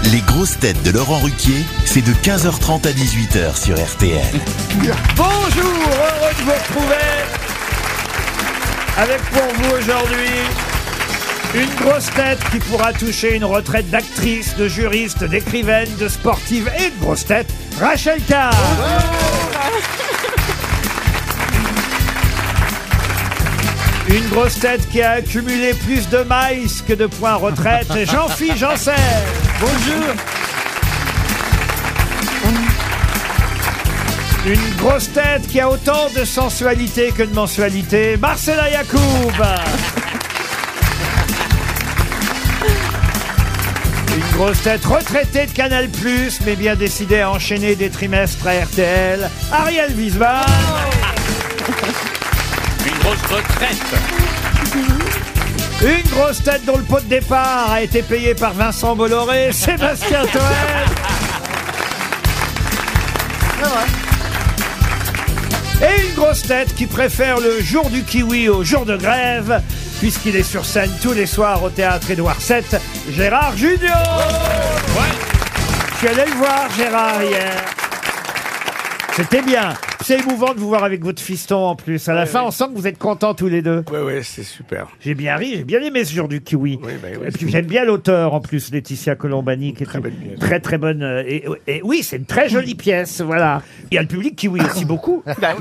Les grosses têtes de Laurent Ruquier, c'est de 15h30 à 18h sur RTL. Bonjour, heureux de vous retrouver avec pour vous aujourd'hui une grosse tête qui pourra toucher une retraite d'actrice, de juriste, d'écrivaine, de sportive et de grosse tête, Rachel Kahn. Une grosse tête qui a accumulé plus de maïs que de points retraite, Jean-Philippe Janssen. Bonjour. Une grosse tête qui a autant de sensualité que de mensualité, Marcella Yacoub. Une grosse tête retraitée de Canal+, mais bien décidée à enchaîner des trimestres à RTL, Ariel Wiesmann. Une grosse retraite. Une grosse tête dont le pot de départ a été payé par Vincent Bolloré, Sébastien Toen. Et une grosse tête qui préfère le jour du kiwi au jour de grève, puisqu'il est sur scène tous les soirs au théâtre Édouard VII, Gérard Junior. Je suis allé le voir, Gérard, hier. C'était bien. C'est émouvant de vous voir avec votre fiston en plus. À la fin, on sent que vous êtes contents tous les deux. Oui, c'est super. J'ai bien ri, j'ai bien aimé ce jour du kiwi. Oui, Et puis j'aime bien l'auteur en plus, Laetitia Colombani, qui est Très belle pièce. très très bonne. Et oui, c'est une très jolie pièce, voilà. Il y a le public kiwi aussi beaucoup.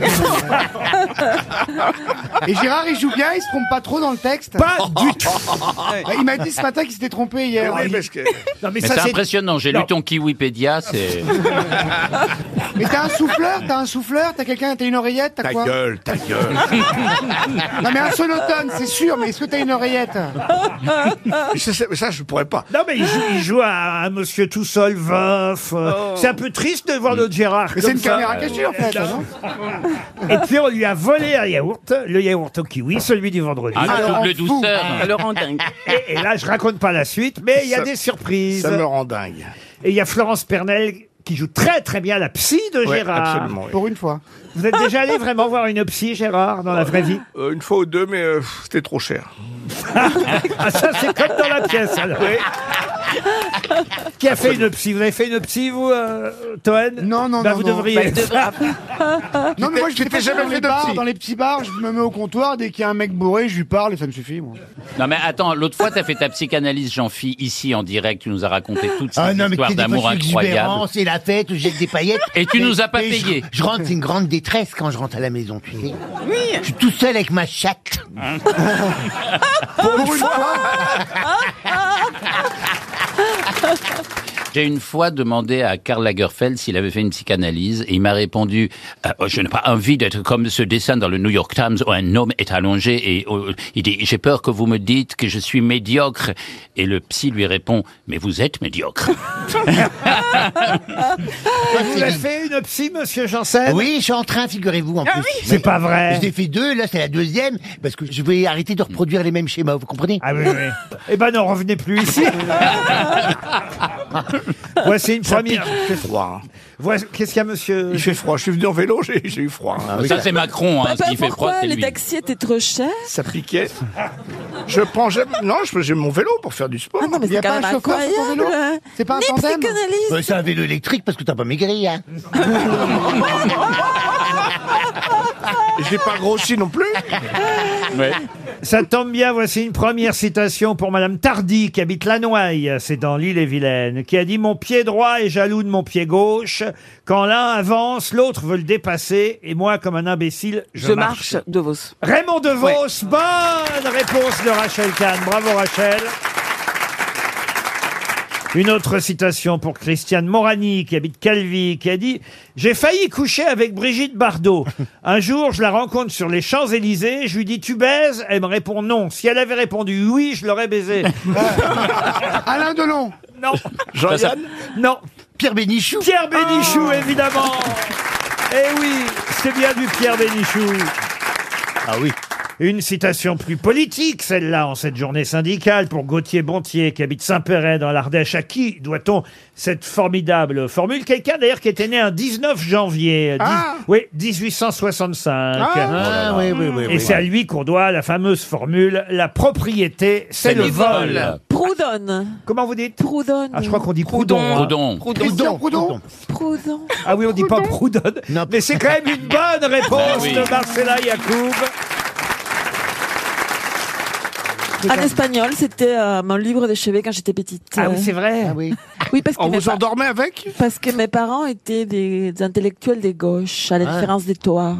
Et Gérard, il joue bien, il se trompe pas trop dans le texte. Pas du tout. Il m'a dit ce matin qu'il s'était trompé hier. Oui, parce que... Non, mais Mais ça c'est c'est impressionnant, j'ai Non. lu ton Kiwipédia, c'est... Mais t'as un souffleur, t'as quelqu'un, t'as une oreillette, t'as Ta quoi gueule, ta gueule. Non mais un sonotone, c'est sûr, mais est-ce que t'as une oreillette? ça, je pourrais pas. Non mais il joue à un monsieur tout seul, veuf. C'est un peu triste de voir notre Gérard Mais comme c'est une ça. caméra cachée en fait, non? Et puis on lui a volé un yaourt, le yaourt au kiwi, celui du vendredi. Ah, Alors, double on fout. douceur. le rend dingue. Et là, je raconte pas la suite, mais il y a Ça- des surprises. Ça me rend dingue. Et il y a Florence Pernel qui joue très très bien la psy de Ouais, Gérard. absolument. oui. Pour une fois. Vous êtes déjà allé vraiment voir une psy, Gérard, dans la vraie vie? Une fois ou deux, mais c'était trop cher. Ah, ça, c'est comme dans la pièce, alors. Qui a fait une psy? Vous avez fait une psy, vous, Toen? Non, non, Bah, non, vous non. devriez. Non mais moi je Tu fais t'es jamais dans fait les de bars, psy. dans les petits bars, je me mets au comptoir, dès qu'il y a un mec bourré, je lui parle et ça me suffit moi. Non mais attends, l'autre fois t'as fait ta psychanalyse, Jean-Phi, ici en direct, tu nous as raconté toutes ces Ah non, mais histoires tu sais, des d'amour fois, je suis incroyables. exubérant, c'est la fête, je jette des paillettes. Et tu Mais- nous as pas mais payé. Je rentre, c'est une grande détresse quand je rentre à la maison, tu sais. Oui. Je suis tout seul avec ma chatte. Pour une fois. J'ai une fois demandé à Karl Lagerfeld s'il avait fait une psychanalyse et il m'a répondu je n'ai pas envie d'être comme ce dessin dans le New York Times où un homme est allongé et il dit j'ai peur que vous me dites que je suis médiocre et le psy lui répond mais vous êtes médiocre. Vous avez fait une psy, monsieur Janssen? Oui, je suis en train, figurez-vous, en plus. C'est pas vrai. Je l'ai fait 2, là, c'est la 2e, parce que je vais arrêter de reproduire les mêmes schémas, vous comprenez? Ah oui, oui. Eh ben non, revenez plus ici. Voici une première. Il fait froid. Hein. Qu'est-ce qu'il y a, monsieur? Il fait froid. Je suis venu en vélo, j'ai eu froid. Hein. Ça c'est Macron, hein, ce qui fait froid Pourquoi c'est les lui. taxis étaient trop chers? Ça piquait. Je prends jamais... Non, j'ai mon vélo pour faire du sport. Ah non, mais Il y a c'est pas quand un même chauffeur sur ton incroyable. vélo? C'est pas un Ni tandem? psychanalyste. C'est un vélo électrique parce que t'as pas maigri, hein. Je n'ai pas grossi non plus. Ouais. Ça tombe bien, voici une première citation pour Madame Tardy, qui habite Lannoy, c'est dans l'Île-et-Vilaine, qui a dit « Mon pied droit est jaloux de mon pied gauche. Quand l'un avance, l'autre veut le dépasser. Et moi, comme un imbécile, je marche. » de Vos. Raymond DeVos, bonne réponse de Rachel Kahn. Bravo Rachel. Une autre citation pour Christiane Morani, qui habite Calvi, qui a dit « J'ai failli coucher avec Brigitte Bardot. Un jour, je la rencontre sur les Champs-Élysées. Je lui dis « Tu baises ?» Elle me répond « Non. Si elle avait répondu « Oui », je l'aurais baisé. Alain Delon. » Non. Jean-Yann. Non. Pierre Bénichou. Pierre Bénichou, évidemment. Eh oui, c'est bien du Pierre Bénichou. Ah oui. Une citation plus politique, celle-là, en cette journée syndicale, pour Gauthier Bontier, qui habite Saint-Péret dans l'Ardèche. À qui doit-on cette formidable formule? Quelqu'un, d'ailleurs, qui était né un 19 janvier 1865. Et c'est à lui qu'on doit la fameuse formule « La propriété, c'est le vol ». Proudhon. Comment vous dites? Proudhon. Ah, je crois qu'on dit Proudhon. hein. Proudhon. Ah oui, on dit pas Proudhon. Mais c'est quand même une bonne réponse de Marcella Yacoub. En espagnol, c'était mon livre de chevet quand j'étais petite. Ah oui, c'est vrai. Oui. Oui, parce que On vous endormait avec? Parce que mes parents étaient des intellectuels de gauche, à la différence de toi.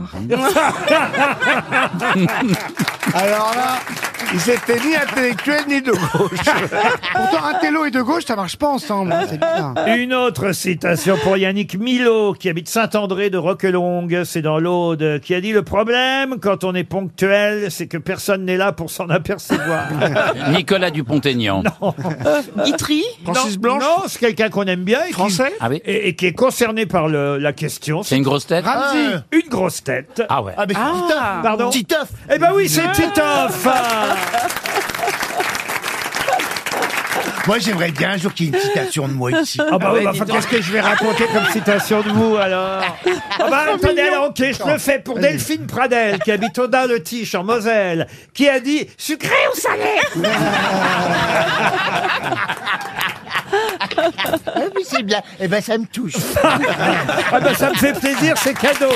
Alors là, ils étaient ni intellectuels ni de gauche. Pourtant, un télo et de gauche, ça marche pas ensemble. Hein, c'est bizarre. Une autre citation pour Yannick Milot, qui habite Saint-André de Roquelongue, c'est dans l'Aude, qui a dit « Le problème, quand on est ponctuel, c'est que personne n'est là pour s'en apercevoir. Nicolas Dupont-Aignan. » Itri. Francis Blanche? Non, c'est quelqu'un qu'on aime bien. Français? Ah oui. Et qui est concerné par la question. C'est une grosse tête? Ramsey. Une grosse tête. Ah ouais. Ah, mais c'est Titoff. Pardon? Titoff. Eh ben oui, c'est Titoff. Moi, j'aimerais bien un jour qu'il y ait une citation de moi ici. Ah bah oui, bah, enfin, qu'est-ce que je vais raconter comme citation de vous, alors? Ah bah attendez, alors ok, je le fais pour Delphine Pradel, qui habite Audun-le-Tiche, en Moselle, qui a dit « Sucré ou salé ?» Ah oui, c'est bien. Eh ben, ça me touche. Ah bah ça me fait plaisir, c'est cadeau.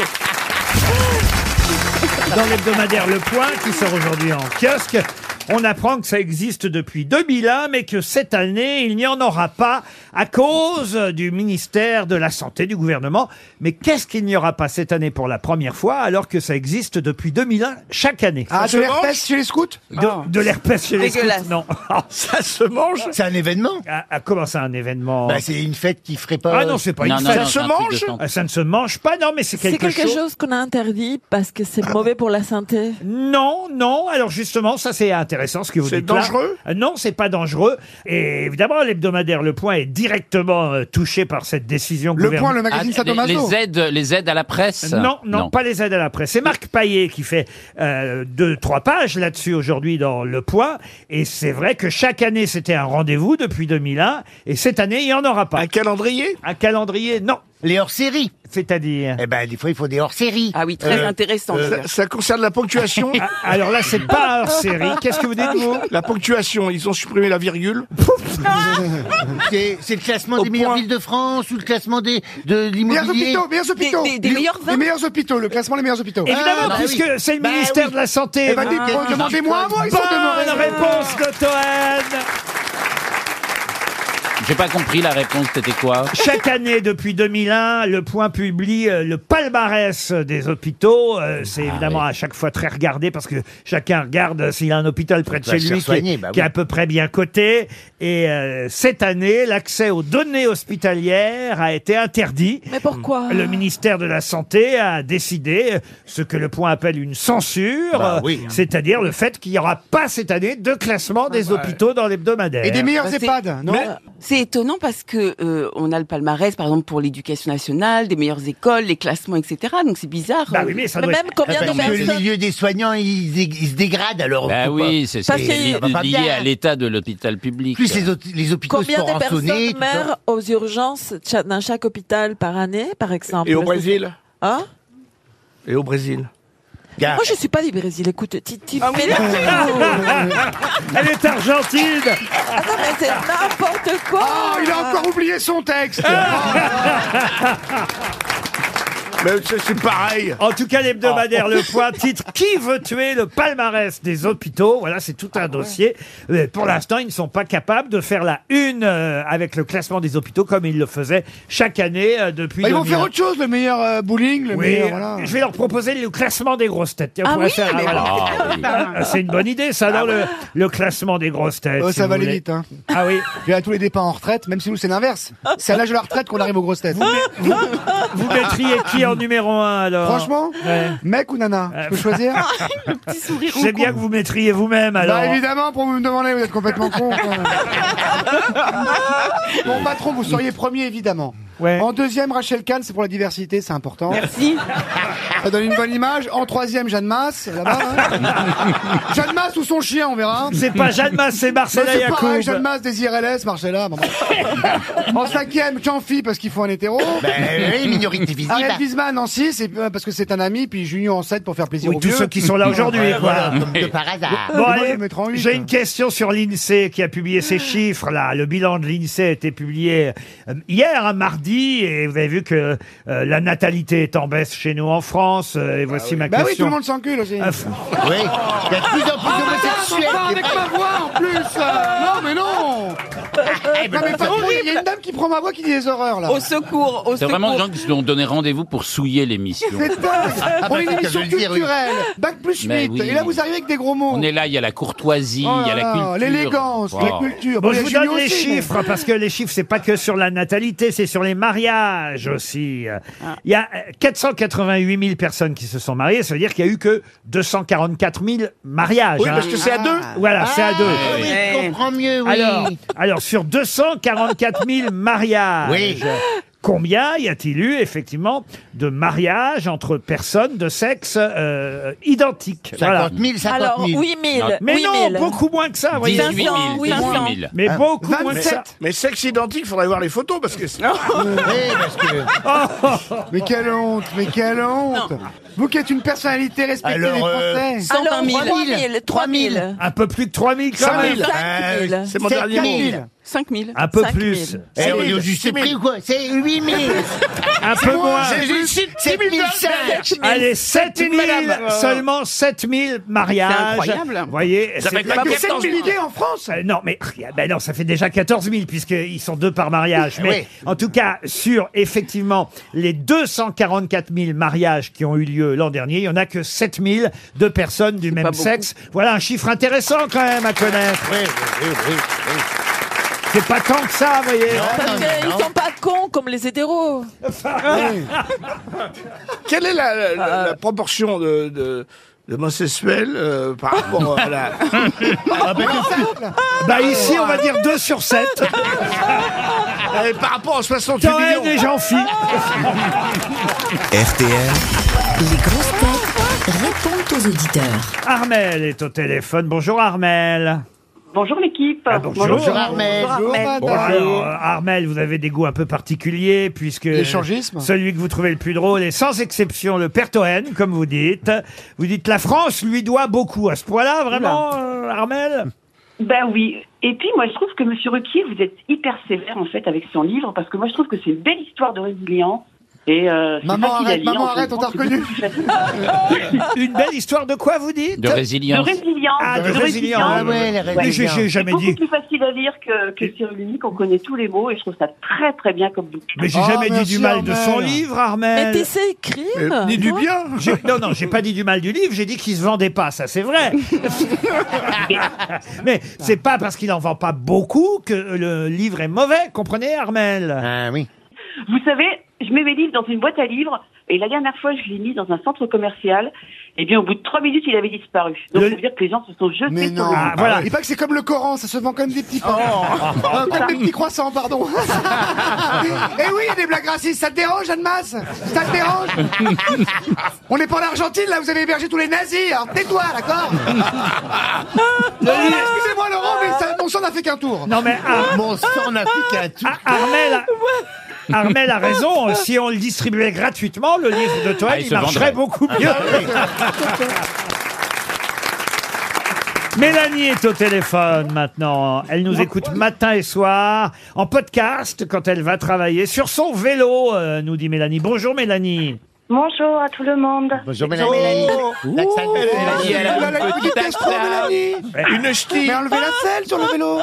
Dans l'hebdomadaire Le Point, qui sort aujourd'hui en kiosque, on apprend que ça existe depuis 2001, mais que cette année, il n'y en aura pas à cause du ministère de la Santé du gouvernement. Mais qu'est-ce qu'il n'y aura pas cette année pour la première fois, alors que ça existe depuis 2001 chaque année? Ah, de l'herpès chez les scouts? De l'herpès chez les scouts, non. Ça se mange? C'est un événement. Comment ça, un événement? Bah, c'est une fête qui ferait pas. Ah non, c'est pas une fête. non, Ça se c'est un truc de mange? santé. Ça ne se mange pas, non, mais c'est C'est quelque chose. qu'on a interdit parce que c'est mauvais pour la santé. Non, non. Alors justement, ça c'est intéressant ce que vous C'est dites là. dangereux? Non, c'est pas dangereux. Et évidemment, l'hebdomadaire Le Point est directement touché par cette décision Le Point, le Ah, magazine Sadomaso. les aides à la presse? Non, pas les aides à la presse. C'est Marc Paillet qui fait 2-3 pages là-dessus aujourd'hui dans Le Point. Et c'est vrai que chaque année, c'était un rendez-vous depuis 2001. Et cette année, il n'y en aura pas. Un calendrier? Un calendrier, non. Les hors-séries. C'est-à-dire... Eh ben, des fois, il faut des hors-séries. Ah oui, très intéressant. Ça concerne la ponctuation? Ah, alors là, c'est pas hors série. Qu'est-ce que vous dites, vous? La ponctuation, ils ont supprimé la virgule? C'est le classement Au des meilleures point. villes de France ou le classement de Meilleurs l'immobilier. hôpitaux. Des meilleurs Les meilleurs hôpitaux, le classement des meilleurs hôpitaux. Évidemment, bah puisque oui. c'est le Bah ministère oui. de la Santé. Eh ben, demandez-moi à moi, ils sont Bonne demeurés. réponse de Toen. J'ai pas compris la réponse, c'était quoi? Chaque année, depuis 2001, Le Point publie le palmarès des hôpitaux. C'est évidemment à chaque fois très regardé parce que chacun regarde s'il y a un hôpital près de doit chez se lui faire soigner, qui est oui. à peu près bien coté. Et cette année, l'accès aux données hospitalières a été interdit. Mais pourquoi? Le ministère de la Santé a décidé ce que Le Point appelle une censure, Bah oui, hein. c'est-à-dire le fait qu'il n'y aura pas cette année de classement des hôpitaux dans l'hebdomadaire. Et des meilleurs Bah, c'est- EHPAD, non? C'est étonnant parce que on a le palmarès, par exemple, pour l'éducation nationale, des meilleures écoles, les classements, etc. Donc c'est bizarre. Bah oui, mais ça Mais doit même être... combien de Parce que le personnes? milieu des soignants, il se dégrade alors. Bah faut oui, c'est Parce que- lié ça va pas bien. à l'état de l'hôpital public. Plus les hôpitaux Combien sont de rançonnés. personnes tout ça. meurent aux urgences dans chaque hôpital par année, par exemple? Et au Brésil? Hein? Et au Brésil? Gars, Moi, je suis pas du Brésil. Écoute, tu Ah oui. fais la- Elle est argentine. Ah non, mais c'est n'importe quoi. Oh, il a encore oublié son texte. Mais c'est pareil. En tout cas, l'hebdomadaire Le Point titre « Qui veut tuer le palmarès des hôpitaux ?» Voilà, c'est tout un dossier. Pour l'instant, ils ne sont pas capables de faire la une avec le classement des hôpitaux comme ils le faisaient chaque année depuis Ils vont 2001. faire autre chose, le meilleur bowling, le Oui, meilleur, voilà. je vais leur proposer le classement des grosses têtes. Tiens, on Ah pourrait oui, faire, mais voilà. Ah, c'est une bonne idée, ça, dans le classement des grosses têtes. Oh, si ça vous va aller voulez. vite, hein. Ah oui. Puis à tous les départs en retraite, même si nous c'est l'inverse. C'est à l'âge de la retraite qu'on arrive aux grosses têtes. Vous mettriez qui en numéro 1 alors? Franchement, Ouais. mec ou nana, je peux choisir? Petit sourire. Je sais bien que vous mettriez vous-même alors. Bah évidemment, pour me demander, vous êtes complètement con. Mon patron, vous seriez premier évidemment. Ouais. En deuxième, Rachel Kahn, c'est pour la diversité, c'est important. Merci. Ça donne une bonne image. En troisième, Jeanne Masse, là-bas. Hein. Jeanne Masse ou son chien, on verra. C'est pas Jeanne Masse, c'est Marcella C'est Yacoub. pareil, Jeanne Masse, Désir LS, Marcella. Bon. En cinquième, Canfi, parce qu'il faut un hétéro. Oui, minorité visible. Ariel Wiesman en 6, parce que c'est un ami, puis Junior en 7 pour faire plaisir Oui, aux tous vieux. ceux qui sont là aujourd'hui, Ouais, quoi. voilà, comme de par hasard. Bon, Moi, allez, je vais mettre en 8. j'ai une question sur l'INSEE qui a publié ces chiffres là. Le bilan de l'INSEE a été publié hier, un mardi, et vous avez vu que la natalité est en baisse chez nous en France. Et voici ma Bah oui, tout question. le monde s'encule aussi. Ah, Oui, il y a de plus en plus d'homosexuels. Enfin, avec ma voix en plus. Non, mais non. Non, mais pas il y a une dame qui prend ma voix qui dit des horreurs là. Au secours, au C'est secours. vraiment des gens qui se sont donné rendez-vous pour souiller l'émission. C'est dingue. On est une c'est émission qu'à le dire, oui. culturelle, bac plus Mais 8. oui. Et là, vous arrivez avec des gros mots. On est là, il y a la courtoisie, Oh il y a là la là, culture. l'élégance, Wow. la culture. Bon, il y je a vous Julien donne les aussi, mais- chiffres, parce que les chiffres, c'est pas que sur la natalité, c'est sur les mariages aussi. Il y a 488 000 personnes qui se sont mariées, ça veut dire qu'il y a eu que 244 000 mariages. Oui, hein. parce que c'est à deux. Voilà, c'est à deux. Oui, je comprends mieux, oui. Alors, sur 244 000 mariages, Oui. combien y a-t-il eu, effectivement, de mariages entre personnes de sexe identique? 50 000, 50 000. Alors, 8 000. Mais 8 non, 000. beaucoup moins que ça, vous voyez. 18 000. oui, 18 000. Mais beaucoup moins que ça. 27. Mais sexe identique, faudrait voir les photos parce que c'est- Oui, parce que... Mais quelle honte, mais quelle honte. Vous qui êtes une personnalité respectée Alors, des Français. 120 Alors, 000. 3 000. 3 000. Un peu plus de 3 000 quand 5 même. 000. 5 000. C'est mon 7 dernier mot. 000. 5 000. Un peu 5 000. plus. Eh, on est au juste prix ou quoi? C'est 8 000. Un peu moins. C'est 7 500. Allez, 7 000, madame. seulement 7 000 mariages. C'est incroyable. Vous voyez, Ça c'est- fait Il y a pas que 7 14 000. milliers en France. Non, mais ben non, ça fait déjà 14 000 puisqu'ils sont deux par mariage. Mais Oui. en tout cas, sur effectivement les 244 000 mariages qui ont eu lieu l'an dernier, il y en a que 7 000 de personnes du même pas beaucoup. sexe. Voilà un chiffre intéressant quand même à connaître. C'est pas tant que ça, vous voyez. Parce qu'ils sont pas cons comme les hétéros. Quelle est la proportion d'homosexuels par rapport à la... Bah ici, on va dire 2 sur 7. par rapport aux 68 Toen millions et Jean-Philippe. RTL, Les grosses têtes répondent aux auditeurs. Armel est au téléphone. Bonjour Armel. Bonjour l'équipe. Ah, bonjour. Bonjour Armel. Bonjour, Bon, madame. alors, Armel, vous avez des goûts un peu particuliers puisque L'échangisme. celui que vous trouvez le plus drôle est sans exception le Père Toen, comme vous dites. Vous dites la France lui doit beaucoup à ce point-là, vraiment, Armel. Ben oui. Et puis moi je trouve que Monsieur Ruquier, vous êtes hyper sévère en fait avec son livre parce que moi je trouve que c'est une belle histoire de résilience. Et c'est Maman, facile à arrête, lire, maman, en fait. arrête, on t'a C'est reconnu. beaucoup plus facile. Une belle histoire de quoi vous dites De De résilience. résilience. Ah, de résilience. Ah ouais, la Mais résilience. j'ai C'est jamais beaucoup dit. plus facile à lire que Cyrulnik, on connaît tous les mots et je trouve ça très très bien comme bouquin. Mais j'ai Oh, jamais dit merci, du mal de son Armel. livre, Mais Armel. tu sais écrire. Ni du bien. Non, j'ai pas dit du mal du livre, j'ai dit qu'il se vendait pas, ça c'est vrai. Mais c'est pas parce qu'il en vend pas beaucoup que le livre est mauvais, comprenez, Armel? Ah oui. Vous savez, je mets mes livres dans une boîte à livres et la dernière fois je l'ai mis dans un centre commercial. Et bien au bout de 3 minutes il avait disparu. Donc ça veut dire que les gens se sont jetés Mais sur non. le Ah, voilà. Il pas que c'est comme le Coran, ça se vend comme des petits pains. Comme des petits croissants, pardon. Eh oui, il y a des blagues racistes. Ça te dérange, Anne Masse? Ça te dérange? On n'est pas en Argentine, là, vous avez hébergé tous les nazis. Alors tais-toi, d'accord? Excusez-moi, Laurent, mais mon sang n'a fait qu'un tour. Non mais Mon sang n'a fait qu'un tout. Armel a raison, si on le distribuait gratuitement, le livre de Toen, Ah, il il se marcherait vendrait. beaucoup mieux. Mélanie est au téléphone maintenant. Elle nous écoute matin et soir, en podcast, quand elle va travailler sur son vélo, nous dit Mélanie. Bonjour Mélanie. Bonjour à tout le monde. Bonjour Mélanie. L'accent de Mélanie, elle a La un petite petit escroc, Mélanie. Une ch'ti. Mais enlevez la selle sur le vélo.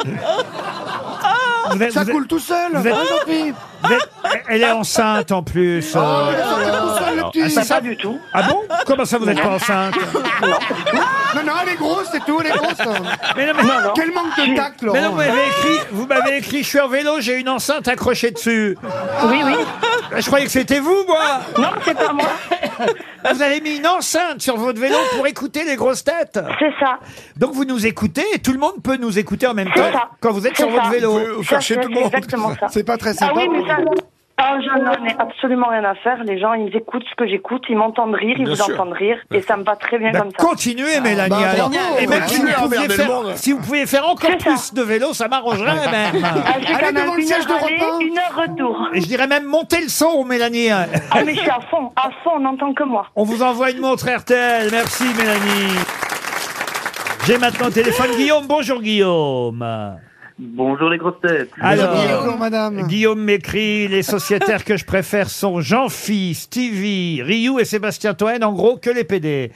Ça coule tout seul. vous êtes- Hein, Jean-Philippe? Elle est enceinte en plus. Oh, il est sorti tout seul, le Ah, petit. c'est ça Pas du tout. Ah bon? Comment ça vous n'êtes pas enceinte? Non, non, elle est grosse, c'est tout, elle est grosse. Mais non, Quel manque de tact, mais non, Laurent. vous m'avez écrit, je suis en vélo, j'ai une enceinte accrochée dessus. Oui, oui. Je croyais que c'était vous, moi. Non, c'est pas moi. Vous avez mis une enceinte sur votre vélo pour écouter les grosses têtes. C'est ça. Donc vous nous écoutez et tout le monde peut nous écouter en même C'est temps ça. quand vous êtes C'est sur votre ça. vélo. Vous faire chez tout le monde. C'est exactement ça. C'est pas très Ah sympa. oui, mais ça, Ah, je n'en ai absolument rien à faire. Les gens, ils écoutent ce que j'écoute, ils m'entendent rire, ils Bien vous sûr. entendent rire, et ça me va très bien comme ça. Continuez, Mélanie. alors. Et même si vous, pouviez faire, si vous pouviez faire encore C'est ça. plus de vélo, ça m'arrangerait même. Ah, j'ai quand Allez même devant le 1 siège heure d'Europe aller, 1. 1 heure retour. Et je dirais même monter le son, Mélanie. Ah, mais je suis à fond, on n'entend que moi. On vous envoie une montre RTL. Merci, Mélanie. J'ai maintenant au téléphone Guillaume. Bonjour, Guillaume. Bonjour les grosses têtes. Alors, Bonjour, madame. Guillaume m'écrit, les sociétaires que je préfère sont Jean-Phi, Stevie, Ryu et Sébastien Toen, en gros que les PD.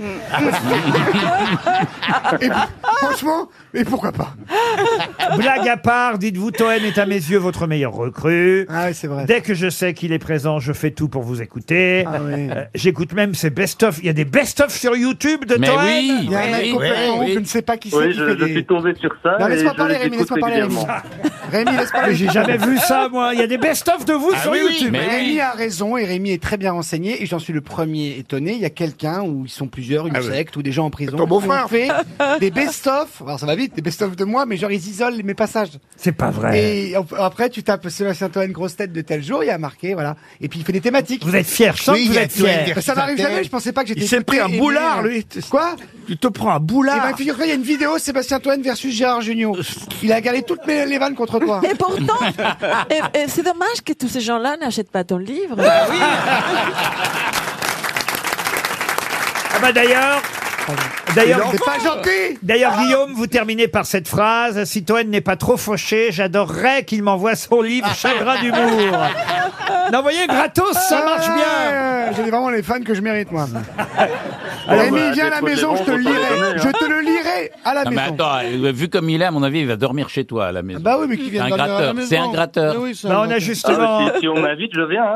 Et franchement, mais pourquoi pas? Blague à part, dites-vous, Toen est à mes yeux votre meilleur recrue. Ah oui, c'est vrai. Dès que je sais qu'il est présent, je fais tout pour vous écouter. Ah oui. J'écoute même ses best-of. Il y a des best-of sur YouTube de Mais Toen. oui. Il y a un mec complètement, je ne sais pas qui c'est Oui, qui je fait suis des... tombé sur ça. Non, et laisse-moi je parler, les Rémi, écoute laisse-moi parler, Rémi. régulièrement. Rémi, laisse parler. Mais j'ai jamais vu ça, moi. Il y a des best-of de vous sur YouTube. Mais Rémi oui. a raison et Rémi est très bien renseigné et j'en suis le premier étonné. Il y a quelqu'un où ils sont plusieurs, une secte ou des gens en prison. Ton beau-frère. qui ont fait des best-of. Alors ça va vite, des best-of de moi, mais genre ils isolent mes passages. C'est pas vrai. Et après tu tapes Sébastien Toen grosse tête de tel jour, il y a marqué voilà. Et puis il fait des thématiques. Vous êtes fiers. Je sens que vous êtes fiers. Ça m'arrive jamais. Je pensais pas que j'étais. Il s'est pris un écouté, boulard, aimé. lui. Quoi? Tu te prends un Eh boulard. ben, figure-toi, il y a une vidéo Sébastien Toen versus Gérard Jugnot. Il a galé toutes les vannes contre toi. Et pourtant, et c'est dommage que tous ces gens-là n'achètent pas ton livre. Ah bah d'ailleurs, C'est pas gentil. D'ailleurs, Guillaume, vous terminez par cette phrase. Si Toen n'est pas trop fauché, j'adorerais qu'il m'envoie son livre Chagrin d'humour. Non, vous voyez, gratos, ça marche bien. J'ai vraiment les fans que je mérite, moi. Alors, Rémi, bah, viens à la des fois, maison, les je te le bons, faut pas lirai. les donner, Je hein. te le lirai à la Non, mais maison. attends, vu comme il est, à mon avis, il va dormir chez toi à la maison. Bah oui, mais qui C'est vient un dormir à la gratteur. maison. C'est un gratteur. Mais oui, c'est Bah, un on a gratteur. justement, Si on m'invite, je viens.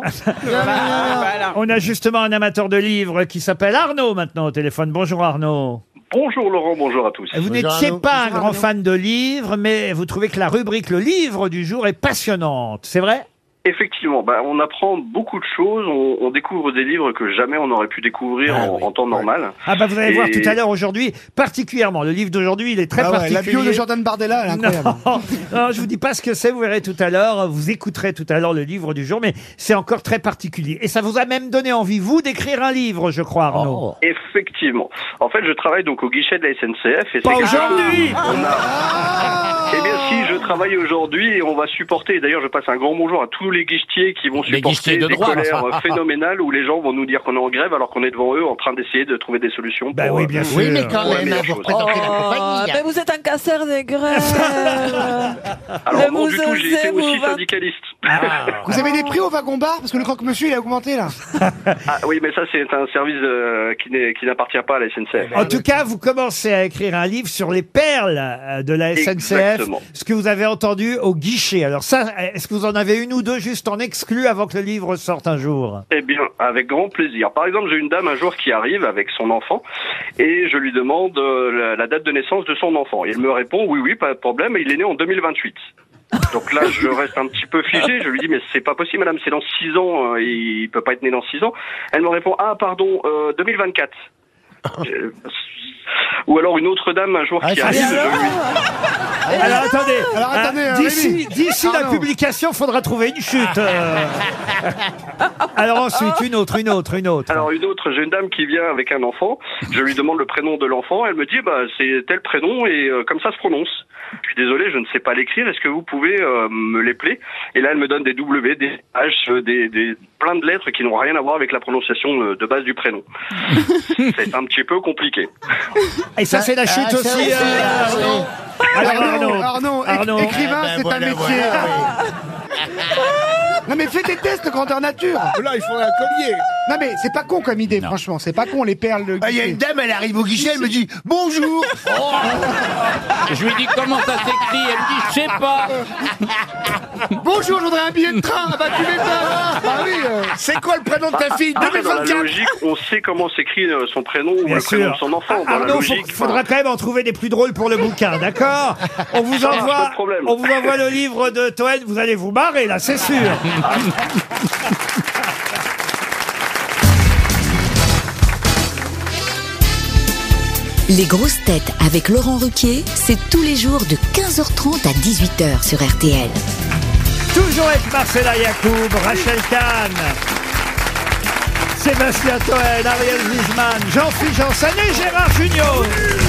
Hein. on a justement un amateur de livres qui s'appelle Arnaud maintenant au téléphone. Bonjour Arnaud. Bonjour Laurent, bonjour à tous. Vous Bonjour, n'étiez Arnaud. pas un Bonjour, grand Arnaud. fan de livres, mais vous trouvez que la rubrique Le Livre du jour est passionnante. C'est vrai? Effectivement, on apprend beaucoup de choses, on découvre des livres que jamais on aurait pu découvrir en temps normal. Ah bah vous allez voir Et- tout à l'heure aujourd'hui, particulièrement. Le livre d'aujourd'hui, il est très Ah ouais, particulier. la bio de Jordan Bardella, elle est incroyable. Non, non, je vous dis pas ce que c'est, vous verrez tout à l'heure, vous écouterez tout à l'heure le livre du jour, mais c'est encore très particulier. Et ça vous a même donné envie, vous, d'écrire un livre, je crois, Arnaud. Effectivement. En fait, je travaille donc au guichet de la SNCF. Et Pas c'est quelque chose aujourd'hui qu'on a- Eh bien si, je travaille aujourd'hui et on va supporter, d'ailleurs je passe un grand bonjour à tous les guichetiers qui vont Les supporter guichetiers de des droit. colères phénoménales où les gens vont nous dire qu'on est en grève alors qu'on est devant eux en train d'essayer de trouver des solutions Bah pour, oui, bien sûr. Oui, mais quand Ouais, même, mais hein, la vous chose. représentez la Oh, compagnie. mais vous êtes un casseur des grèves. Alors Mais non vous du tout, j'ai été osez aussi vous va- syndicaliste. Vous avez des prix au wagon-bar parce que le croque-monsieur, il a augmenté, là. Ah oui, mais ça c'est un service qui n'appartient pas à la SNCF. En tout cas, vous commencez à écrire un livre sur les perles de la SNCF, Exactement. ce que vous avez entendu au guichet. Alors ça, est-ce que vous en avez une ou deux juste en exclu avant que le livre sorte un jour? Eh bien, avec grand plaisir. Par exemple, j'ai une dame un jour qui arrive avec son enfant et je lui demande la date de naissance de son enfant. Et elle me répond oui, pas de problème, il est né en 2028. Donc là, je reste un petit peu figé. Je lui dis mais c'est pas possible, madame, c'est dans 6 ans. Il peut pas être né dans 6 ans. Elle me répond ah pardon, 2024. Ou alors une autre dame un jour qui arrive. Alors attendez, Rémi. d'ici la Arnaud. publication, faudra trouver une chute. Alors ensuite, une autre. Alors une autre, j'ai une dame qui vient avec un enfant. Je lui demande le prénom de l'enfant. Elle me dit c'est tel prénom et comme ça se prononce. Je suis désolé, je ne sais pas l'écrire. Est-ce que vous pouvez me l'épeler? Et là, elle me donne des W, des H, des plein de lettres qui n'ont rien à voir avec la prononciation de base du prénom. C'est un petit peu compliqué. Et ça, c'est la chute ça, aussi. oui, Arnaud. Alors, Arnaud, écrivain, Ben c'est voilà, un métier. voilà, Non mais fais des tests grandeur nature. Là, il faut un collier. Non mais c'est pas con comme idée, franchement. C'est pas con, les perles de... Ah, il y a une dame, elle arrive au guichet, elle me dit bonjour. Je lui dis comment ça s'écrit. Elle me dit je sais pas. Bonjour, je voudrais un billet de train. Ah bah tu m'étonnes. Ah oui. C'est quoi le prénom de ta fille? Après, dans la 2024. logique, on sait comment s'écrit son prénom ou Bien le prénom sûr. de son enfant. Dans la Arnaud, logique, faudra quand même en trouver des plus drôles pour le bouquin, d'accord? On vous Ça marche, pas envoie, de problème. on vous envoie le livre de Toen. Vous allez vous marrer là, c'est sûr. Les grosses têtes avec Laurent Ruquier, c'est tous les jours de 15h30 à 18h sur RTL. Toujours avec Marcella Yacoub, Rachel Kahn, Sébastien Toen, Ariel Wiesman, Jean-Philippe Janssen et Gérard Junior.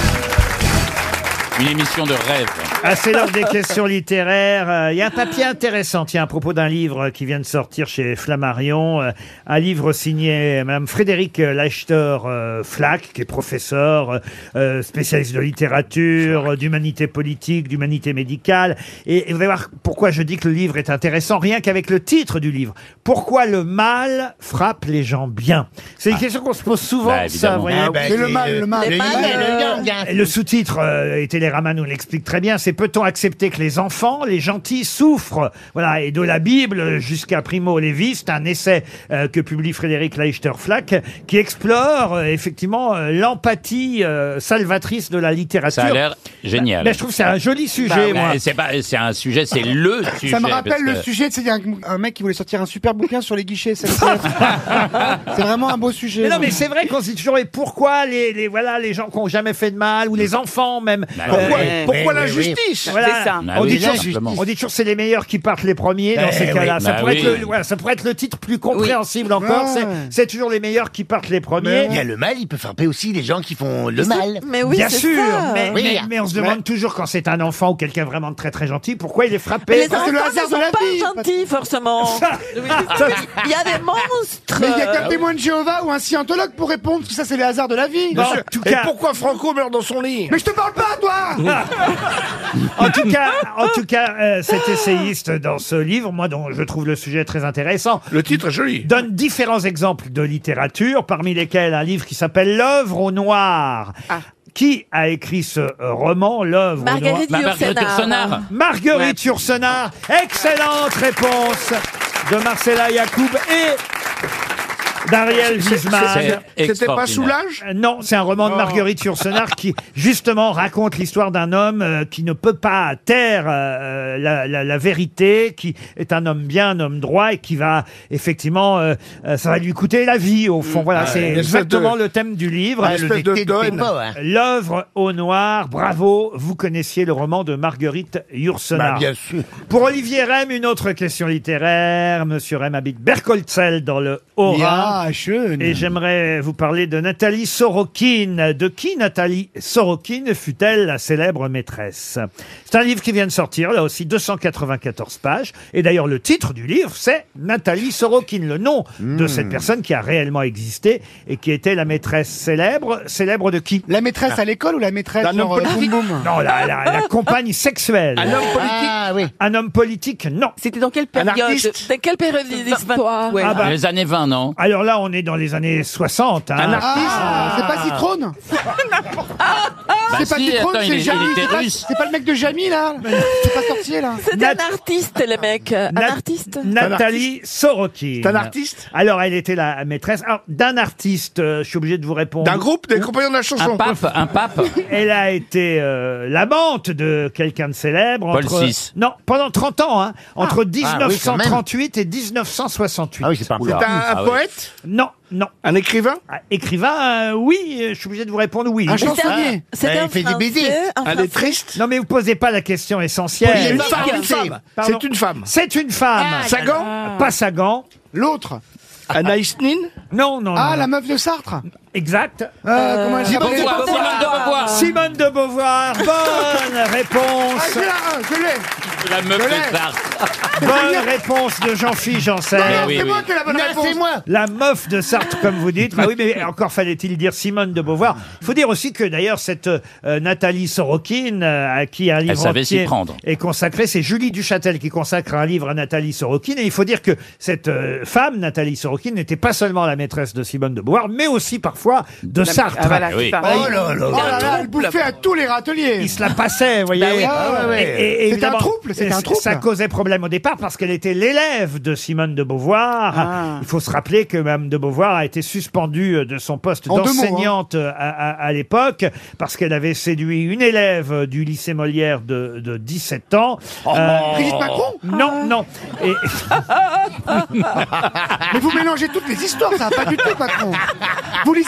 Une émission de rêve. Ah, c'est l'heure des questions littéraires. Il y a un papier intéressant, tiens, à propos d'un livre qui vient de sortir chez Flammarion. Un livre signé Madame Frédéric Leichter-Flack, qui est professeur, spécialiste de littérature, d'humanité politique, d'humanité médicale. Et vous allez voir pourquoi je dis que le livre est intéressant, rien qu'avec le titre du livre. Pourquoi le mal frappe les gens bien? C'est une question qu'on se pose souvent, ça, vous voyez. C'est le mal. Le sous-titre, et Télérama nous l'explique très bien, c'est peut-on accepter que les enfants, les gentils, souffrent? Voilà, et de la Bible jusqu'à Primo Levi, c'est un essai que publie Frédéric Leichter-Flack qui explore effectivement l'empathie salvatrice de la littérature. Ça a l'air génial. Mais je trouve que c'est un joli sujet, moi. C'est un sujet, c'est le sujet. Ça me rappelle le sujet, il y a un mec qui voulait sortir un super bouquin sur les guichets. C'est vraiment un beau sujet. Mais non, mais c'est vrai qu'on se dit toujours, et pourquoi les gens qui n'ont jamais fait de mal, ou les enfants même, pourquoi l'injustice? Voilà. C'est ça. On dit toujours c'est les meilleurs qui partent les premiers dans ces cas-là. Ça pourrait être le titre plus compréhensible encore. C'est toujours les meilleurs qui partent les premiers. Il y a le mal, il peut frapper aussi les gens qui font le mal. Mais oui, Bien c'est sûr, ça. mais on se demande toujours quand c'est un enfant ou quelqu'un vraiment de très très gentil, pourquoi il est frappé. Les enfants ne sont pas gentils, forcément. Il y a des monstres. Mais il y a qu'un témoin de Jéhovah ou un scientologue pour répondre, parce que ça c'est les hasards de la vie. Bon, Et pourquoi Franco meurt dans son lit? Mais je te parle pas, toi. En tout cas, cet essayiste dans ce livre, moi dont je trouve le sujet très intéressant, Le titre est joli. donne différents exemples de littérature, parmi lesquels un livre qui s'appelle L'œuvre au noir. Qui a écrit ce roman, L'œuvre au noir? Marguerite Yourcenar. Marguerite Yourcenar. Excellente réponse de Marcella Yacoub et d'Ariel Wiesman. C'était pas Soulage? Non, c'est un roman de Marguerite Yourcenar qui, justement, raconte l'histoire d'un homme qui ne peut pas taire la vérité, qui est un homme bien, un homme droit, et qui va, effectivement, ça va lui coûter la vie, au fond. Voilà, c'est exactement le thème du livre. L'œuvre au noir. Bravo, vous connaissiez le roman de Marguerite Yourcenar. Bien sûr. Pour Olivier Rem, une autre question littéraire. Monsieur Rem habite Berkolzel dans le Haut-Rhin. Ah, schön. Et j'aimerais vous parler de Nathalie Sorokin. De qui Nathalie Sorokin fut-elle la célèbre maîtresse? C'est un livre qui vient de sortir, là aussi 294 pages. Et d'ailleurs, le titre du livre, c'est Nathalie Sorokin, le nom de cette personne qui a réellement existé et qui était la maîtresse célèbre. Célèbre de qui? La maîtresse à l'école ou la maîtresse D'un homme politique? boum boum? Non, la compagne sexuelle. Un homme politique? Ah oui. Un homme politique, non. C'était dans quelle période? artiste? De quelle période de l'histoire? Ouais. Ah bah, Les années 20, non? alors là, on est dans les années 60. Hein. Un artiste? C'est pas Citrone? Bah C'est pas si, Citrone, attends, c'est il Jamy. était russe. C'est pas le mec de Jamy, là? C'est pas sorcier, là? C'était un artiste, les mecs. Un artiste. Nathalie Sorokin. C'est un artiste? Alors, elle était la maîtresse d'un artiste. Je suis obligé de vous répondre. D'un groupe des compagnons de la chanson? Un pape. Elle a été l'amante de quelqu'un de célèbre. Paul VI. Non, pendant 30 ans. Hein, entre oui, quand même. 1938 et 1968. Ah oui, c'est pas un C'est un poète? Non, non. Un écrivain? Écrivain, oui, je suis obligé de vous répondre oui. Un chansonnier? C'était Elle un fait des BD. Français, un Un Français. lettriste? Non, mais vous posez pas la question essentielle. C'est une Politique. femme. Pardon. C'est une femme. C'est une femme. Sagan? Pas Sagan. L'autre? Anaïs Nin? Non, non. Ah, non. la meuf de Sartre? Exact. Comment elle s'appelle? Simone de Beauvoir. Simone de Beauvoir. Bonne Ah, réponse. je l'ai. La meuf de Sartre. Bonne réponse de Jean-Philippe Janssen. oui, C'est oui. moi qui ai la bonne réponse. C'est moi. La meuf de Sartre, comme vous dites. Bah oui, mais encore fallait-il dire Simone de Beauvoir. Il faut dire aussi que d'ailleurs cette Nathalie Sorokin, à qui un livre savait s'y entier prendre. est consacré, c'est Julie Duchâtel qui consacre un livre à Nathalie Sorokin. Et il faut dire que cette femme, Nathalie Sorokin, n'était pas seulement la maîtresse de Simone de Beauvoir, mais aussi parfois de Sartre. voilà, Oui. c'est ça. Oh là là. Oh là là, elle bouffait à tous les râteliers. Il se la passait, vous voyez. Bah oui. Ah ouais. Et C'était évidemment, un trouble, c'était un trouble. Ça causait problème au départ parce qu'elle était l'élève de Simone de Beauvoir. Ah. Il faut se rappeler que Mme de Beauvoir a été suspendue de son poste En 2 mots, d'enseignante à l'époque parce qu'elle avait séduit une élève du lycée Molière de 17 ans. Brigitte Macron? Non, non. Et, Mais vous mélangez toutes les histoires, ça va pas du tout, patron. Vous lisez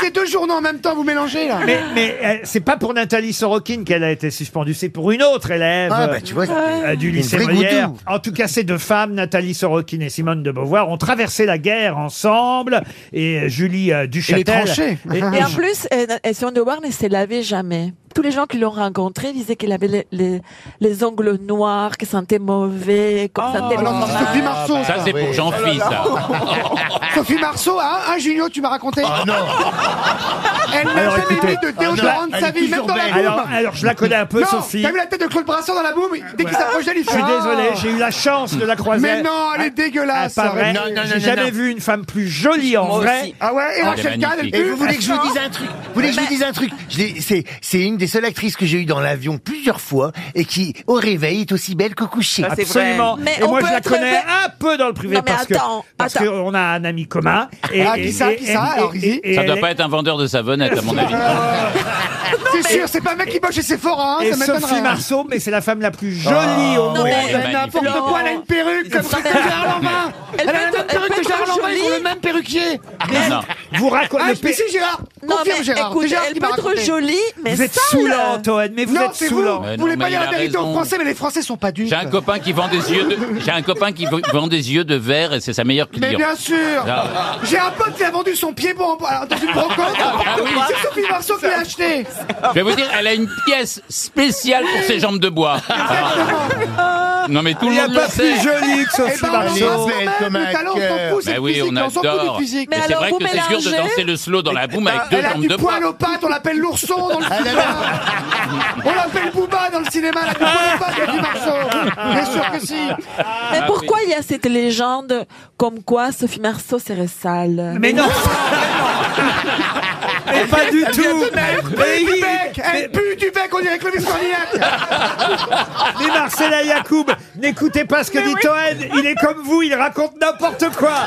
les deux journaux en même temps, vous mélangez là. Mais c'est pas pour Nathalie Sorokin qu'elle a été suspendue, c'est pour une autre élève tu vois, du lycée vraie Molière. goudou. En tout cas, ces deux femmes, Nathalie Sorokin et Simone de Beauvoir, ont traversé la guerre ensemble. Et Julie Duchâtel... tranchées. Et en plus, Simone de Beauvoir ne se lavait jamais. Tous les gens qui l'ont rencontrée disaient qu'elle avait les ongles noirs, qu'elle sentait mauvais, qu'elle sentait alors, mal. Sophie Marceau, Ça, c'est pour Jean-Philippe, ça. Sophie Marceau, hein, Junio, tu m'as raconté. Oh non. Elle n'a Alors, jamais écoutez, mis de déodorant de elle sa est vie, même toujours dans la belle. boum. Alors, je la connais un peu, Non, Sophie. t'as vu la tête de Claude Brasseur dans la boum? Dès qu'il s'approche d'elle, il Je fait... suis désolé, j'ai eu la chance de la croiser. Mais non, elle est dégueulasse. Pas vrai. Non, non, J'ai non, jamais non. vu une femme plus jolie en Moi vrai. aussi. Ah ouais, et Ah, Rachel elle est Kahn, elle magnifique. Et pue. vous voulez que je vous dise un truc? Vous voulez que je vous dise un truc? C'est une des seules actrices que j'ai eues dans l'avion plusieurs fois et qui, au réveil, est aussi belle qu'au coucher. Ah, c'est vrai. Absolument. Mais Et on moi, peut je la être connais belle. un peu dans le privé Non, mais parce attends. qu'on a un ami commun. Qui ça Alors, Rizzi Ça doit elle pas être un vendeur de savonnette, à mon avis. C'est sûr, c'est pas un mec qui bosse chez Sephora, hein, Et ça Sophie m'étonnerait. Marceau, mais c'est la femme la plus jolie au Non, monde. mais- Elle est N'importe magnifique. quoi, elle a une perruque comme ça que Gérard Lanvin. Elle a la même perruque que Gérard Lanvin, ils ont le même perruquier. Non. Vous racontez. Ah, mais si, Gérard. Non, Confirme, mais Gérard. écoute, C'est Gérard elle qui peut m'a être raconté. jolie, mais Vous êtes sale. saoulant, Toen, mais vous Non, êtes c'est vous. saoulant. Mais Vous non, voulez mais pas dire il la a vérité aux raison. Français, mais les Français sont pas dupes. J'ai un copain qui vend des yeux de verre et c'est sa meilleure Mais cliente. bien sûr. Ah. J'ai un pote qui a vendu son pied bon dans une brocante. C'est Sophie Marceau qui l'a acheté. Je vais vous dire, elle a une pièce spéciale pour ses jambes de bois. Non mais tout Il le n'y a monde le pas plus sait. jolie que Eh Sophie ben, on Marceau. embrasse quand belle même. comme Le un talent, on s'en cœur. fout, c'est Ben le oui, physique. on On s'en fout adore. du physique. Mais c'est alors, vrai vous que c'est dur de mélangez danser le slow dans la boum avec deux Elle a jambes du de bois. poil aux pattes, on l'appelle l'ourson dans le cinéma. On l'appelle Booba dans le cinéma, elle a du poil aux pattes, Sophie Marceau. Bien sûr que si. Mais pourquoi il y a cette légende comme quoi Sophie Marceau serait sale? Mais non. Mais pas du tout. Mais Du bec, elle pue du bec, on dirait Clovis Cornillac. Mais Marcella Yacoub, n'écoutez pas ce que dit Toen. Il est comme vous, il raconte n'importe quoi.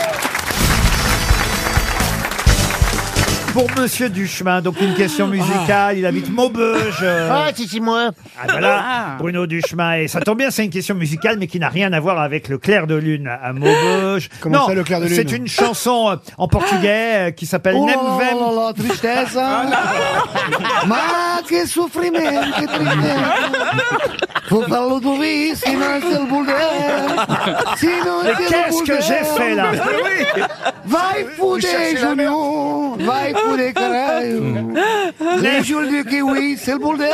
Pour Monsieur Duchemin, donc une question musicale. Il habite Maubeuge. Ah, si, moi. Ah, voilà, Bruno Duchemin. Et ça tombe bien, c'est une question musicale, mais qui n'a rien à voir avec le clair de lune à Maubeuge. Comment Non, ça, le clair de lune c'est une chanson en portugais qui s'appelle Oh Nem là Vem. là là, tristeza. Ma que sofrimento, que tristeza. Faut farlo dove, sinon c'est le bordel. Sinon Mais c'est le qu'est-ce que bordel. j'ai fait là? Vai fuder, Junior. Vai fuder, caralho. Les jours du kiwi, c'est le bordel.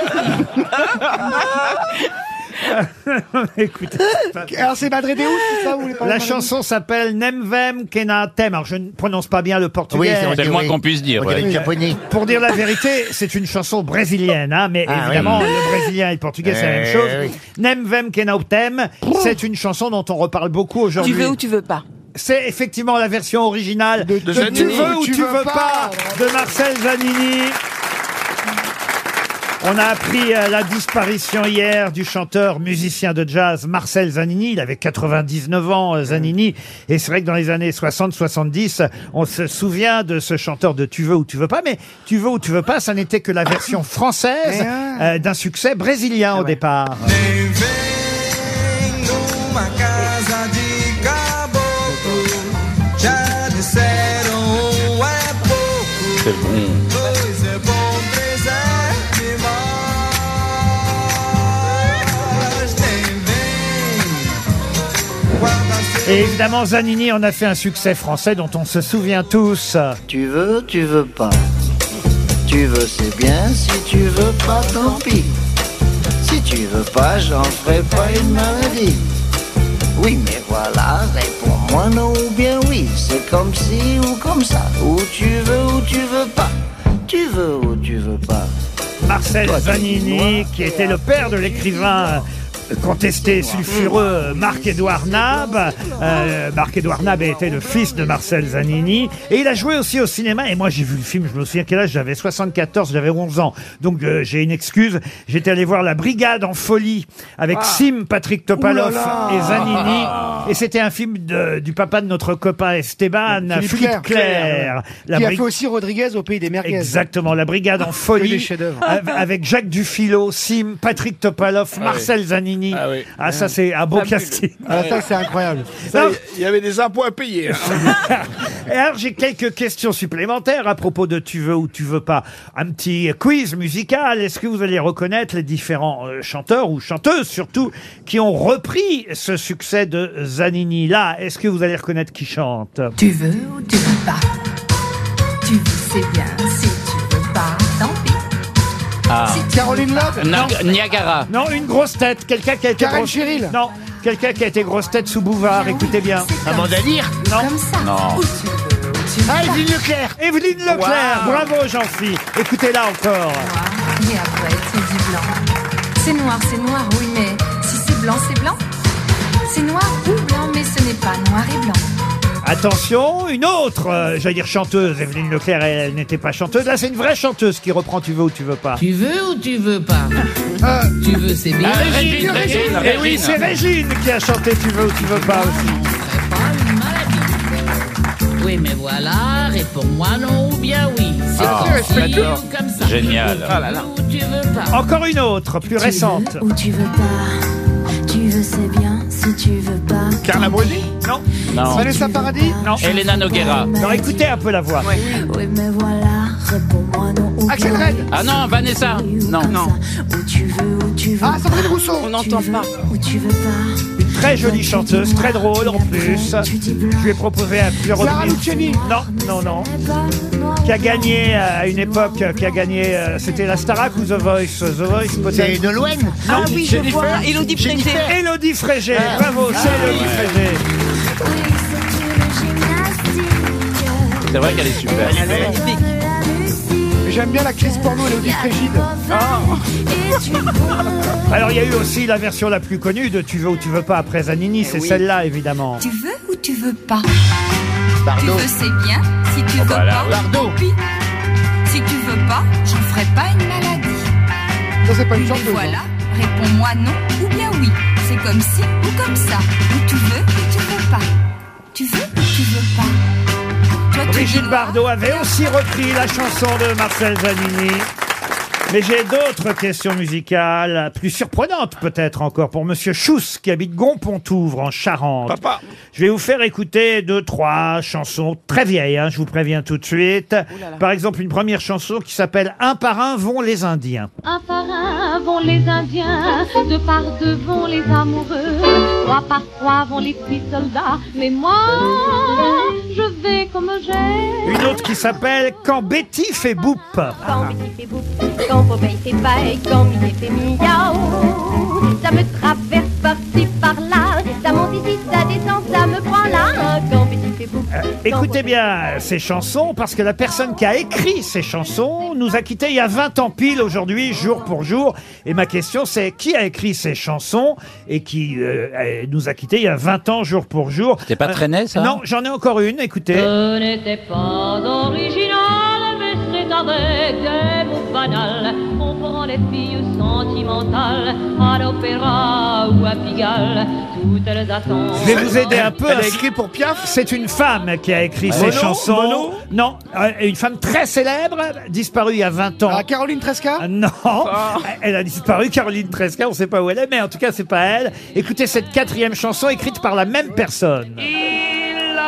Écoutez, Alors c'est Madre Deus, c'est ça, vous voulez pas la chanson s'appelle Nem Vem Kena Tem. Alors je ne prononce pas bien le portugais. C'est le moins qu'on puisse dire. On dirait ouais. une japonais. Pour dire la vérité, c'est une chanson brésilienne, hein, mais Ah, évidemment, le brésilien et le portugais, c'est la même chose. Oui. Nem Vem Kena Tem, c'est une chanson dont on reparle beaucoup Tu aujourd'hui. veux ou tu veux pas? C'est effectivement la version originale de Tu Zanini. veux ou tu veux pas de Marcel Zanini. On a appris la disparition hier du chanteur musicien de jazz Marcel Zanini. Il avait 99 ans, Zanini. Et c'est vrai que dans les années 60-70, on se souvient de ce chanteur de Tu veux ou tu veux pas. Mais Tu veux ou tu veux pas, ça n'était que la version française d'un succès brésilien au départ. C'est bon. Et évidemment, Zanini en a fait un succès français dont on se souvient tous. Tu veux pas. Tu veux, c'est bien. Si tu veux pas, tant pis. Si tu veux pas, j'en ferai pas une maladie. Oui, mais voilà, réponds-moi non ou bien oui. C'est comme ci ou comme ça. Ou tu veux pas. Tu veux ou tu veux pas. Marcel Toi, Zanini, qui était le père de l'écrivain contesté, sulfureux Marc-Édouard Nab. Marc-Édouard Nab était le fils de Marcel Zanini. Et il a joué aussi au cinéma. Et moi, j'ai vu le film, je me souviens quel âge j'avais, 74, j'avais 11 ans. Donc, j'ai une excuse. J'étais allé voir La Brigade en folie avec Sim, Patrick Topalov et Zanini. Et c'était un film du papa de notre copain Esteban, Philippe Clair. Qui a fait aussi Rodriguez au Pays des Merguez. Exactement, La Brigade en Des folie. chefs-d'œuvre. Avec Jacques Dufilo, Sim, Patrick Topalov, Marcel Zanini. Zanini. Ah oui. Ah, ça, c'est un beau Fabuleux. casting. Ah, ça, c'est incroyable. Non. Il y avait des impôts à payer. hein. Et alors, j'ai quelques questions supplémentaires à propos de Tu veux ou tu veux pas. Un petit quiz musical. Est-ce que vous allez reconnaître les différents chanteurs ou chanteuses, surtout, qui ont repris ce succès de Zanini? Là, est-ce que vous allez reconnaître qui chante? Tu veux ou tu veux pas? Tu veux, c'est bien. Si tu veux pas, tant pis. Ah. Caroline Love. Niagara. Non, une grosse tête. Quelqu'un qui a été Karen grosse... Cheryl. Non, quelqu'un qui a été grosse tête sous Bouvard. Écoutez bien. Amanda Lear. Non. Comme ça. Non. Ou tu veux, ou tu veux Ah, pas. Evelyne Leclerc. Evelyne Leclerc. Bravo, Jean-Philippe. Écoutez-la encore. Et après, c'est du blanc. C'est noir, oui, mais si c'est blanc, c'est blanc. C'est noir ou blanc, mais ce n'est pas noir et blanc. Attention, une autre, j'allais dire chanteuse. Evelyne Leclerc, elle n'était pas chanteuse. Là, c'est une vraie chanteuse qui reprend Tu veux ou tu veux pas. Tu veux ou tu veux pas? Tu veux, c'est bien. Régine. Et oui, c'est Régine qui a chanté Tu veux ou tu veux pas aussi. Pas une maladie. Oui, mais voilà, réponds-moi non ou bien oui. C'est comme ci d'accord. ou comme ça. Génial. Tu veux ou tu veux pas? Encore une autre, plus récente. Ou tu veux pas, tu veux c'est bien, si tu veux pas. Carla Bruni. Non, Non. Vanessa Paradis. non. Elena Noguera. Non, écoutez un peu la voix. Oui, mais voilà, réponds-moi non ou Axel bien Red. oui. Ah non, Vanessa. Non. Non. Ou tu veux ou tu veux Ah, Sandrine pas. Rousseau. On n'entend Tu pas. veux ou tu veux pas. Une très jolie chanteuse, très drôle en plus. Je lui ai proposé à plusieurs Clara reprises. Luciani. Non. Qui a gagné à une époque, qui a gagné, c'était la Starac ou The Voice? The Voice C'est peut-être. Nolwenn. Ah oui, je vois. Élodie Frégé. Élodie Frégé, bravo, c'est Élodie Frégé. C'est vrai qu'elle est super. J'aime bien l'actrice porno Élodie Frégide. Alors il y a eu aussi la version la plus connue de Tu veux ou tu veux pas après Zanini, c'est celle-là évidemment. Tu veux ou tu veux pas? Bardot. Tu veux, c'est bien. Si tu veux Voilà, pas, Bardot. tant pis. Si tu veux pas, j'en ferai pas une maladie. Ça, c'est pas une Mais chanteuse. voilà, réponds-moi non ou bien oui. C'est comme ci ou comme ça. Ou tu veux ou tu veux pas. Tu veux ou tu veux pas. Toi, tu Brigitte dis Bardot noir, avait aussi repris la chanson de Marcel Zanini. Mais j'ai d'autres questions musicales, plus surprenantes peut-être encore, pour Monsieur Chousse, qui habite Gonpontouvre, en Charente. Papa. Je vais vous faire écouter 2-3 chansons très vieilles, hein, je vous préviens tout de suite. Par exemple, une première chanson qui s'appelle « Un par un vont les Indiens Un par un vont les Indiens, deux par deux vont les amoureux, trois par trois vont les petits soldats, mais moi, je vais comme j'ai. » Une autre qui s'appelle « Quand Betty fait boup ». Quand Betty fait boum, quand Popeye fait paille, quand Mickey fait miaou, ça me traverse par-ci par-là, ça monte ici, ça descend, ça me prend là. Quand Betty fait boum. Écoutez bien ces chansons, parce que la personne qui a écrit ces chansons nous a quittés il y a 20 ans pile aujourd'hui, jour pour jour. Et ma question c'est, qui a écrit ces chansons et qui nous a quittés il y a 20 ans, jour pour jour? C'était pas Trenet, ça? Non, j'en ai encore une, écoutez. Ce n'était pas original, mais c'est avec des mots banals qu'on prend les filles sentimentales à l'opéra ou à Pigalle. Toutes les attentes. Je vais vous aider un peu. Elle a écrit pour Piaf. C'est une femme qui a écrit ces Bono chansons. Bono Non, une femme très célèbre, disparue il y a 20 ans. Ah, Caroline Tresca. Non, elle a disparu, Caroline Tresca, on ne sait pas où elle est, mais en tout cas, c'est pas elle. Écoutez cette quatrième chanson écrite par la même personne. Il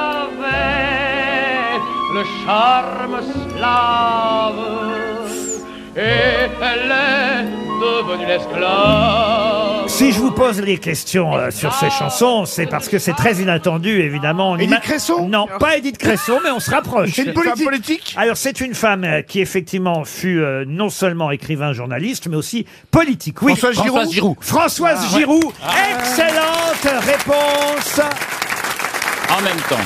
avait le charme slave et elle est devenue l'esclave. Si je vous pose les questions sur ces chansons, c'est parce que c'est très inattendu, évidemment. Édith Cresson. Non, pas Édith Cresson, mais on se rapproche. C'est une politique. Alors, c'est une femme qui, effectivement, fut non seulement écrivain, journaliste, mais aussi politique. Oui. Françoise Giroud. Françoise Giroud. Excellente réponse. En même temps.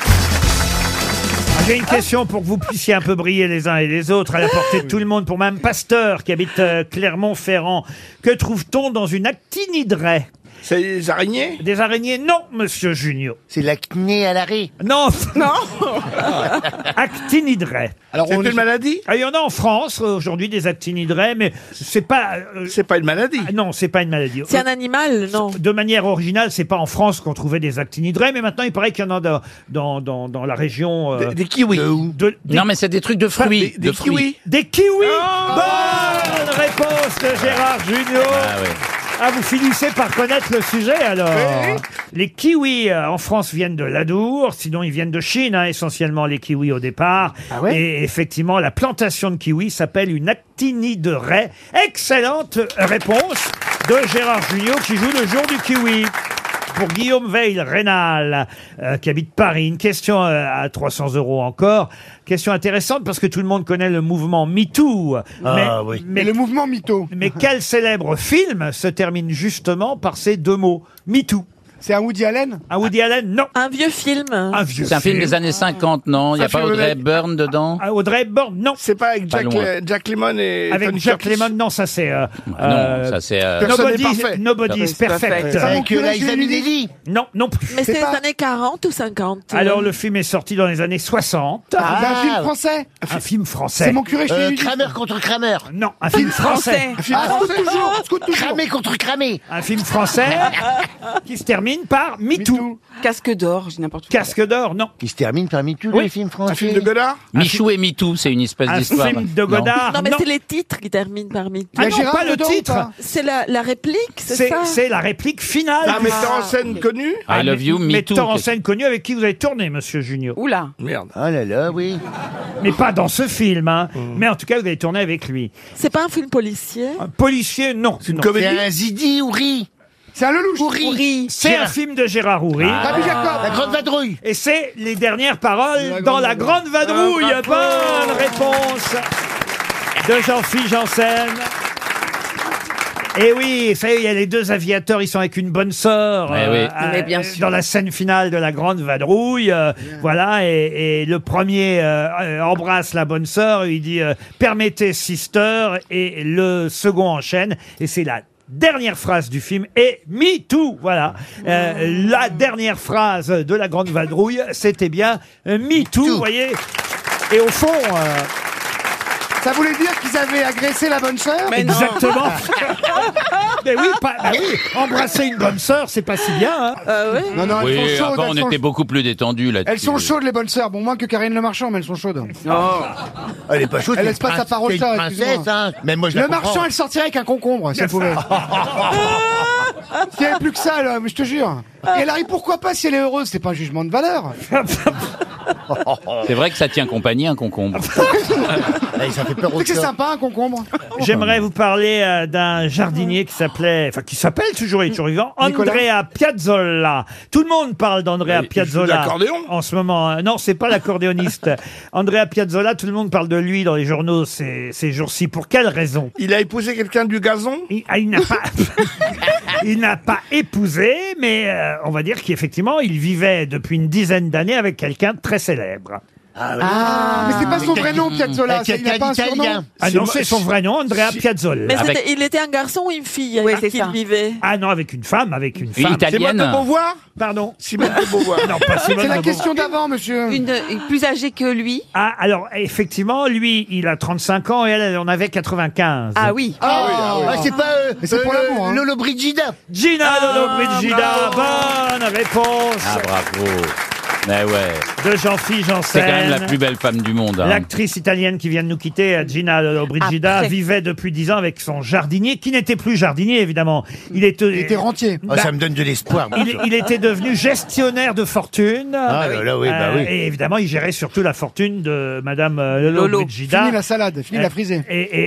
J'ai une question pour que vous puissiez un peu briller les uns et les autres à la portée de tout le monde. Pour Mme Pasteur, qui habite Clermont-Ferrand. Que trouve-t-on dans une actinidrae? C'est des araignées? Des araignées? Non, monsieur Junio. C'est l'acné à l'arrêt. Non. Non. Actinidrae. Alors, c'est une maladie? Il y en a en France aujourd'hui des actinidrae, mais c'est pas. C'est pas une maladie. Non, c'est pas une maladie. C'est un animal, non? De manière originale, c'est pas en France qu'on trouvait des actinidrae, mais maintenant il paraît qu'il y en a dans la région. Des kiwis. Non, mais c'est des trucs de fruits. Des de fruits. kiwis. Des kiwis. Bonne réponse de Gérard Junior. Ah ouais. Ah, vous finissez par connaître le sujet, alors. Oui. Les kiwis en France viennent de l'Adour, sinon ils viennent de Chine, hein, essentiellement les kiwis au départ. Ah ouais. Et effectivement, la plantation de kiwis s'appelle une actinidae. Excellente réponse de Gérard Jugnot qui joue le jour du kiwi. Pour Guillaume Veil-Rénal, qui habite Paris. Une question à 300 € encore. Question intéressante parce que tout le monde connaît le mouvement MeToo. Ah, oui. Mais le mouvement mytho. mais quel célèbre film se termine justement par ces deux mots? MeToo. C'est un Woody Allen? Un Woody Allen? Non. Un vieux film. Un vieux C'est un film des années 50, non? Il n'y a pas Audrey Hepburn dedans? Ah, Audrey Hepburn, non. C'est pas avec Pas loin. Jack Lemmon et Avec Tony Jack Curtis. Lemmon, non, ça c'est... Non, ça c'est... Personne n'est parfait. Nobody's Perfect. Ça, mon Avec curé, Liza j'ai une idée. Minnelli. Non, non plus. Mais C'est c'est les pas- années 40 ou 50? Alors le film est sorti dans les années 60. C'est un film français. Un film français. C'est mon curé, je l'ai eu. Kramer contre Kramer. Non, un film français. Un film français toujours. Scoot toujours. Cramé contre Cramé. Un film français qui se termine par MeToo. Casque d'or, j'ai n'importe quoi. Casque d'or, non. Qui se termine parmi tous Oui. les films français. Un film de Godard. Michou et Mitou, c'est une espèce Un d'histoire. film de Godard. Non, mais c'est les titres qui terminent par MeToo. Ah Il y a non, Gérard pas le dedans ou titre. pas C'est la réplique, c'est ça? C'est la réplique finale. Un metteur en scène connu. I love you, MeToo. Metteur en scène connu avec qui vous avez tourné, monsieur Junio. Oula. Merde. Oh là là, oui. Mais pas dans ce film, hein. Mais en tout cas, vous avez tourné avec lui. C'est pas un film policier? Un policier, non. C'est une C'est un Zidi ou Ri. C'est un Lelouch. Ouri. C'est un film de Gérard Houry. Rabbi Jacob. La Grande Vadrouille. Et c'est les dernières paroles dans La Grande Vadrouille. Bonne réponse de Jean-Philippe Janssen. Et oui, ça y est, il y a les deux aviateurs, ils sont avec une bonne sœur oui. Mais bien sûr. dans la scène finale de La Grande Vadrouille. Voilà, et le premier embrasse la bonne sœur, il dit permettez sister, et le second enchaîne, et c'est la dernière phrase du film est Me Too. Voilà. La dernière phrase de La Grande Vadrouille, c'était bien Me Too, vous voyez. Et au fond... Ça voulait dire qu'ils avaient agressé la bonne sœur? exactement. Mais oui, bah oui, embrasser une bonne sœur, c'est pas si bien. Hein. Non, non, elles Oui, sont chaudes. avant on elles sont- était beaucoup plus détendus là-dessus. Elles sont chaudes, les bonnes sœurs. Bon, moins que Karine Le Marchand, mais elles sont chaudes. Elle est pas chaude. Elle c'est laisse pas une sa parole, c'est ça, une princesse, excuse-moi. hein. Même moi, je la Le comprends. Marchand, elle sortirait avec un concombre, si elle pouvait. S'il n'y avait plus que ça, là, mais je te jure. Et elle arrive, pourquoi pas, si elle est heureuse? C'est pas un jugement de valeur. C'est vrai que ça tient compagnie un concombre. Allez, ça fait peur Tu au sais que c'est cœur. sympa, un concombre. J'aimerais vous parler d'un jardinier qui s'appelle toujours, il est toujours vivant, Nicolas. Andrea Piazzolla. Tout le monde parle d'Andrea Il joue de Piazzolla. l'accordéon En ce moment. Non, c'est pas l'accordéoniste. Andrea Piazzolla, tout le monde parle de lui dans les journaux ces jours-ci. Pour quelle raison? Il a épousé quelqu'un du gazon. Il n'a pas, il n'a pas épousé, mais on va dire qu'effectivement, il vivait depuis une dizaine d'années avec quelqu'un de très célèbre. Mais c'est pas son vrai nom, Piazzolla. Avec Il n'a pas un quelqu'un surnom. d'italien. Ah non, c'est son vrai nom, Andrea Piazzolla. Mais Avec- il était un garçon ou une fille Oui, avec c'est qui ça. il vivait? Ah non, avec une femme. Une Simone italienne. de Beauvoir. Pardon. Simone de Beauvoir. Non, pas Simone C'est la de question d'avant, monsieur. Une plus âgée que lui. Ah, alors, effectivement, lui, il a 35 ans et elle en avait 95. Ah oui. Ah, c'est pas Mais c'est pour l'amour, hein. Lolo Brigida. Gina Lollobrigida, bonne réponse Ah bravo. Mais ouais. de Jean-Philippe C'est quand même la Janssen. plus belle femme du monde. Hein. L'actrice italienne qui vient de nous quitter, Gina Lollobrigida, Après. vivait depuis 10 ans avec son jardinier, qui n'était plus jardinier, évidemment. Il était, Il était rentier. Oh, ça me donne de l'espoir. moi, ça. il était devenu gestionnaire de fortune. Ah là là, oui, bah oui. Et évidemment, il gérait surtout la fortune de Madame Lollobrigida. Fini la salade, fini la frisée.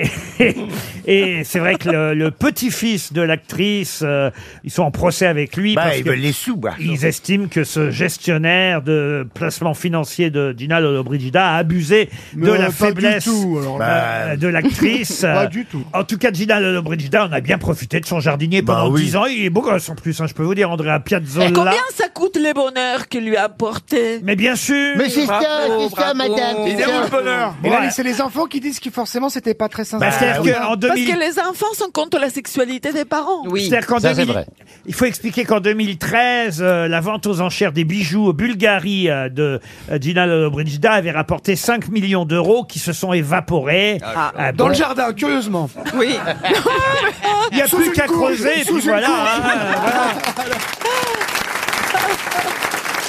Et c'est vrai que le petit-fils de l'actrice, ils sont en procès avec lui Bah, parce ils que veulent les sous, bah. ils estiment que ce gestionnaire de placement financier de Gina Lollobrigida a abusé de Mais la pas faiblesse du tout, alors. de l'actrice. Pas du tout. En tout cas, Gina Lollobrigida, on a bien profité de son jardinier Bah pendant oui. 10 ans. Il est beau gosse en plus, hein, je peux vous dire, Andrea Piazzolla. Et combien ça coûte le bonheur qu'il lui a apporté? Mais bien sûr. Mais c'est ça, c'est ça, madame. Il c'est est où ça. le bonheur? Et là, Ouais. c'est les enfants qui disent que forcément, c'était pas très sincère. Bah, c'est-à-dire qu'en Parce 2000, que les enfants sont contre la sexualité des parents. Oui. c'est-à-dire qu'en Ça, c'est 2000 vrai. il faut expliquer qu'en 2013, la vente aux enchères des bijoux au Bulgarie de Gina Lollobrigida avait rapporté 5 millions d'euros qui se sont évaporés. Dans bon, le jardin, curieusement. Oui. il n'y a Sous plus une qu'à couche, creuser, et sous puis une voilà. couche. Voilà.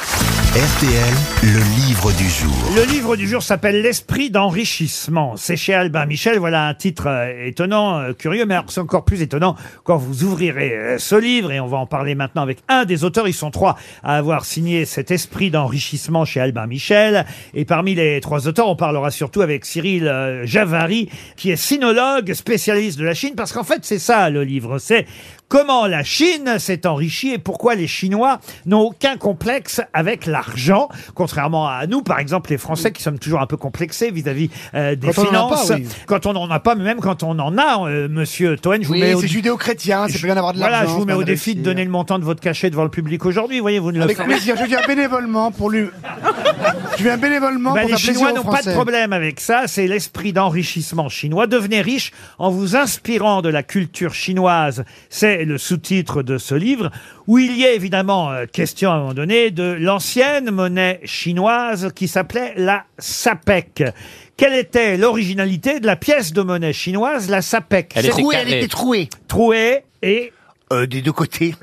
RTL, le livre du jour. Le livre du jour s'appelle L'esprit d'enrichissement. C'est chez Albin Michel. Voilà un titre étonnant, curieux, mais alors c'est encore plus étonnant quand vous ouvrirez ce livre. Et on va en parler maintenant avec un des auteurs. Ils sont 3 à avoir signé cet esprit d'enrichissement chez Albin Michel. Et parmi les 3 auteurs, on parlera surtout avec Cyril Javary, qui est sinologue, spécialiste de la Chine. Parce qu'en fait, c'est ça le livre. C'est comment la Chine s'est enrichie et pourquoi les Chinois n'ont aucun complexe avec l'argent, contrairement à nous, par exemple, les Français qui sommes toujours un peu complexés vis-à-vis des finances. Quand on n'en a pas, mais même quand on en a, Monsieur Toen, je vous mets c'est judéo-chrétien, c'est bien d'avoir de l'argent. Voilà, je vous mets au défi de donner le montant de votre cachet devant le public aujourd'hui. Voyez, vous ne le Avec faites plaisir, je viens bénévolement pour lui. Je viens bénévolement pour les faire plaisir Chinois aux n'ont pas Français. de problème avec ça. C'est l'esprit d'enrichissement chinois. Devenez riche en vous inspirant de la culture chinoise. C'est le sous-titre de ce livre, où il y a évidemment question à un moment donné de l'ancienne monnaie chinoise qui s'appelait la sapèque. Quelle était l'originalité de la pièce de monnaie chinoise, la sapèque? Elle était trouée. Trouée et... des deux côtés.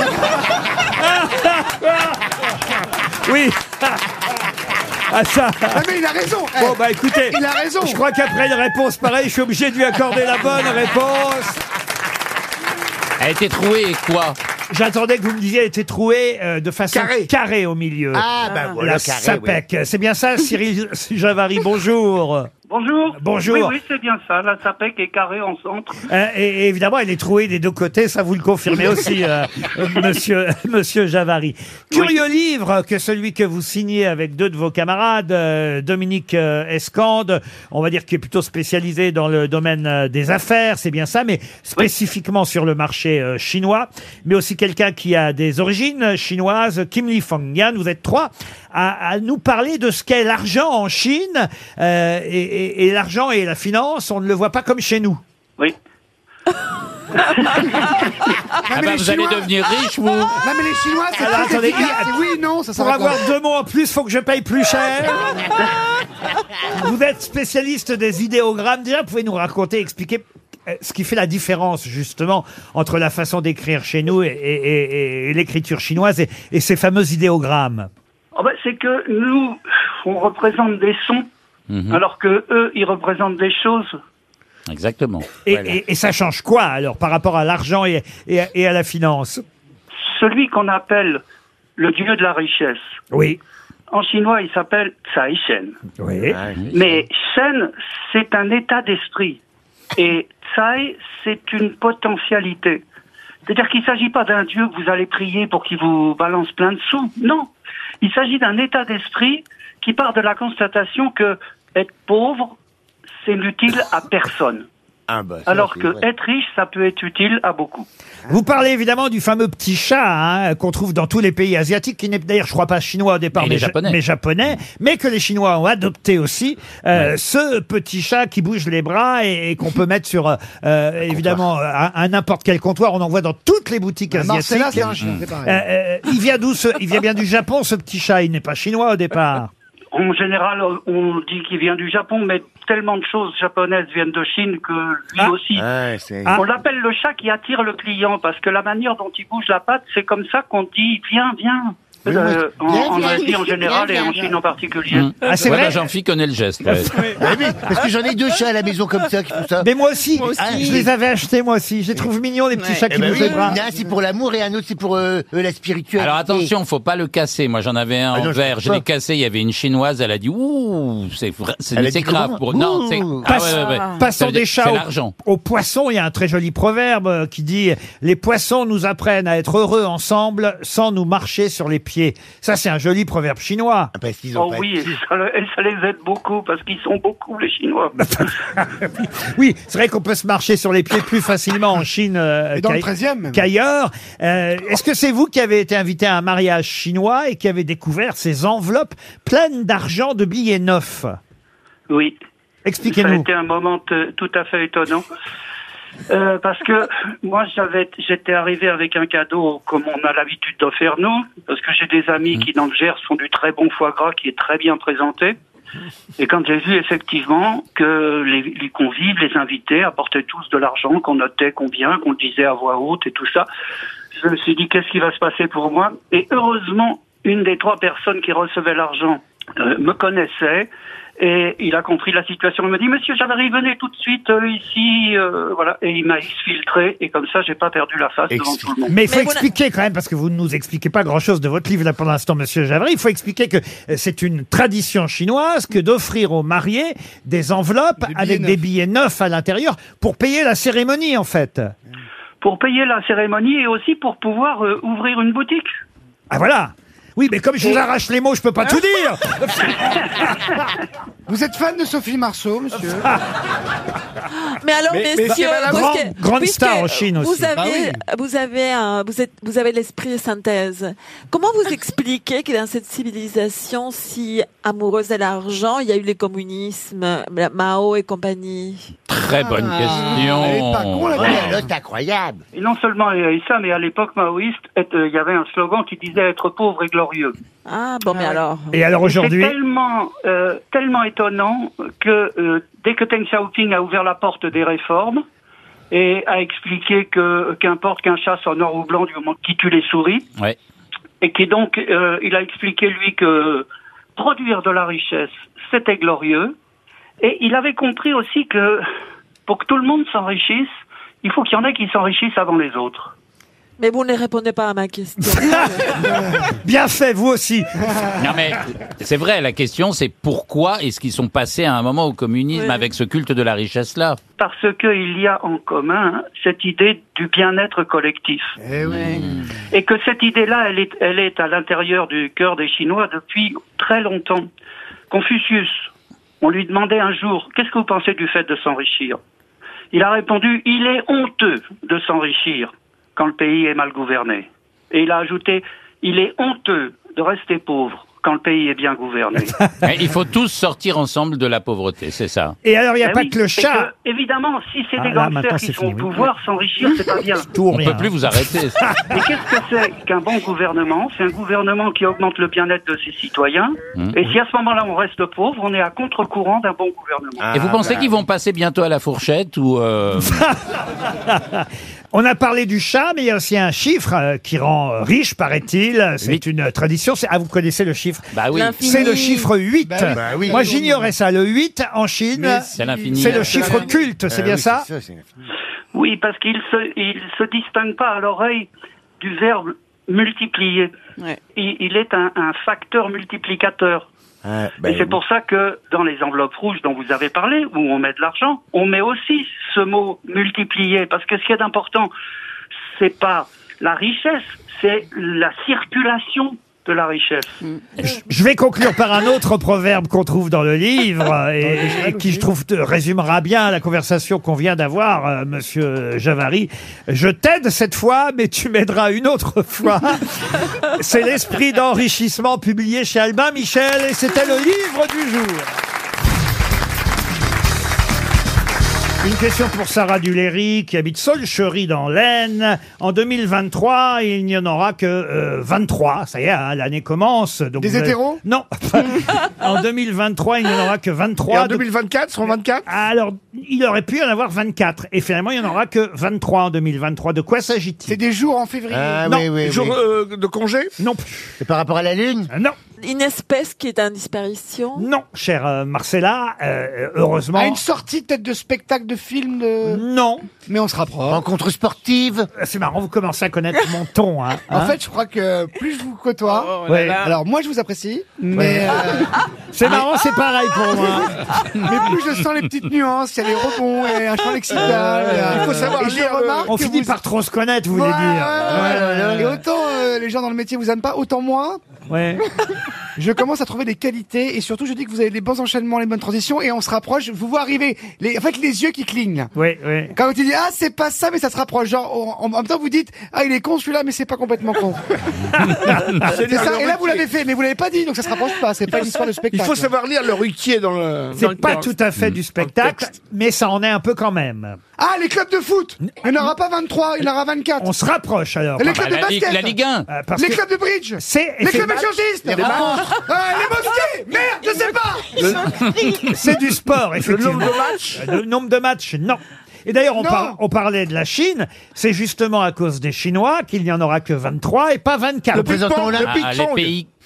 Oui. Ah ça. Ah mais il a raison. Bon bah écoutez, il a raison. Je crois qu'après une réponse pareille, je suis obligé de lui accorder la bonne réponse. Elle était trouée et quoi? J'attendais que vous me disiez elle était trouée de façon carrée au milieu. Ah bah voilà, la carré, sapèque. Oui. C'est bien ça, Cyril Javary, bonjour. Bonjour. Bonjour. Oui, c'est bien ça. La sapèque est carrée en centre. Et évidemment, elle est trouée des deux côtés. Ça, vous le confirmez aussi, monsieur Javary. Curieux livre que celui que vous signez avec 2 de vos camarades, Dominique Escande, on va dire qui est plutôt spécialisé dans le domaine des affaires, c'est bien ça, mais spécifiquement sur le marché chinois, mais aussi quelqu'un qui a des origines chinoises, Kim Li Fengyan. Vous êtes 3 à nous parler de ce qu'est l'argent en Chine et l'argent et la finance, on ne le voit pas comme chez nous. Oui. Vous allez devenir riche, vous. Non mais les Chinois, c'est Alors, très attendez, efficace. Oui, non, ça Pour s'arrête avoir là. 2 mots en plus, faut que je paye plus cher. Vous êtes spécialiste des idéogrammes. Déjà, vous pouvez nous raconter, expliquer ce qui fait la différence, justement, entre la façon d'écrire chez nous et l'écriture chinoise et ces fameux idéogrammes. Oh ben, c'est que nous, on représente des sons, alors que eux, ils représentent des choses. Exactement. Et ça change quoi, alors, par rapport à l'argent et à la finance? Celui qu'on appelle le dieu de la richesse. Oui. En chinois, il s'appelle Tsai Shen. Oui. Mais Shen, c'est un état d'esprit. Et Tsai, c'est une potentialité. C'est-à-dire qu'il ne s'agit pas d'un dieu que vous allez prier pour qu'il vous balance plein de sous. Non. Il s'agit d'un état d'esprit qui part de la constatation que être pauvre, c'est utile à personne. Alors que être riche, ça peut être utile à beaucoup. Vous parlez évidemment du fameux petit chat qu'on trouve dans tous les pays asiatiques, qui n'est d'ailleurs, je crois pas chinois au départ, mais japonais, mais que les Chinois ont adopté aussi. Ce petit chat qui bouge les bras et qu'on peut mettre sur évidemment à n'importe quel comptoir. On en voit dans toutes les boutiques asiatiques. Marcella, c'est un chien, c'est pareil. Il vient d'où il vient bien du Japon, ce petit chat. Il n'est pas chinois au départ. En général, on dit qu'il vient du Japon, mais tellement de choses japonaises viennent de Chine que lui aussi. On l'appelle le chat qui attire le client, parce que la manière dont il bouge la patte, c'est comme ça qu'on dit « viens, viens ». En Asie en général et en Chine en particulier. C'est vrai. Jean-Philippe connaît le geste. Ouais. Oui, parce que j'en ai 2 chats à la maison comme ça qui font ça. Mais moi aussi, je les avais achetés moi aussi. Je les trouve mignons, les petits chats qui bougent les bras. Un c'est pour l'amour et un autre c'est pour la spiritualité. Alors attention, faut pas le casser. Moi j'en avais un en verre, je l'ai cassé. Il y avait une chinoise, elle a dit ouh, c'est grave. Non, c'est Passons des chats l'argent. aux poissons. Il y a un très joli proverbe qui dit les poissons nous apprennent à être heureux ensemble sans nous marcher sur les pieds. Ça, c'est un joli proverbe chinois. Oh oui, ça les aide beaucoup parce qu'ils sont beaucoup, les Chinois. Oui, c'est vrai qu'on peut se marcher sur les pieds plus facilement en Chine dans le 13e qu'ailleurs. Est-ce que c'est vous qui avez été invité à un mariage chinois et qui avez découvert ces enveloppes pleines d'argent de billets neufs? Oui. Expliquez-nous. Ça a été un moment tout à fait étonnant. Parce que moi j'étais arrivé avec un cadeau comme on a l'habitude de faire nous, parce que j'ai des amis qui dans le Gers font du très bon foie gras qui est très bien présenté. Et quand j'ai vu effectivement que les convives, les invités apportaient tous de l'argent, qu'on notait combien, qu'on le disait à voix haute et tout ça, je me suis dit qu'est-ce qui va se passer pour moi. Et heureusement, une des 3 personnes qui recevaient l'argent me connaissait. Et il a compris la situation. Il m'a dit, monsieur Javary, venez tout de suite ici. Voilà. Et il m'a exfiltré. Et comme ça, j'ai pas perdu la face devant tout le monde. Mais il faut expliquer quand même, parce que vous ne nous expliquez pas grand-chose de votre livre là pour l'instant, monsieur Javary. Il faut expliquer que c'est une tradition chinoise que d'offrir aux mariés des enveloppes avec des billets neufs à l'intérieur pour payer la cérémonie, en fait. Pour payer la cérémonie et aussi pour pouvoir ouvrir une boutique. Ah voilà. Oui, mais comme je vous arrache les mots, je peux pas tout dire. Vous êtes fan de Sophie Marceau, monsieur? Mais alors, messieurs, grande star en Chine aussi. Vous avez l'esprit de synthèse. Comment vous expliquez que dans cette civilisation si amoureuse de l'argent, il y a eu les communismes, Mao et compagnie? Très bonne question. C'est incroyable. Et non seulement il y a eu ça, mais à l'époque maoïste, il y avait un slogan qui disait être pauvre et glorieux. Ah bon, mais alors. Et alors aujourd'hui? C'est tellement étonnant que dès que Deng Xiaoping a ouvert la porte des réformes et a expliqué que qu'importe qu'un chat soit noir ou blanc du moment qu'il tue les souris, ouais. Et qui donc il a expliqué lui que produire de la richesse c'était glorieux, et il avait compris aussi que pour que tout le monde s'enrichisse, il faut qu'il y en ait qui s'enrichissent avant les autres. Mais vous ne répondez pas à ma question. Bien fait, vous aussi. Non mais c'est vrai, la question c'est pourquoi est-ce qu'ils sont passés à un moment au communisme avec ce culte de la richesse-là? Parce qu'il y a en commun cette idée du bien-être collectif. Et que cette idée-là, elle est à l'intérieur du cœur des Chinois depuis très longtemps. Confucius, on lui demandait un jour, qu'est-ce que vous pensez du fait de s'enrichir? Il a répondu, il est honteux de s'enrichir quand le pays est mal gouverné. Et il a ajouté, il est honteux de rester pauvre quand le pays est bien gouverné. Il faut tous sortir ensemble de la pauvreté, c'est ça. Et alors, il n'y a pas que le chat. Évidemment, si c'est des gangsters qui sont au pouvoir, s'enrichir, c'est pas bien. On ne peut plus vous arrêter. Mais qu'est-ce que c'est qu'un bon gouvernement? C'est un gouvernement qui augmente le bien-être de ses citoyens. Et si à ce moment-là, on reste pauvre, on est à contre-courant d'un bon gouvernement. Et vous pensez qu'ils vont passer bientôt à la fourchette ou On a parlé du chat, mais il y a aussi un chiffre qui rend riche, paraît-il. C'est une tradition. Vous connaissez le chiffre? Bah oui. C'est le chiffre 8. Bah oui. Moi, j'ignorais ça. Le 8, en Chine, c'est l'infini. C'est le chiffre culte. C'est bien ça? Oui, parce qu'il se distingue pas à l'oreille du verbe multiplier. Ouais. Il est un facteur multiplicateur. Et c'est pour ça que dans les enveloppes rouges dont vous avez parlé, où on met de l'argent, on met aussi ce mot multiplier, parce que ce qui est important, c'est pas la richesse, c'est la circulation de la richesse. Je vais conclure par un autre proverbe qu'on trouve dans le livre et qui, je trouve, résumera bien la conversation qu'on vient d'avoir, monsieur Javary. Je t'aide cette fois, mais tu m'aideras une autre fois. C'est l'esprit d'enrichissement publié chez Albin Michel et c'était le livre du jour. Une question pour Sarah Duléry qui habite Saulchery dans l'Aisne. En 2023, il n'y en aura que 23. Ça y est, hein, l'année commence. Donc des hétéros? Non. En 2023, il n'y en aura que 23. Et en 2024, seront 24? Alors, il aurait pu y en avoir 24. Et finalement, il n'y en aura que 23 en 2023. De quoi s'agit-il? C'est des jours en février. Non. Des jours de congé? Non. C'est par rapport à la Lune? Non. Une espèce qui est en disparition? Non, chère Marcella, heureusement. À une sortie peut-être de spectacle, de film Non. Mais on se rapproche. Rencontre sportive? C'est marrant, vous commencez à connaître mon ton. Hein. En fait, je crois que plus je vous côtoie, alors moi je vous apprécie, mais... c'est marrant, c'est pareil pour moi. Mais plus je sens les petites nuances, il y a les rebonds et un champ lexical. Il faut savoir et lire. On finit par trop se connaître, vous voulez dire. Et autant les gens dans le métier vous aiment pas, autant moi... Ouais. Je commence à trouver des qualités et surtout je dis que vous avez les bons enchaînements, les bonnes transitions et on se rapproche. Je vous vois arriver, en fait les yeux qui clignent. Oui, oui. Quand vous dites c'est pas ça mais ça se rapproche. Genre en même temps vous dites il est con celui-là mais c'est pas complètement con. C'est ça. Et là vous l'avez fait mais vous l'avez pas dit donc ça se rapproche pas. C'est pas une histoire de spectacle. Il faut savoir lire le Ruquier dans le. C'est pas tout à fait du spectacle, mais ça en est un peu quand même. Ah, les clubs de foot. Il n'y en aura pas 23, il y en aura 24. On se rapproche alors. Et les clubs de basket. La Ligue 1. Les clubs de bridge. Les clubs échangistes. Les rencontres. Les mosquées. Merde, je sais pas. C'est du sport, effectivement. Le nombre de matchs. Le nombre de matchs, non. Et d'ailleurs, on parlait de la Chine. C'est justement à cause des Chinois qu'il n'y en aura que 23 et pas 24. Le président olympique. Les pays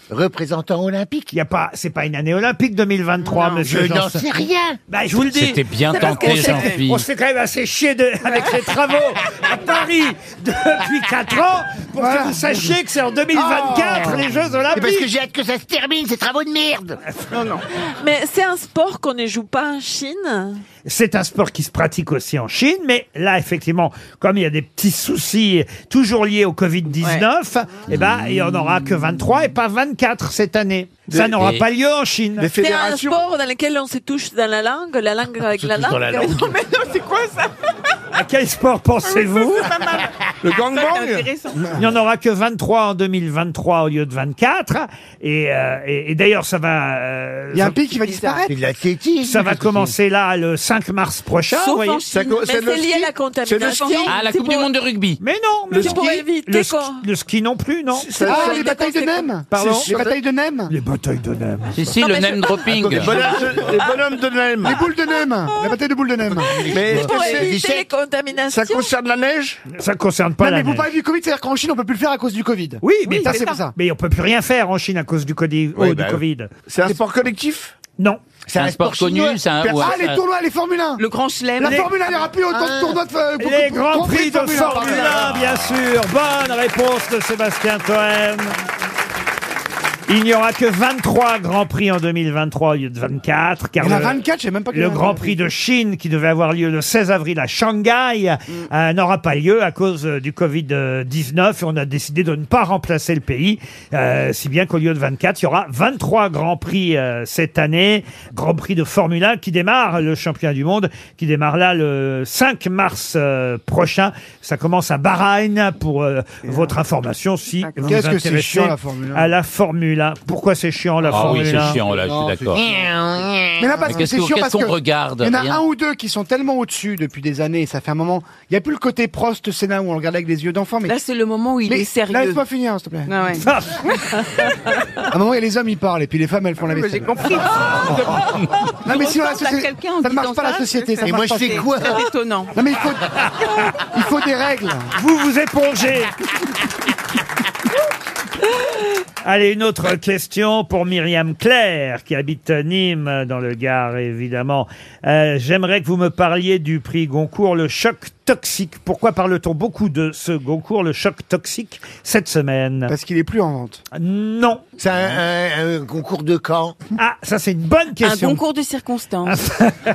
Représentant olympique. Il y a pas, c'est pas une année olympique 2023, Non, monsieur je n'en Janssen. sais rien. Bah, je vous le dis. C'était bien tenté, Jean-Philippe. On se fait quand même assez chier avec les travaux à Paris depuis 4 ans pour que vous sachiez que c'est en 2024 les Jeux C'est Olympiques. parce que j'ai hâte que ça se termine, ces travaux de merde. Non. Mais c'est un sport qu'on ne joue pas en Chine. C'est un sport qui se pratique aussi en Chine, mais là, effectivement, comme il y a des petits soucis toujours liés au Covid-19, eh ben, il n'y en aura que 23 et pas 24 cette année. Ça n'aura pas lieu en Chine. C'est un sport dans lequel on se touche dans la langue avec la langue. Non, mais non, c'est quoi ça? À quel sport pensez-vous? C'est pas mal. Le gangbang? Il n'y en aura que 23 en 2023 au lieu de 24. Et d'ailleurs, ça va... Il y a un pays qui va disparaître. C'est de l'athlétisme. Ça va commencer là le 5 mars prochain. vous Sauf voyez. en Chine. Mais c'est lié à la contamination. Ah, la Coupe du Monde de rugby. Mais non, Mais c'est pour éviter quoi. le ski non plus, non. Ah, les batailles de Nîmes. Pardon. Les batailles de Nîmes. Les batailles de Nîmes. Si, le name dropping. Les bonhommes de Nîmes. Les boules de Nîmes. La bataille de boules de Nîmes. Mais C'est pour éviter les contaminations. ça concerne la neige? Ça concerne pas Non, la mais vous neige. parlez du Covid, c'est-à-dire qu'en Chine, on peut plus le faire à cause du Covid. Oui, mais ça, c'est pour ça. Mais on peut plus rien faire en Chine à cause du Covid. Oui, du bah, Covid. C'est un sport collectif? Non. C'est un sport connu, chinois. c'est un... Ah, les tournois, les Formule 1. Le Grand Chelem. La Formule 1, il n'y aura plus autant de tournois de Les Grands Prix de Formule 1, bien sûr. Bonne réponse de Sébastien Toen. Il n'y aura que 23 Grands Prix en 2023 au lieu de 24. Car Il y en a 24, je sais même pas qu'il y le en a. Grand Prix de Chine, qui devait avoir lieu le 16 avril à Shanghai, n'aura pas lieu à cause du Covid-19. Et on a décidé de ne pas remplacer le pays. Si bien qu'au lieu de 24, il y aura 23 Grands Prix cette année. Grand Prix de Formule 1 qui démarre, le championnat du monde, qui démarre là le 5 mars prochain. Ça commence à Bahreïn pour votre information si vous vous Qu'est-ce que c'est intéressez chiant, la Formule 1. à la Formule 1. Pourquoi c'est chiant la Ah Formule oui, 1? c'est chiant, là, je Non, suis d'accord. Mais là, parce que qu'est-ce c'est chiant parce qu'on que regarde? il y en a Rien. un ou deux qui sont tellement au-dessus depuis des années, ça fait un moment. Il n'y a plus le côté Prost Sénat où on le regarde avec des yeux d'enfant, mais Là, c'est le moment où il est sérieux. Là, laisse-moi finir, s'il te plaît. Ah ouais. À un moment, il y a les hommes, ils parlent, et puis les femmes, elles font la vaisselle. J'ai compris. Non, mais sinon, la ressembles à société, quelqu'un en ça ne marche disant pas la ça, société. Ça Et ne moi, marche je pas. fais quoi? C'est étonnant. Non, mais il faut des règles. Vous épongez. Allez, une autre question pour Myriam Claire, qui habite Nîmes, dans le Gard, évidemment. J'aimerais que vous me parliez du prix Goncourt, le choc toxique. Pourquoi parle-t-on beaucoup de ce Goncourt, le choc toxique, cette semaine? Parce qu'il est plus en vente. Non. C'est un concours de camp. Ah, ça c'est une bonne Un question. concours de circonstances.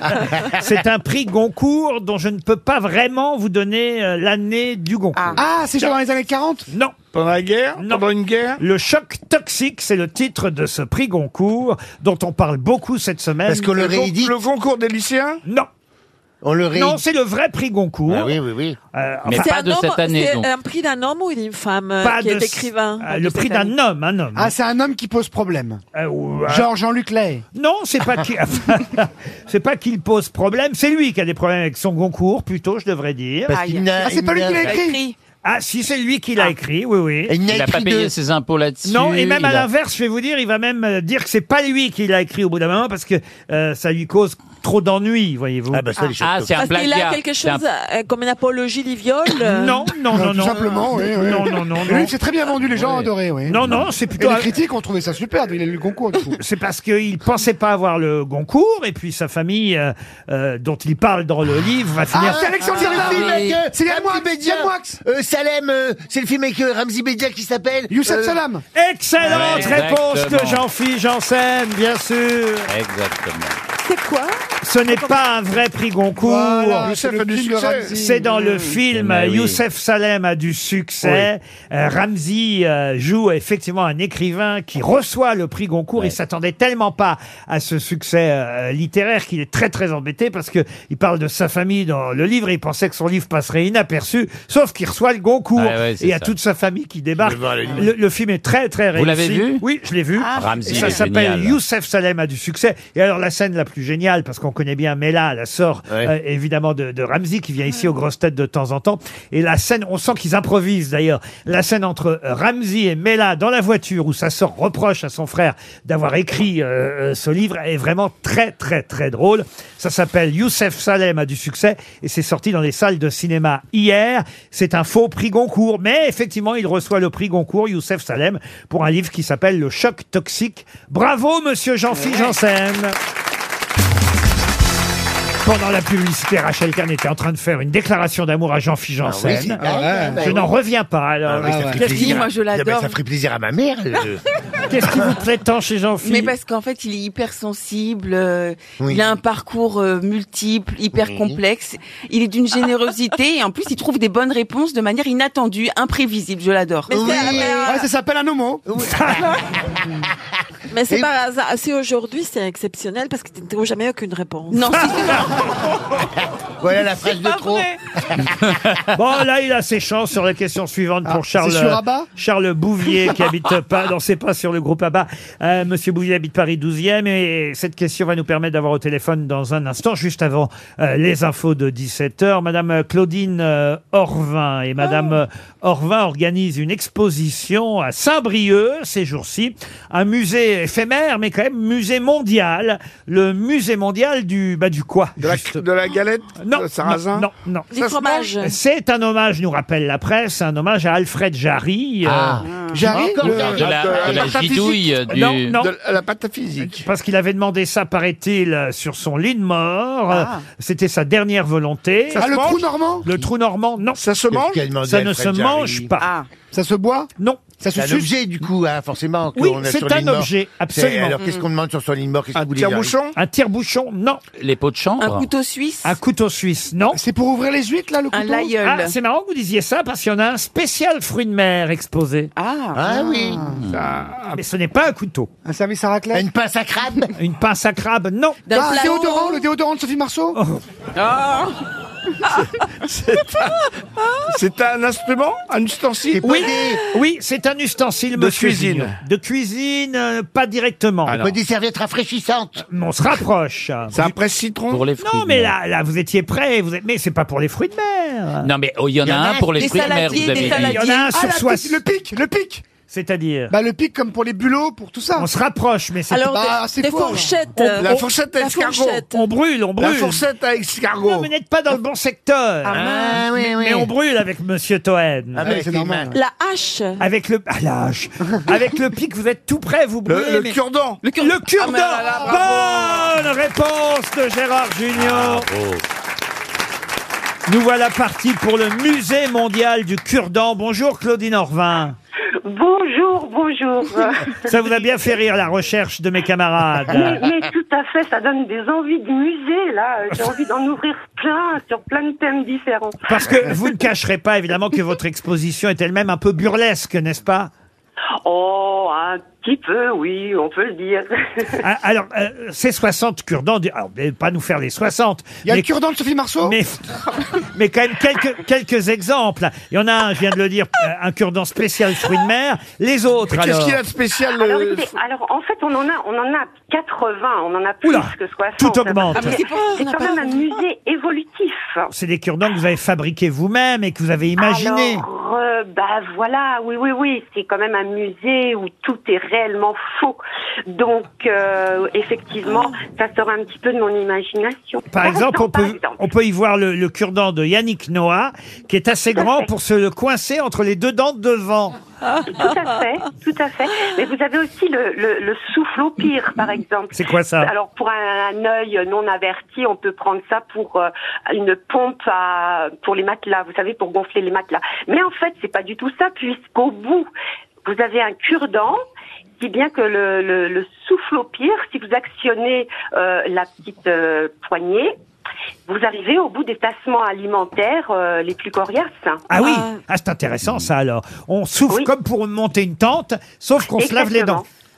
C'est un prix Goncourt dont je ne peux pas vraiment vous donner l'année du Goncourt. Ah, c'est genre dans les années 40? Non. Pendant la guerre? Non. Pendant une guerre? Le choc toxique, c'est le titre de ce prix Goncourt dont on parle beaucoup cette semaine. Parce qu'on le réédite. Le concours des lycéens? Non. On le réédite. Non, c'est le vrai prix Goncourt. Ah oui, oui, oui. Mais C'est pas un de homme- cette année, donc. C'est un prix d'un homme ou d'une femme Pas qui est de- écrivain? Le prix d'un homme, un homme. Ah, c'est un homme qui pose problème. Ou, Genre Jean-Luc Lay. Non, c'est pas qu'il c'est pas qu'il pose problème, c'est lui qui a des problèmes avec son Goncourt, plutôt, je devrais dire. Parce qu'il n'a- Ah, c'est pas lui qui l'a écrit. Écrit. Ah, si, c'est lui qui l'a écrit, oui, oui. Il n'a Il n'a pas écrit payé de- ses impôts là-dessus. Non, et même à il a- l'inverse, je vais vous dire, il va même dire que c'est pas lui qui l'a écrit au bout d'un moment parce que ça lui cause trop d'ennuis, voyez-vous. Ah, bah ça, les choses Ah, comme c'est un Parce qu'il plagiat. a quelque C'est un- chose comme une apologie du viol. Non, non, non, Tout non. simplement, oui, oui. Non, non, non, Et non. lui, c'est très bien vendu, les gens ont adoré, oui. Non, non, c'est Et plutôt. les critiques ont trouvé ça super, il a eu le concours, du coup. C'est parce qu'il pensait pas avoir le Goncourt et puis sa famille, dont il parle dans le livre, va finir. Ah, c'est Alexandre C'est le Zerlin. film avec, C'est Yann Ramzi Moix, Bedia. Yann Moix. Salem, c'est le film avec Ramzi Bedia qui s'appelle Youssef Salam. Excellente Ouais, réponse de exactement. Jean-Philippe Janssen, bien sûr. Exactement. C'est quoi? Ce n'est pas un vrai prix Goncourt. Voilà, Youssef c'est a le du film de succès. Ramzi. C'est dans le film Mais oui. Youssef Salem a du succès. Ramzi joue effectivement un écrivain qui reçoit le prix Goncourt. Ouais. Il s'attendait tellement pas à ce succès littéraire qu'il est très très embêté parce que il parle de sa famille dans le livre et il pensait que son livre passerait inaperçu, sauf qu'il reçoit le Goncourt. Ouais, ouais, et c'est il y a ça. toute sa famille qui débarque. Je vais voir le livre. Le film est très très réussi. Vous l'avez vu Oui, je l'ai vu. Ramzi, Et il ça est s'appelle génial. Youssef Salem a du succès. Et alors la scène la plus géniale, parce qu'on connaît bien Mela, la sœur évidemment de Ramzy, qui vient ici aux grosses têtes de temps en temps. Et la scène, on sent qu'ils improvisent d'ailleurs, la scène entre Ramzy et Mela dans la voiture, où sa sœur reproche à son frère d'avoir écrit ce livre, est vraiment très très très drôle. Ça s'appelle Youssef Salem a du succès, et c'est sorti dans les salles de cinéma hier. C'est un faux prix Goncourt, mais effectivement il reçoit le prix Goncourt, Youssef Salem, pour un livre qui s'appelle Le choc toxique. Bravo monsieur Jean-Philippe Janssen. Pendant la publicité, Rachel Kahn était en train de faire une déclaration d'amour à Jean-Philippe Janssen. Je n'en reviens pas. Alors, moi je l'adore. Ça ferait plaisir à ma mère. Qu'est-ce qui vous plaît tant chez Jean-Philippe? Mais parce qu'en fait, il est hyper sensible, il a un parcours multiple, hyper complexe, il est d'une générosité et en plus, il trouve des bonnes réponses de manière inattendue, imprévisible. Je l'adore. Ça s'appelle un homo. Mais c'est par hasard. Si aujourd'hui, c'est exceptionnel parce que tu ne trouves jamais aucune réponse. Non, Voilà la phrase de trop. Bon, là, il a ses chances sur la question suivante pour Charles. C'est sur Abba Charles Bouvier qui habite pas. Non, c'est pas sur le groupe Abba. Monsieur Bouvier habite Paris 12e et cette question va nous permettre d'avoir au téléphone dans un instant, juste avant les infos de 17h. Madame Claudine Orvin et Madame Orvin organisent une exposition à Saint-Brieuc ces jours-ci. Un musée éphémère, mais quand même musée mondial. Le musée mondial du quoi? De la galette de sarrasin. Non. Du fromage. C'est un hommage, nous rappelle la presse, un hommage à Alfred Jarry. Jarry De la gidouille Non. De la pâte physique. Parce qu'il avait demandé ça, paraît-il, sur son lit de mort. C'était sa dernière volonté. Le trou normand? Le trou normand, non. Ça se mange? Ça ne se mange pas. Ça se boit? Non. Ça se C'est un objet, du coup, forcément. Oui, qu'on a c'est sur un l'île mort. objet, absolument. Alors, qu'est-ce qu'on demande sur son lit mort? Un tire-bouchon? Un tire-bouchon, non. Les pots de chambre. un couteau suisse, Un couteau suisse, non. C'est pour ouvrir les huîtres, là, le couteau? un layol. C'est marrant que vous disiez ça parce qu'il y en a un spécial fruit de mer exposé. Ah oui. Mais ce n'est pas un couteau. Un service à raclette? Une pince à crabe? Une pince à crabe, non. Un déodorant, le déodorant de Sophie Marceau? C'est un instrument? Un ustensile? Oui, c'est un ustensile, De monsieur cuisine. Vignon. De cuisine, pas directement. Pas des serviettes rafraîchissantes? On se rapproche. C'est un presse-citron? Pour les fruits. Non, mais là, vous étiez prêts. Mais c'est pas pour les fruits de mer. Non, mais il y en a un pour les Des fruits de mer, saladiers, vous avez des dit. Il y en a un sur soi. Le pic! C'est-à-dire. Bah, le pic comme pour les bulots, pour tout ça. On se rapproche, mais c'est Alors, c'est des quoi, fourchettes. La fourchette à escargot. on brûle. La fourchette à escargot. Non, vous n'êtes pas dans le bon secteur. Ah oui, oui. Mais on brûle avec Monsieur Toen. Ah, mais c'est normal. La hache. Avec le la hache. Avec le pic, vous êtes tout prêt, vous brûlez. Le mais- cure-dent. Le cure-dent. là, Bonne réponse de Gérard Junior. Nous voilà partis pour le musée mondial du cure-dent. Bonjour Claudine Orvin. Bonjour. Ça vous a bien fait rire la recherche de mes camarades. mais tout à fait, ça donne des envies de musée, là. J'ai envie d'en ouvrir plein, sur plein de thèmes différents. Parce que vous ne cacherez pas évidemment que votre exposition est elle-même un peu burlesque, n'est-ce pas? Oh, un petit peu, oui, on peut le dire. Alors, ces 60 cure-dents, alors, vous n'allez pas nous faire les 60. Il y a le cure-dent de Sophie Marceau? Mais quand même quelques exemples. Il y en a un, je viens de le dire, un cure-dent spécial fruits de mer. Les autres, alors. Qu'est-ce qu'il y a de spécial? Alors, en fait, on en a 80, on en a plus que 60. tout augmente. C'est quand même un musée évolutif. C'est des cure-dents que vous avez fabriqués vous-même et que vous avez imaginés. Alors, voilà, oui, c'est quand même un musée où tout est réellement faux. Donc, effectivement, ça sort un petit peu de mon imagination. Par exemple, on peut y voir le cure-dent de Yannick Noah, qui est assez grand pour se le coincer entre les deux dents de devant. Tout à fait. Mais vous avez aussi le souffle au pire, par exemple. C'est quoi ça? Alors, pour un œil non averti, on peut prendre ça pour une pompe pour les matelas, vous savez, pour gonfler les matelas. Mais en fait, c'est pas du tout ça, puisqu'au bout, vous avez un cure-dent, si bien que le souffle au pire, si vous actionnez la petite poignée, vous arrivez au bout des tassements alimentaires les plus coriaces. Ah oui, c'est intéressant ça alors. On souffle comme pour monter une tente, sauf qu'on se lave les dents.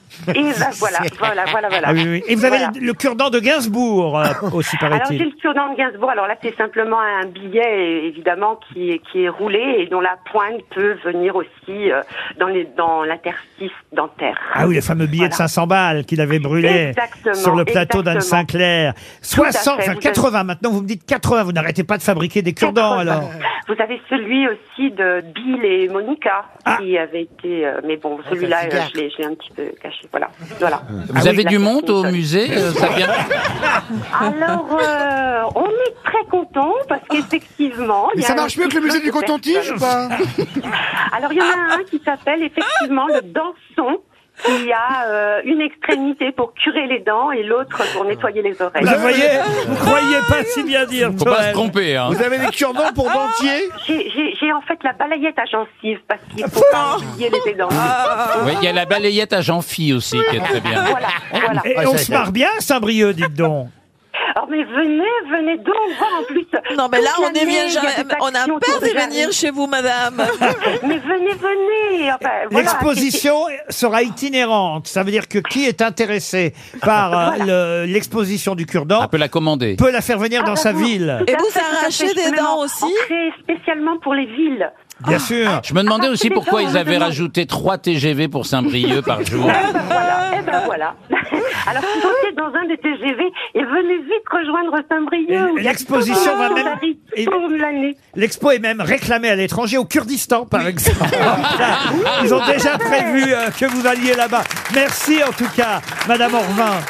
Et ben voilà. Ah oui. Et vous avez le cure-dent de Gainsbourg aussi, Alors paraît-il. j'ai le cure-dent de Gainsbourg. Alors là, c'est simplement un billet, évidemment, qui est roulé et dont la pointe peut venir aussi dans l'interstice dentaire. Ah oui, le fameux billet de 500 balles qu'il avait brûlé sur le plateau d'Anne Sinclair. 80 maintenant, vous me dites 80, vous n'arrêtez pas de fabriquer des cure-dents alors. Vous avez celui aussi de Bill et Monica qui avait été... mais bon, celui-là, je l'ai un petit peu caché. Voilà. Vous avez du monde au musée, ça vient... Alors, on est très contents parce qu'effectivement... Mais ça marche mieux que le musée du coton-tige ou pas? Alors, il y en a un qui s'appelle effectivement le Danson, qui a une extrémité pour curer les dents et l'autre pour nettoyer les oreilles. Vous voyez, vous croyez pas si bien dire. Faut pas se tromper, hein. Vous avez des cure-dents pour dentier? J'ai en fait la balayette à gencives parce qu'il faut pas oublier les dents. Oui, il y a la balayette à Jean-Phi aussi qui est très bien. Voilà. Et on se marre bien à Saint-Brieuc, dites donc. Alors mais venez donc voir en plus. Non mais là on toute l'année, il y a des on a actions peur autour de de venir Jarry. chez vous, madame. Mais venez. Enfin, voilà, L'exposition sera itinérante. Ça veut dire que qui est intéressé par l'exposition du cure-dent peut la commander. Peut la faire venir dans sa ville. Et vous arrachez des dents aussi? On crée spécialement pour les villes. Bien sûr. Je me demandais aussi c'est pourquoi des ils dents, avaient on me rajouté 3 TGV pour Saint-Brieuc par jour. Voilà. Alors sautez dans un des TGV et venez vite rejoindre Saint-Brieuc. Et l'exposition va même... l'année. L'expo est même réclamée à l'étranger, au Kurdistan par exemple. Ils ont déjà prévu que vous alliez là-bas. Merci en tout cas, Madame Orvin.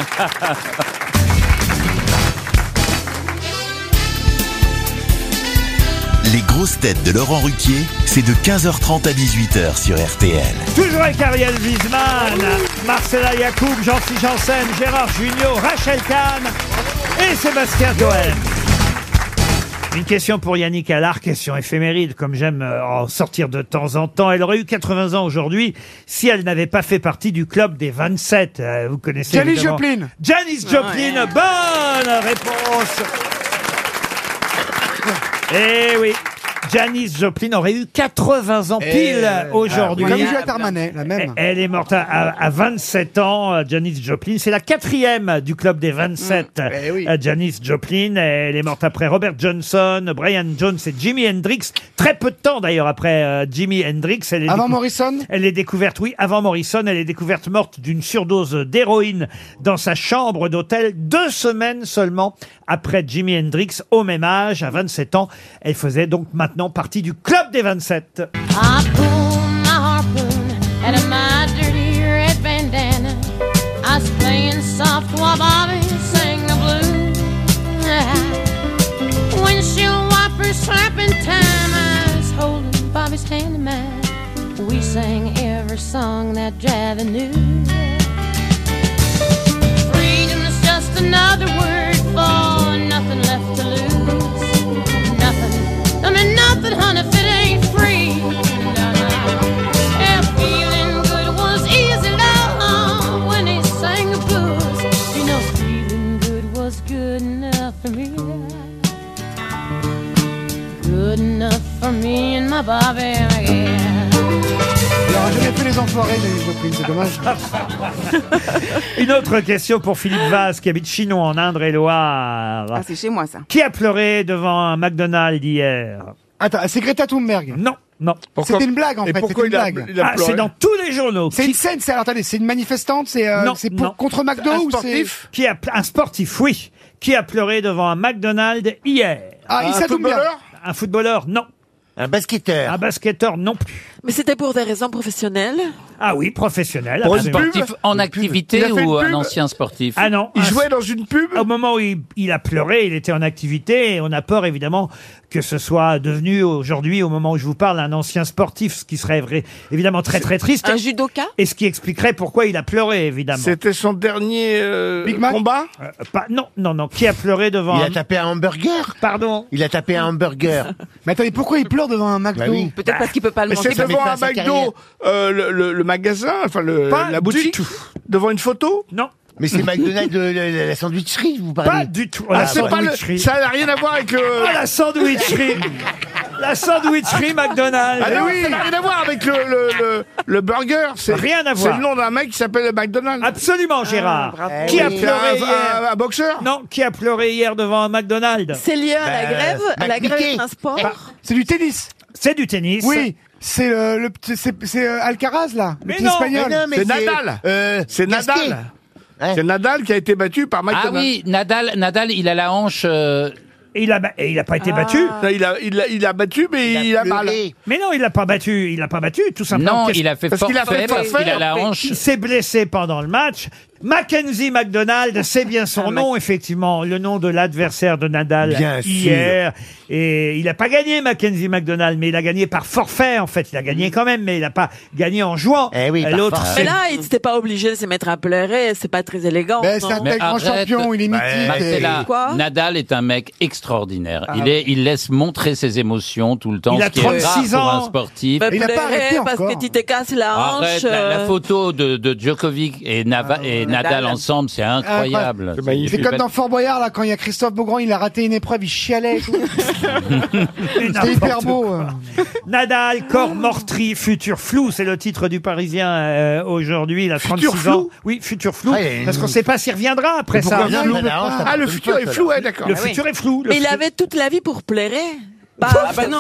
Les grosses têtes de Laurent Ruquier, c'est de 15h30 à 18h sur RTL. Toujours avec Ariel Wiesman, Marcella Yacoub, Jean-Philippe Janssen, Gérard Jugnot, Rachel Kahn et Sébastien Toen. Une question pour Yannick Allard, question éphéméride, comme j'aime en sortir de temps en temps. Elle aurait eu 80 ans aujourd'hui si elle n'avait pas fait partie du club des 27. Vous connaissez Janis évidemment Joplin. Janis Joplin, Ouais. bonne réponse. Eh oui, Janis Joplin aurait eu 80 ans pile aujourd'hui. Comme Juliette Armanet, la même. Elle est morte à 27 ans, Janis Joplin. C'est la 4e du club des 27, Janis Joplin. Elle est morte après Robert Johnson, Brian Jones et Jimi Hendrix. Très peu de temps d'ailleurs après Jimi Hendrix. Avant Morrison? Elle est découverte, oui, avant Morrison. Elle est découverte morte d'une surdose d'héroïne dans sa chambre d'hôtel 2 semaines seulement après Jimi Hendrix, au même âge, à 27 ans. Elle faisait donc maintenant partie du club des 27. I pulled my harpoon out of my dirty red bandana. I was playing soft while Bobby sang the blues. Windshield wipers slapping time. I was holding Bobby's hand in mine. We sang every song that Javi knew. Freedom's just another word for nothing left to lose. I mean nothing, honey, if it ain't free. Yeah, feeling good was easy, love, when he sang the blues. You know, feeling good was good enough for me. Good enough for me and my Bobby, yeah. Il n'aura jamais fait les enfoirés, Janis Joplin, c'est dommage. Une autre question pour Philippe Vaz, qui habite Chinon, en Indre-et-Loire. Ah, c'est chez moi, ça. Qui a pleuré devant un McDonald's hier? Attends, c'est Greta Thunberg. Non. C'était une blague en fait. C'était une blague. C'est dans tous les journaux. C'est une scène, alors attendez, c'est une manifestante, c'est contre McDo ou c'est Un sportif, oui. Qui a pleuré devant un McDonald's hier? Un footballeur? Un footballeur, non. Un basketteur? Un basketteur, non plus. Mais c'était pour des raisons professionnelles? Ah oui, professionnel. Un absolument. sportif en activité ou un ancien sportif? Ah non. Il jouait dans une pub? Au moment où il a pleuré, il était en activité, et on a peur évidemment que ce soit devenu aujourd'hui, au moment où je vous parle, un ancien sportif, ce qui serait évidemment très très triste. Un judoka? Et ce qui expliquerait pourquoi il a pleuré, évidemment. C'était son dernier Big Mac combat? Non. Qui a pleuré devant Il a tapé un hamburger? Pardon? Il a tapé un hamburger. Mais attendez, pourquoi il pleure devant un McDo? Bah oui. Peut-être parce qu'il peut pas le Mais manger. c'est devant un McDo, le magasin, enfin Pas la du boutique? tout. Devant une photo? Non. Mais c'est McDonald's, la sandwicherie, vous parlez? Pas du tout. Ah, La c'est pas sandwicherie. ça n'a rien à voir avec la sandwicherie. La sandwicherie McDonald's. Ah oui, ça n'a rien à voir avec le burger. Rien à voir. C'est le nom d'un mec qui s'appelle Ah, McDonald's. Absolument, Gérard. Qui a pleuré hier Un boxeur? Non, qui a pleuré hier devant un McDonald's? C'est lié à la grève, à la grève des transports. C'est du tennis. C'est du tennis. Oui. C'est Alcaraz, là. Mais Le petit non. espagnol. Mais non, mais C'est Nadal. C'est Gasquet. Nadal. Ouais. C'est Nadal qui a été battu par Ah McDonald's. oui, Nadal, il a la hanche. Et il a pas été battu. Non, il a battu, mais il a mal. pleuré. Mais non, il l'a pas battu. Il l'a pas battu, tout simplement. Non, il a fait Parce qu'il a forfait fait parce forfait, qu'il a la mais hanche. Il s'est blessé pendant le match. Mackenzie McDonald, c'est bien son nom, effectivement, le nom de l'adversaire de Nadal Bien sûr. hier. Et il n'a pas gagné, Mackenzie McDonald, mais il a gagné par forfait, en fait. Il a gagné quand même, mais il n'a pas gagné en jouant. Eh oui, par L'autre, forfait. Mais là, il n'était pas obligé de se mettre à pleurer, c'est pas très élégant. Ben, non c'est un tel grand arrête. champion, il est mythique. Marcella, Quoi Nadal est un mec extraordinaire. Ah. Il laisse montrer ses émotions tout le temps, Il a ce qui est rare 36 pour ans. un sportif. Bah, Il a pas pleurer arrêté parce encore. que tu te casses la hanche. Arrête, la photo de Djokovic et Nadal ensemble, c'est incroyable. C'est magnifique. C'est comme dans Fort Boyard, là, quand il y a Christophe Beaugrand, il a raté une épreuve, il chialait et tout. C'était hyper beau. Nadal, corps meurtri, futur flou, c'est le titre du Parisien aujourd'hui. Il a 36 Futur flou ans. Oui, futur flou. Ah, il y a une- Parce qu'on ne sait pas s'il reviendra après Mais ça. pourquoi bien, Nadal, ça Ah, le me futur donne est pas, flou, ça. ouais, d'accord. Le futur est flou. le Mais il futur- avait toute la vie pour pleurer. Bah non.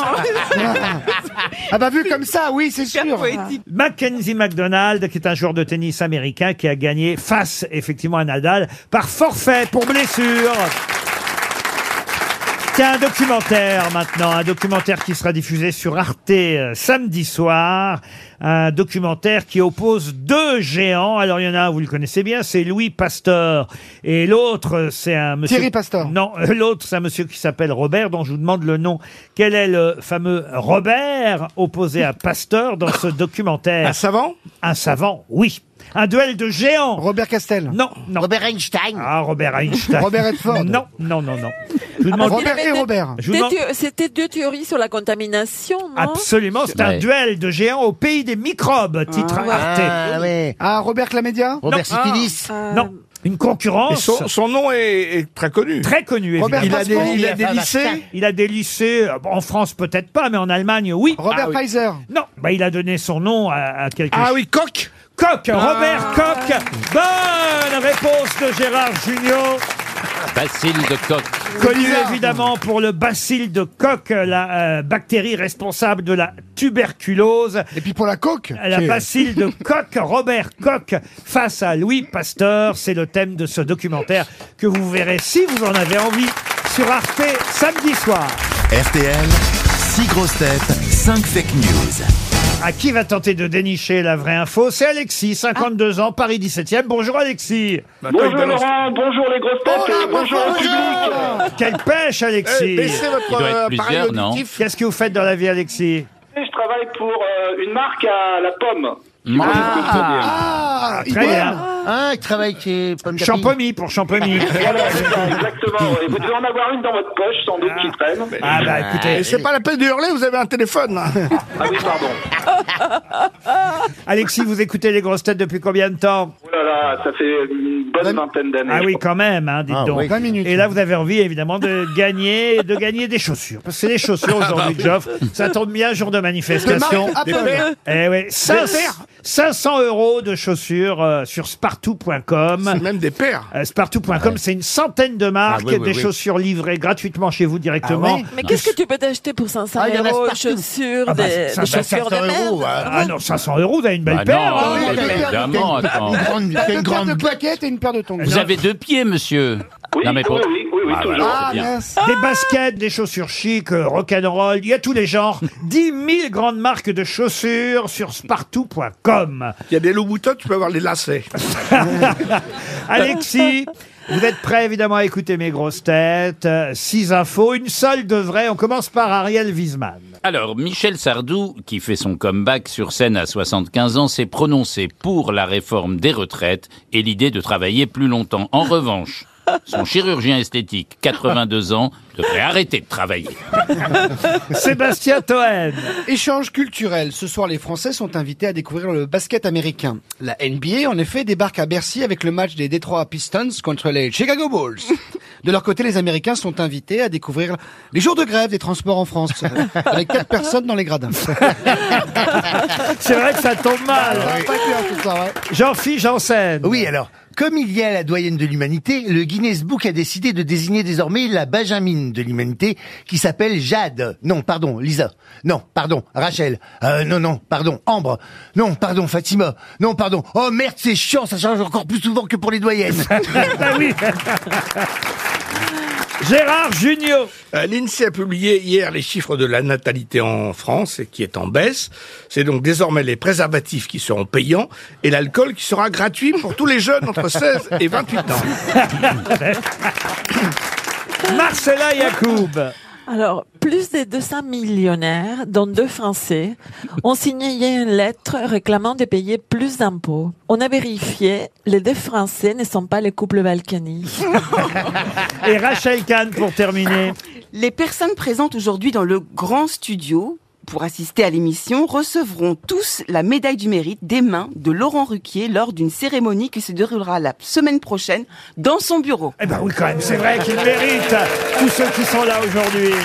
Ah bah vu comme ça, oui, c'est sûr. Mackenzie McDonald, qui est un joueur de tennis américain qui a gagné face effectivement à Nadal par forfait pour blessure. Tiens, un documentaire maintenant, un documentaire qui sera diffusé sur Arte samedi soir. Un documentaire qui oppose deux géants. Alors il y en a un, vous le connaissez bien, c'est Louis Pasteur. Et l'autre, c'est un monsieur... Thierry Pasteur. Non, l'autre, c'est un monsieur qui s'appelle Robert, dont je vous demande le nom. Quel est le fameux Robert opposé à Pasteur dans ce documentaire? Un savant? Un savant, oui. Un duel de géants. Robert Castel. Non, non. Robert Einstein. Ah, Robert Einstein. Robert Redford. Non, non, non, non. Je vous demande... Robert et Robert. Je vous demande- C'était deux théories sur la contamination, non? Absolument, c'est un Ouais. duel de géants au pays des microbes, titre Arte. Ah, ouais. Ah, Robert Clamédia. Robert Syphilis. Non, une Et concurrence son nom est très connu. très connue, Robert évidemment. Pasqua. Il a des lycées. Il a des lycées, en France peut-être pas, mais en Allemagne, oui. Robert oui. Pfizer. Non, bah, il a donné son nom à quelque Ah chose. oui, Coq. Coq, Robert Coq. Bonne réponse de Gérard Junior. Bacille de coq. Connu évidemment pour le bacille de Koch, la bactérie responsable de la tuberculose. Et puis pour la coque. La bacille de Koch, Robert Koch face à Louis Pasteur. C'est le thème de ce documentaire que vous verrez si vous en avez envie sur Arte samedi soir. RTL, 6 grosses têtes, 5 fake news. À qui va tenter de dénicher la vraie info? C'est Alexis, 52 ans, Paris 17e. Bonjour Alexis. Bonjour Laurent, bonjour les grosses têtes, et bonjour le public. Quelle pêche Alexis. Baissez votre Il doit être appareil plusieurs, non? auditif. Qu'est-ce que vous faites dans la vie Alexis? Je travaille pour une marque à la pomme. Ah, Très bien. Ah, il travaille chez Pomme d'Api. Champomy pour Champomy. Voilà, c'est ça, exactement. Et vous devez en avoir une dans votre poche, sans doute, qui traîne. Ah bah écoutez, Et c'est pas la peine de hurler, vous avez un téléphone. Ah oui, pardon. Alexis, vous écoutez les grosses têtes depuis combien de temps? Oh là là, ça fait une bonne vingtaine d'années. Ah je oui, crois. quand même, hein, dites Ah donc. oui. 20 minutes. Et là, vous avez envie, évidemment, de gagner des chaussures. Parce que c'est les chaussures aujourd'hui que j'offre. Ça tombe bien, jour de manifestation. Apple. Eh oui, 500 € de chaussures sur spartou.com. C'est même des paires. Spartou.com, c'est une centaine de marques, Ah oui, oui, des oui. chaussures livrées gratuitement chez vous directement. Ah oui. Mais qu'est-ce que tu peux t'acheter pour 500 Ah, il y en a euros de partout. chaussures, Ah bah, des ça, chaussures de 500 merde? €, Ah non, 500 €, vous avez une belle Bah paire. non, hein. oui, oui, évidemment, attends. T'as T'as une deux paires de grande... claquettes et une paire de tongs. Vous avez deux pieds, monsieur. Oui, Non, mais pour- oui, toujours. Ah, c'est bien. mince. Des baskets, des chaussures chic, rock'n'roll, il y a tous les genres. 10 000 grandes marques de chaussures sur spartou.com. Il y a des loups-boutons, tu peux avoir les lacets. Alexis, vous êtes prêt évidemment à écouter mes grosses têtes. 6 infos, une seule de vraie. On commence par Ariel Wiesman. Alors, Michel Sardou, qui fait son comeback sur scène à 75 ans, s'est prononcé pour la réforme des retraites et l'idée de travailler plus longtemps. En revanche, son chirurgien esthétique, 82 ans, devrait arrêter de travailler. Sébastien Toen. Échange culturel. Ce soir, les Français sont invités à découvrir le basket américain. La NBA, en effet, débarque à Bercy avec le match des Detroit Pistons contre les Chicago Bulls. De leur côté, les Américains sont invités à découvrir les jours de grève des transports en France, avec 4 personnes dans les gradins. C'est vrai que ça tombe mal. Jean-Philippe Janssen. Oui, alors, comme il y a la doyenne de l'humanité, le Guinness Book a décidé de désigner désormais la Benjamine de l'humanité, qui s'appelle Jade. Non, pardon, Lisa. Non, pardon, Rachel. Non, pardon, Ambre. Non, pardon, Fatima. Non, pardon. Oh merde, c'est chiant, ça change encore plus souvent que pour les doyennes. Ah oui. Gérard Junior. L'INSEE a publié hier les chiffres de la natalité en France, et qui est en baisse. C'est donc désormais les préservatifs qui seront payants et l'alcool qui sera gratuit pour tous les jeunes entre 16 et 28 ans. Marcella Yacoub. Alors, plus de 200 millionnaires, dont 2 Français, ont signé une lettre réclamant de payer plus d'impôts. On a vérifié, les 2 Français ne sont pas les couples Balkany. Et Rachel Kahn pour terminer. Les personnes présentes aujourd'hui dans le grand studio pour assister à l'émission recevront tous la médaille du mérite des mains de Laurent Ruquier lors d'une cérémonie qui se déroulera la semaine prochaine dans son bureau. Eh ben oui, quand même, c'est vrai qu'ils méritent, tous ceux qui sont là aujourd'hui.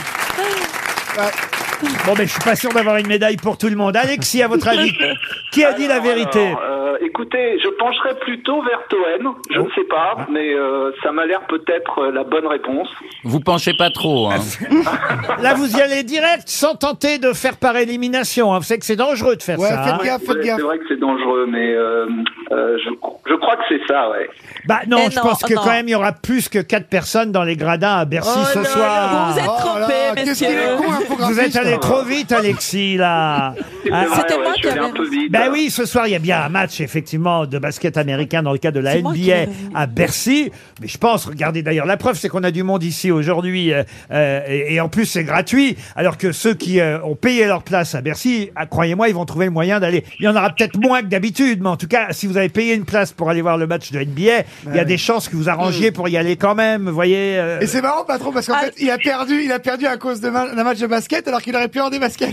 Bon, mais je suis pas sûr d'avoir une médaille pour tout le monde. Alexis, à votre avis, qui a dit la vérité? Écoutez, je pencherais plutôt vers Toen. Je ne sais pas, mais ça m'a l'air peut-être la bonne réponse. Vous penchez pas trop, hein. Là, vous y allez direct, sans tenter de faire par élimination. Hein. Vous savez que c'est dangereux de faire ça. Faites gaffe. C'est vrai que c'est dangereux, mais je crois que c'est ça, ouais. Bah non, je pense que quand même, il y aura plus que 4 personnes dans les gradins à Bercy ce soir. Vous vous êtes trompés, messieurs. Vous êtes allé trop vite, Alexis, là. C'était moi qui avais... Ben oui, ce soir, il y a bien un match, effectivement, de basket américain dans le cadre de la NBA à Bercy. Mais je pense, regardez d'ailleurs, la preuve, c'est qu'on a du monde ici aujourd'hui. Et en plus, c'est gratuit. Alors que ceux qui ont payé leur place à Bercy, croyez-moi, ils vont trouver le moyen d'aller. Il y en aura peut-être moins que d'habitude, mais en tout cas, si vous avez payé une place pour aller voir le match de NBA, il y a des chances que vous arrangiez pour y aller quand même, vous voyez. Et c'est marrant, patron, parce qu'en fait, il a perdu à cause d'un match de basket, alors qu'il aurait pu avoir des baskets.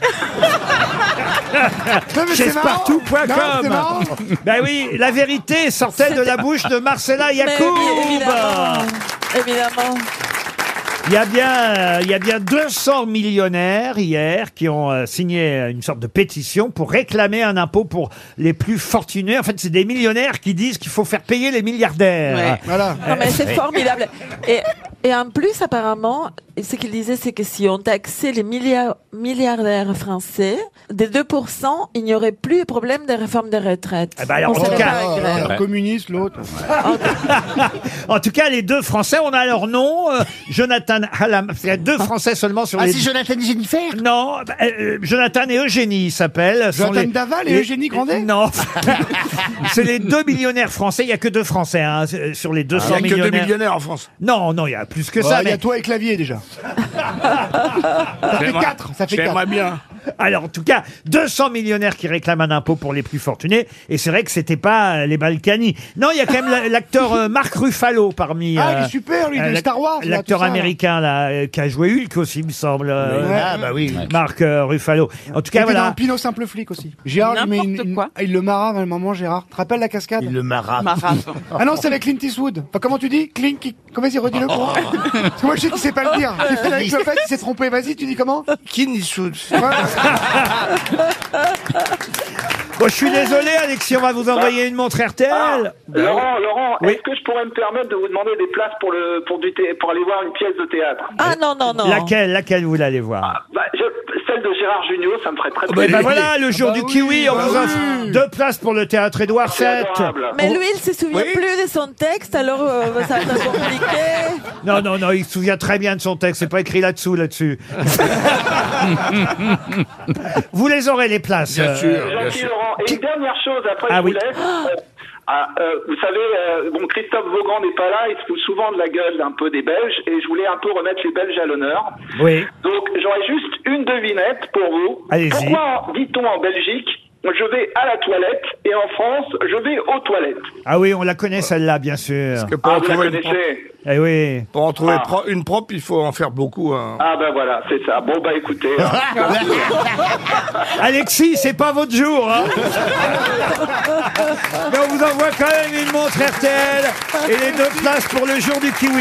Chesspartout.com. Ben oui, la vérité sortait de la bouche de Marcella Yacoub. Évidemment. Il y a bien 200 millionnaires hier qui ont signé une sorte de pétition pour réclamer un impôt pour les plus fortunés. En fait, c'est des millionnaires qui disent qu'il faut faire payer les milliardaires. Ouais. Voilà. Non, mais c'est formidable. Et en plus, apparemment, ce qu'il disait, c'est que si on taxait les milliardaires français, des 2%, il n'y aurait plus de problème de réforme des retraites. Alors, en tout cas, communiste, l'autre. En tout cas, les 2 Français, on a leur nom. Jonathan Hallam. Il y a 2 Français seulement sur les... Ah, c'est Jonathan et Jennifer? Non, Jonathan et Eugénie s'appellent. Jonathan Daval et Eugénie Grandet? Non. C'est les 2 millionnaires français. Il n'y a que 2 Français hein, sur les 200 millionnaires. Il n'y a que 2 millionnaires en France. Non, il y a plus que ça. Il y a toi et Clavier déjà. Ça fait 4. J'aimerais bien. Alors, en tout cas, 200 millionnaires qui réclament un impôt pour les plus fortunés. Et c'est vrai que c'était pas les Balkany. Non, il y a quand même l'acteur Mark Ruffalo parmi... il est super, lui, de Star Wars. L'acteur américain, là, qui a joué Hulk aussi, il me semble. Ah, bah oui. Mark Ruffalo. En tout cas, voilà. voilà. Dans Pinot Simple Flic aussi. Gérard, il le marave à un moment, Gérard. Tu te rappelles la cascade? Il le marave. Ah non, c'est avec Clint Eastwood. Enfin, comment tu dis? Comment vas-y, redis-le pour moi. Parce que moi, je sais qu'il sait pas le dire. Il fait avec le fait, il s'est trompé. Vas-y, tu dis comment? Clint Eastwood. Bon, je suis désolé, Alexis, on va vous envoyer une montre RTL. Laurent, Oui. est-ce que je pourrais me permettre de vous demander des places pour aller voir une pièce de théâtre? Ah non. Laquelle vous voulez aller voir? Celle de Gérard Junior, ça me ferait très Ben plaisir. voilà, le jour du kiwi, on vous offre 2 places pour le théâtre Édouard VII. Mais lui, il se souvient plus de son texte, alors ça va être compliqué. Non, il se souvient très bien de son texte, c'est pas écrit là-dessus. Vous les aurez, les places. Bien sûr. Laurent. Et une dernière chose, après je vous laisse. Vous savez, Christophe Vaughan n'est pas là, il se fout souvent de la gueule un peu des Belges, et je voulais un peu remettre les Belges à l'honneur. Oui. Donc j'aurais juste une devinette pour vous. Allez-y. Pourquoi dit-on en Belgique je vais à la toilette, et en France, je vais aux toilettes? Ah oui, on la connaît celle-là, bien sûr. Vous la connaissez? Eh oui. Pour en trouver une propre, il faut en faire beaucoup. Hein. Ah ben voilà, c'est ça. Bon bah écoutez. Alexis, c'est pas votre jour. Hein. Mais on vous envoie quand même une montre RTL et les 2 places pour le jour du kiwi.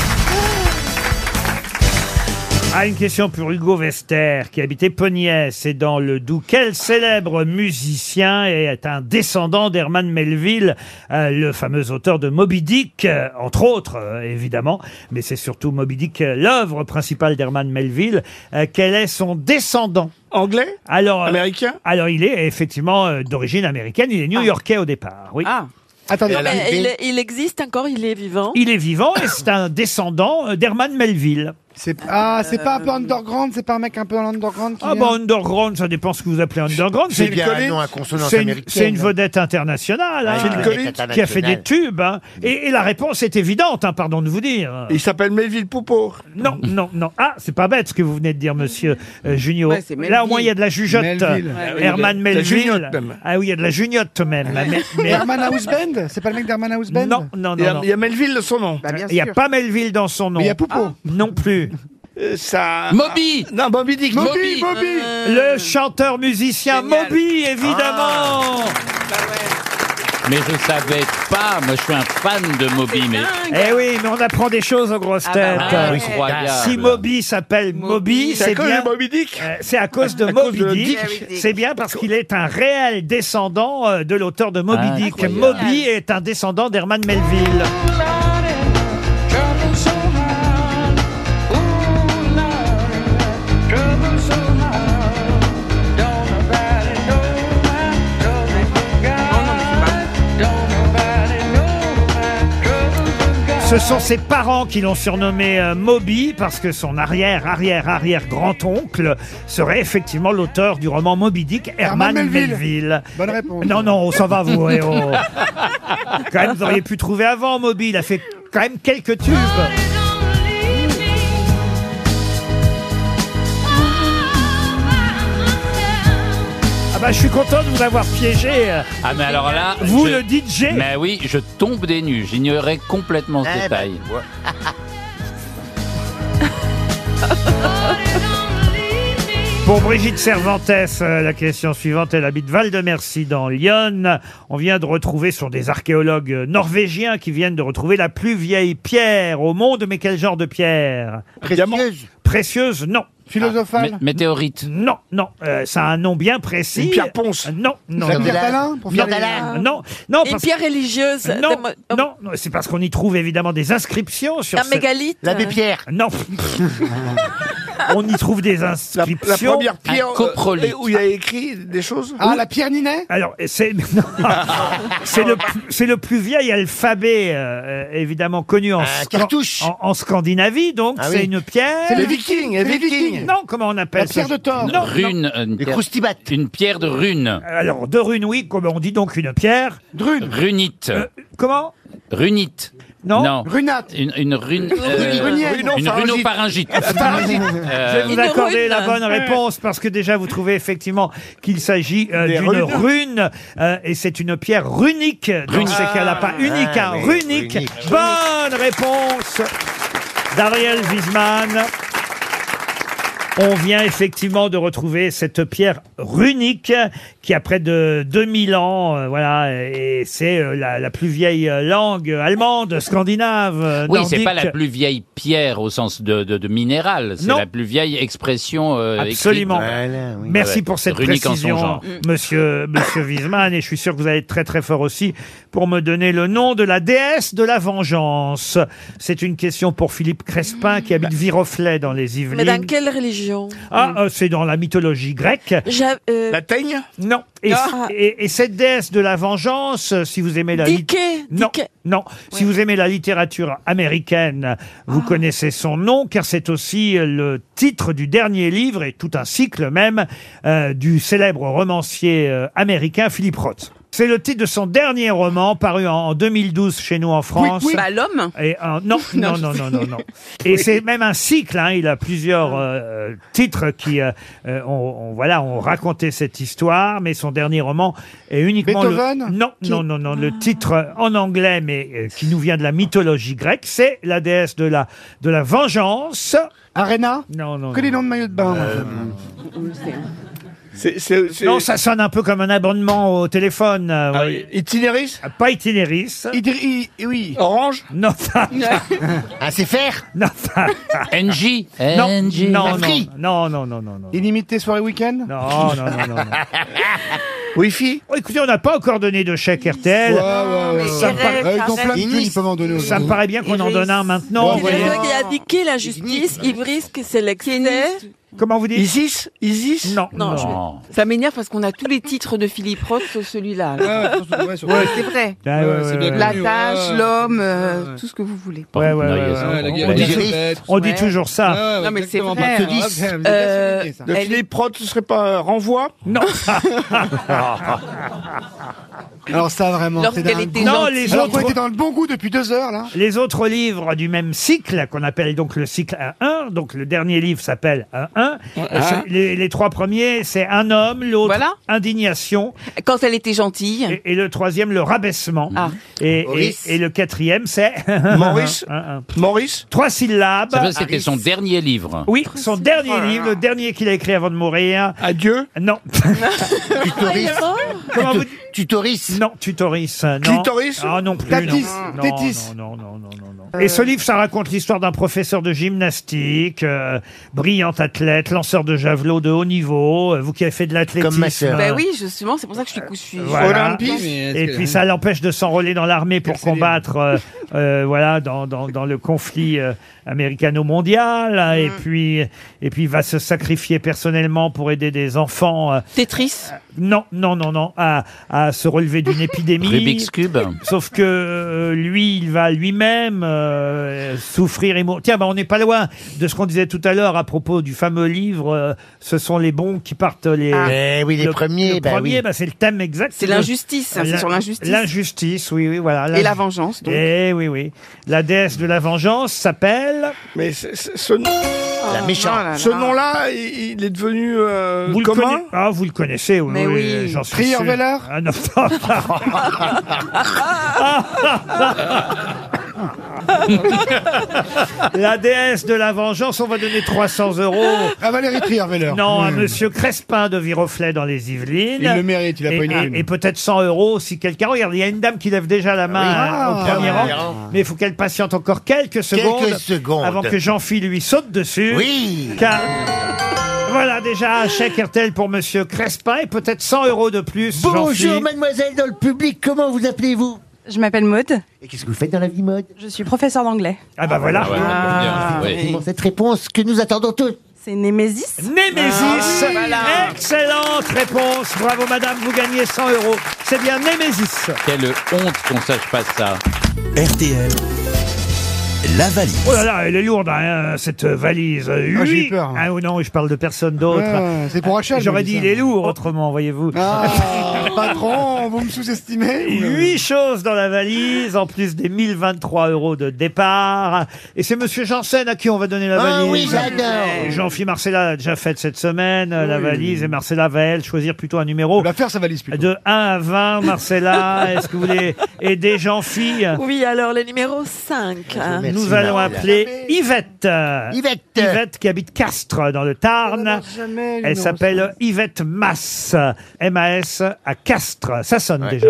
Une question pour Hugo Vester, qui habitait Pogniès, c'est dans le Doubs. Quel célèbre musicien est un descendant d'Herman Melville, le fameux auteur de Moby Dick, entre autres, évidemment, mais c'est surtout Moby Dick, l'œuvre principale d'Herman Melville. Quel est son descendant? Anglais? Américain? Alors, il est effectivement d'origine américaine, il est new-yorkais au départ, oui. Attendez, il existe encore, il est vivant. Il est vivant et c'est un descendant d'Herman Melville. c'est pas un peu underground, c'est pas un mec un peu en underground qui vient Underground, ça dépend ce que vous appelez underground. C'est bien un nom à consonance américaine. C'est une vedette internationale, qui a fait des tubes. Hein. Et la réponse est évidente, hein, pardon de vous dire. Il s'appelle Melville Poupeau. Non. Ah, c'est pas bête ce que vous venez de dire, monsieur Junio. Ouais, Là, au moins, il y a de la jugeote. Herman Melville. Ah oui, il y a de la juniote même. Mais Herman Houseband? C'est pas le mec d'Herman Houseband? Non. Il y a Melville de son nom. Il n'y a pas Melville dans son nom. Mais il y a Poupeau. Non plus. Moby. Non, Moby Dick. Moby. Le chanteur-musicien Moby, évidemment. Mais je savais pas, moi je suis un fan de Moby, mais... Eh oui, mais on apprend des choses aux grosses têtes. Incroyable. Si Moby s'appelle Moby, c'est bien... de Moby Dick. C'est à cause de Moby Dick. C'est bien parce qu'il est un réel descendant de l'auteur de Moby Dick. Moby est un descendant d'Herman Melville. Ce sont ses parents qui l'ont surnommé Moby parce que son arrière-grand-oncle serait effectivement l'auteur du roman Moby Dick, Herman Melville. Bonne réponse. Non, on s'en va, vous. Quand même, vous auriez pu trouver avant Moby. Il a fait quand même quelques tubes. Je suis content de vous avoir piégé. Mais alors là... Vous, le DJ. Mais oui, je tombe des nues. J'ignorais complètement ce détail. Pour Brigitte Cervantes, la question suivante, elle habite Val-de-Merci dans l'Yonne. On vient de retrouver, ce sont des archéologues norvégiens qui viennent de retrouver la plus vieille pierre au monde. Mais quel genre de pierre? Précieuse, non. Philosophale? Météorite? Non. Ça a un nom bien précis. Une pierre ponce? Non. La pierre d'Alain? Non. Une pierre religieuse? Non, c'est parce qu'on y trouve évidemment des inscriptions sur un mégalithe? L'abbé Pierre? Non. On y trouve des inscriptions. La première pierre coprolite. où il y a écrit des choses. La pierre Ninet? Alors, c'est le plus vieil alphabet, évidemment, connu en Scandinavie, donc c'est une pierre... C'est les Vikings. Non, comment on appelle ça? La pierre de Thor. Non. Rune. Une pierre de rune. Alors, de rune, oui, comme on dit donc une pierre... Runite. Comment? Runite. Non. Runate. Une rune... une runopharyngite. Je vais vous accorder la bonne réponse parce que déjà vous trouvez effectivement qu'il s'agit d'une rune et c'est une pierre runique. Donc c'est qu'elle n'a pas unique, runique. Bonne réponse d'Ariel Wiesman. On vient effectivement de retrouver cette pierre runique qui a près de 2000 ans, et c'est la plus vieille langue allemande, scandinave, Oui, nordique. c'est pas la plus vieille pierre au sens de minéral, c'est la plus vieille expression Absolument. écrite. Merci pour cette Runique précision, monsieur Wiesman, et je suis sûr que vous allez être très très fort aussi pour me donner le nom de la déesse de la vengeance. C'est une question pour Philippe Crespin qui habite Viroflay dans les Yvelines. Mais dans quelle religion? C'est dans la mythologie grecque. La teigne? Non. Et cette déesse de la vengeance, si vous aimez la Non. Si vous aimez la littérature américaine, vous connaissez son nom, car c'est aussi le titre du dernier livre et tout un cycle même du célèbre romancier américain Philip Roth. C'est le titre de son dernier roman, paru en 2012 chez nous en France. Oui. Bah, l'homme. Et, non. Et c'est même un cycle, hein. Il a plusieurs titres qui ont raconté cette histoire, mais son dernier roman est uniquement Beethoven Non. Le titre en anglais, mais qui nous vient de la mythologie grecque, c'est la déesse de la vengeance. Arena? Non. Que des noms de maillots de bain. Non, ça sonne un peu comme un abonnement au téléphone. Itinéris? Pas Itinéris. Oui. Orange? Non. C'est faire? Non. NJ? Non. Illimité soirée week-end? Non. Wi-Fi? Écoutez, on n'a pas encore donné de chèque RTL. Ça me paraît bien qu'on en donne un maintenant. Il a indiqué la justice, il risque, c'est l'excès. Comment vous dites? Isis? Non. Ça m'énerve parce qu'on a tous les titres de Philippe Roth sur celui-là. C'est vrai. La tâche, l'homme, tout ce que vous voulez. On dit toujours ça. Non, mais c'est vrai. De Philippe Roth, ce serait pas renvoi? Non. Alors ça, vraiment, c'est dingue. Les autres étaient dans le bon goût depuis 2 heures, là. Les autres livres du même cycle, qu'on appelle donc le cycle 1-1, donc le dernier livre s'appelle 1-1. Les 3 premiers, c'est Un homme, l'autre Indignation. Quand elle était gentille. Et le 3e, Le rabaissement. Et le 4e, c'est Maurice. 3 syllabes. Ça, c'était son dernier livre. Oui, son dernier livre, le dernier qu'il a écrit avant de mourir. Adieu? Non. Comment vous dites? Tutoris? Non, Tutoris. Non. Clitoris? Ah non plus. Tatis? Non. Tétis? Non. Et ce livre, ça raconte l'histoire d'un professeur de gymnastique, brillant athlète, lanceur de javelot de haut niveau, vous qui avez fait de l'athlétisme. Comme ma sœur. Ben oui, justement, c'est pour ça que je suis voilà. Et puis ça l'empêche de s'enrôler dans l'armée pour combattre dans le conflit américano-mondial. Et puis il va se sacrifier personnellement pour aider des enfants. Tetris? Non, à se relever d'une épidémie. Rubik's Cube. Sauf que lui, il va lui-même souffrir et mourir. Tiens, on n'est pas loin de ce qu'on disait tout à l'heure à propos du fameux livre. Ce sont les bons qui partent les. Les premiers. Le premier, c'est le thème exact. C'est l'injustice. C'est sur l'injustice. L'injustice, oui, voilà. Et la vengeance. Donc. Et oui. La déesse de la vengeance s'appelle. Mais ce nom. La méchante. Ce nom-là, il est devenu commun. Vous le connaissez, oui. Mais oui. J'en suis sûr. Trierweiler? Ah non. La déesse de la vengeance, on va donner 300 €. À Valérie Trierweiler. Non, à Monsieur Crespin de Viroflay dans les Yvelines. Il le mérite, il a pas une lune. Et peut-être 100 € si quelqu'un. Regarde, il y a une dame qui lève déjà la main au premier rang. Mais il faut qu'elle patiente encore quelques secondes avant que Jean-Phil lui saute dessus. Oui. Car voilà déjà un chèque RTL pour Monsieur Crespin et peut-être 100 € de plus. Bonjour mademoiselle dans le public, comment vous appelez-vous? Je m'appelle Maud. Et qu'est-ce que vous faites dans la vie, Maud? Je suis professeur d'anglais. Ah bah voilà. Cette réponse que nous attendons tous. C'est Némésis. Némésis. Excellente réponse. Bravo madame, vous gagnez 100 €. C'est bien Némésis. Quelle honte qu'on sache pas ça. RTL, la valise. Oh là là, elle est lourde, cette valise. J'ai eu peur. Ah non, je parle de personne d'autre. C'est pour Rachel. J'aurais dit il est lourd autrement, voyez-vous. Patron, vous me sous-estimez? 8 choses dans la valise, en plus des 1023 € de départ. Et c'est Monsieur Janssen à qui on va donner la valise. Oui, j'adore. Jean-Philippe Marcella a déjà fait cette semaine la valise. Et Marcella va, elle, choisir plutôt un numéro. Elle va faire sa valise plutôt. De 1 à 20, Marcella. Est-ce que vous voulez aider Jean-Philippe? Oui, alors le numéro 5. Nous allons appeler Yvette. Yvette qui habite Castres dans le Tarn. Elle s'appelle Yvette Masse. M-A-S à Castres. Ça sonne déjà.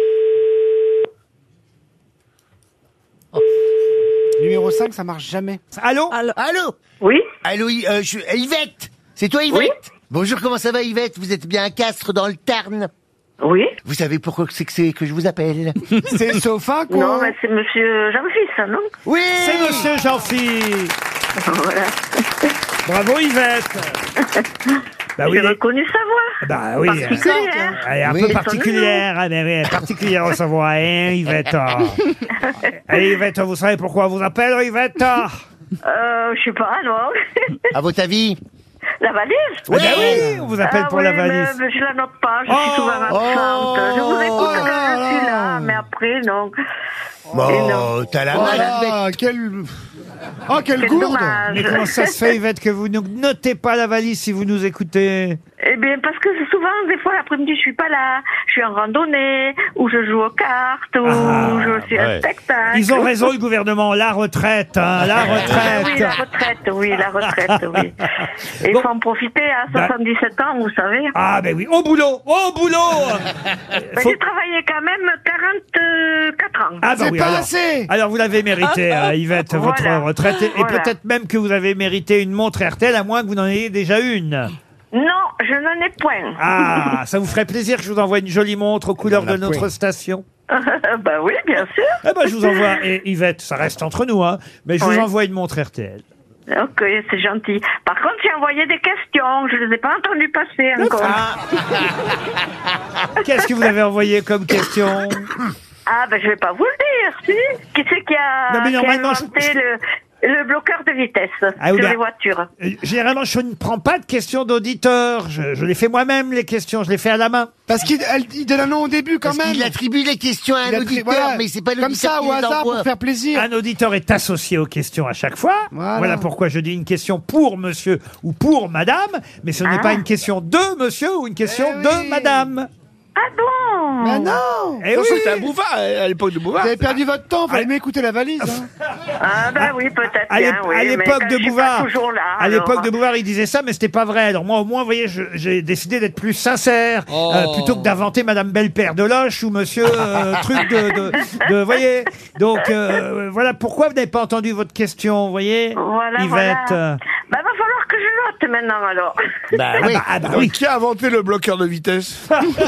Numéro 5, ça marche jamais. Allô? Allô? Oui? Allô, Yvette? C'est toi, Yvette? Oui. Bonjour, comment ça va, Yvette? Vous êtes bien à Castres dans le Tarn? Oui. Vous savez pourquoi c'est que je vous appelle? C'est Sophin, quoi? Non, mais c'est monsieur Jean-Philippe, non? Oui! C'est Monsieur Jean-Philippe. Voilà. Bravo, Yvette. Bah oui. J'ai reconnu sa voix. Bah oui. Particulière. Elle est un peu particulière. Elle est particulière à sa voix, hein, Yvette. Allez, Yvette, vous savez pourquoi on vous appelle, Yvette? Je sais pas, non. À votre avis? La valise? Oui, on vous appelle pour la valise. Mais je la note pas, je suis souvent absente. Je vous écoute et non. Bon, t'as la malle. Ah, quel Quel gourde. dommage. Mais comment ça se fait, Yvette, que vous ne notez pas la valise si vous nous écoutez? Eh bien, parce que souvent, des fois, l'après-midi, je suis pas là. Je suis en randonnée, ou je joue aux cartes, ou je suis à un spectacle. Ils ont raison, le gouvernement. La retraite, hein, la retraite. Oui, la retraite, oui. Et il faut en profiter à 77 ans, vous savez. Ah, ben oui, au boulot. J'ai travaillé quand même 44 ans. Ah, bah oui, alors vous l'avez mérité, Yvette, votre Voilà. retraite. Et Voilà. peut-être même que vous avez mérité une montre RTL, à moins que vous n'en ayez déjà une. Non, je n'en ai point. Ah, ça vous ferait plaisir que je vous envoie une jolie montre aux couleurs de notre station? Bah oui, bien sûr. Eh ben, je vous envoie, et Yvette, ça reste entre nous, hein, mais je vous Ouais. envoie une montre RTL. Ok, c'est gentil. Par contre, j'ai envoyé des questions. Je les ai pas entendues passer encore. Qu'est-ce que vous avez envoyé comme question? Ah, ben je vais pas vous le dire, si. Qui c'est qui a, Non, mais qui a normalement, inventé le bloqueur de vitesse Ah oui, sur bah, les voitures? Généralement, je ne prends pas de questions d'auditeurs. Je les fais moi-même, les questions. Je les fais à la main. Parce qu'il donne un nom au début quand Parce même. qu'il attribue les questions à un auditeur, mais c'est pas comme l'auditeur ça, qui au les hasard, envoie. pour faire plaisir. Un auditeur est associé aux questions à chaque fois. Voilà pourquoi je dis une question pour monsieur ou pour madame, mais ce n'est pas une question de monsieur ou une question de madame. Ah bon? Mais non. Eh oui. C'était un bouvard à l'époque de Bouvard. Vous avez perdu votre temps, fallait mieux écouter la valise. Hein. Ah ben oui, peut-être À bien, oui. mais l'époque quand de je suis Bouvard, pas toujours là, à alors. l'époque de Bouvard, il disait ça, mais c'était pas vrai. Alors moi, au moins, vous voyez, j'ai décidé d'être plus sincère, plutôt que d'inventer Madame Belle-Père de Loche ou Monsieur truc de voyez. Donc voilà pourquoi vous n'avez pas entendu votre question, vous voyez, Voilà, Yvette. voilà. Bah, va falloir que je note maintenant, alors. Oui. Qui a inventé le bloqueur de vitesse?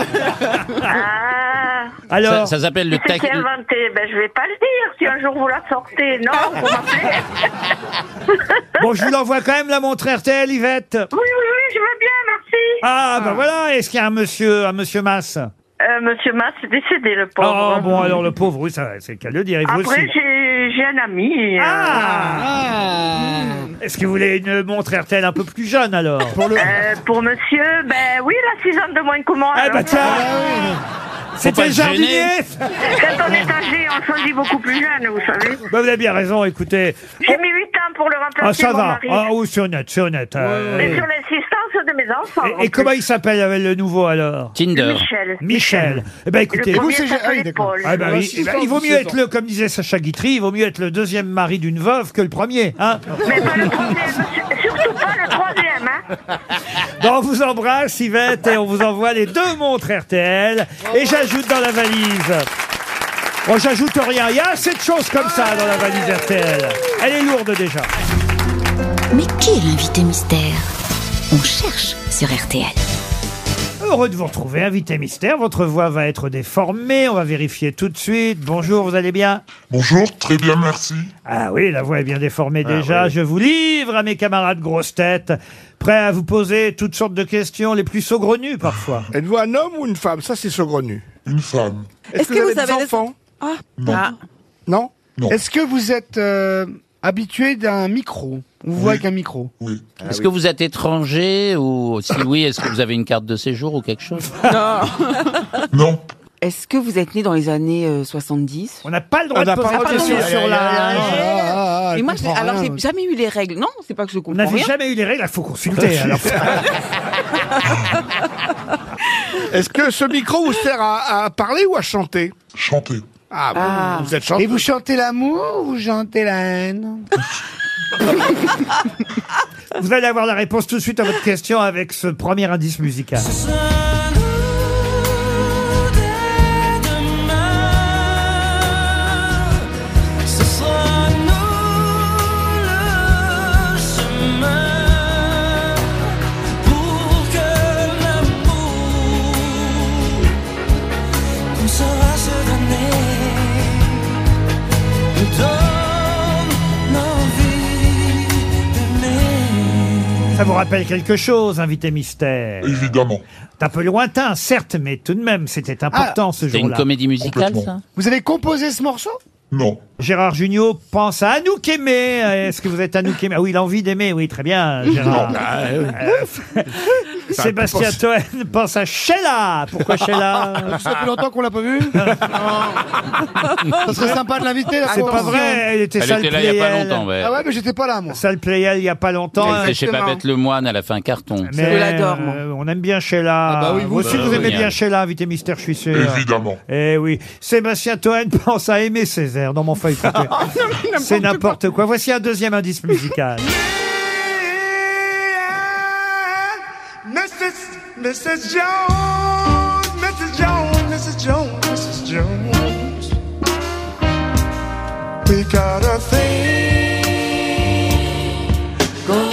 Ça s'appelle le Qui c'est qui a inventé? Ben, je vais pas le dire. Si un jour vous la sortez, non, vous m'appelez. Bon, je vous l'envoie quand même la montre RTL, Yvette. Oui, je veux bien, merci. Ah, bah voilà. Est-ce qu'il y a un monsieur Masse? Monsieur Mass est décédé, le pauvre. Oh, bon, alors le pauvre, oui, ça, c'est le cas de le dire. Et vous Après, aussi. j'ai un ami. Est-ce que vous voulez une montre RTL un peu plus jeune, alors? Pour monsieur, ben oui, il a 6 ans de moins que moi. Ah, bah alors. tiens. C'était le jardinier. Quand on est âgé, on choisit beaucoup plus jeune, vous savez. Bah, vous avez bien raison, écoutez. J'ai mis 8 ans pour le Ah, remplacer, ça mon va. mari. Ah, oui, c'est honnête, c'est honnête. Mais sur l'insistance de mes enfants. Et comment il s'appelle le nouveau, alors? Tinder. Michel. Eh ben, écoutez. Le premier s'appelait Paul. Ah ben oui, il vaut mieux être comme disait Sacha Guitry, il vaut mieux être le deuxième mari d'une veuve que le premier, hein. Mais pas le premier, surtout pas le troisième, hein. Bon, on vous embrasse, Yvette, et on vous envoie les 2 montres RTL. Et j'ajoute dans la valise. Bon, j'ajoute rien. Il y a assez de choses comme ça dans la valise RTL. Elle est lourde déjà. Mais qui est l'invité mystère? On cherche sur RTL. Heureux de vous retrouver, invité mystère. Votre voix va être déformée. On va vérifier tout de suite. Bonjour, vous allez bien? Bonjour, très bien, merci. Ah oui, la voix est bien déformée déjà. oui. Je vous livre à mes camarades grosses têtes, prêts à vous poser toutes sortes de questions, les plus saugrenues parfois. Êtes-vous un homme ou une femme? Ça, c'est saugrenu. Une femme. Est-ce que vous avez des enfants? Non. Non. Est-ce que vous êtes habitué d'un micro? On vous voit avec un micro? Oui. Est-ce que vous êtes étranger ou si oui, est-ce que vous avez une carte de séjour ou quelque chose? Non. Est-ce que vous êtes né dans les années 70? On n'a pas le droit de poser de questions sur l'âge. Mais moi, alors j'ai jamais eu les règles. Non, c'est pas que je Vous comprends n'avez rien. jamais eu les règles, il faut consulter. Alors. Est-ce que ce micro vous sert à parler ou à chanter? Chanter. Ah, bon, vous êtes chanteur. Et vous chantez l'amour ou vous chantez la haine? Vous allez avoir la réponse tout de suite à votre question avec ce premier indice musical. Ça vous rappelle quelque chose, invité mystère? Évidemment. C'est un peu lointain, certes, mais tout de même, c'était important ce C'est jour-là. une comédie musicale, ça? Vous avez composé ce morceau? Non. Gérard Jugnot pense à Anouk Aimé. Est-ce que vous êtes Anouk Aimé? Ah oui, l'envie d'aimer, oui, très bien, Gérard. Sébastien Toen pense à Sheila. Pourquoi Sheila? Ça fait longtemps qu'on l'a pas vu. Ça serait sympa de l'inviter. C'est pas vrai, elle était salle là il y a pas longtemps. Ouais. Ah ouais, mais j'étais pas là, moi. Salle Playel il y a pas longtemps. Elle était chez Babette Lemoine, elle a fait un carton. Mais on aime bien Sheila. Ah bah oui, vous aussi, vous aimez oui, bien hein. Sheila, invité mystère, je suis sûr. Évidemment. Eh oui. Sébastien Toen pense à Aimé Césaire dans mon feuille. C'est n'importe quoi. Voici un deuxième indice musical. Mrs. Jones, Mrs. Jones, Mrs. Jones, Mrs. Jones. We got a thing going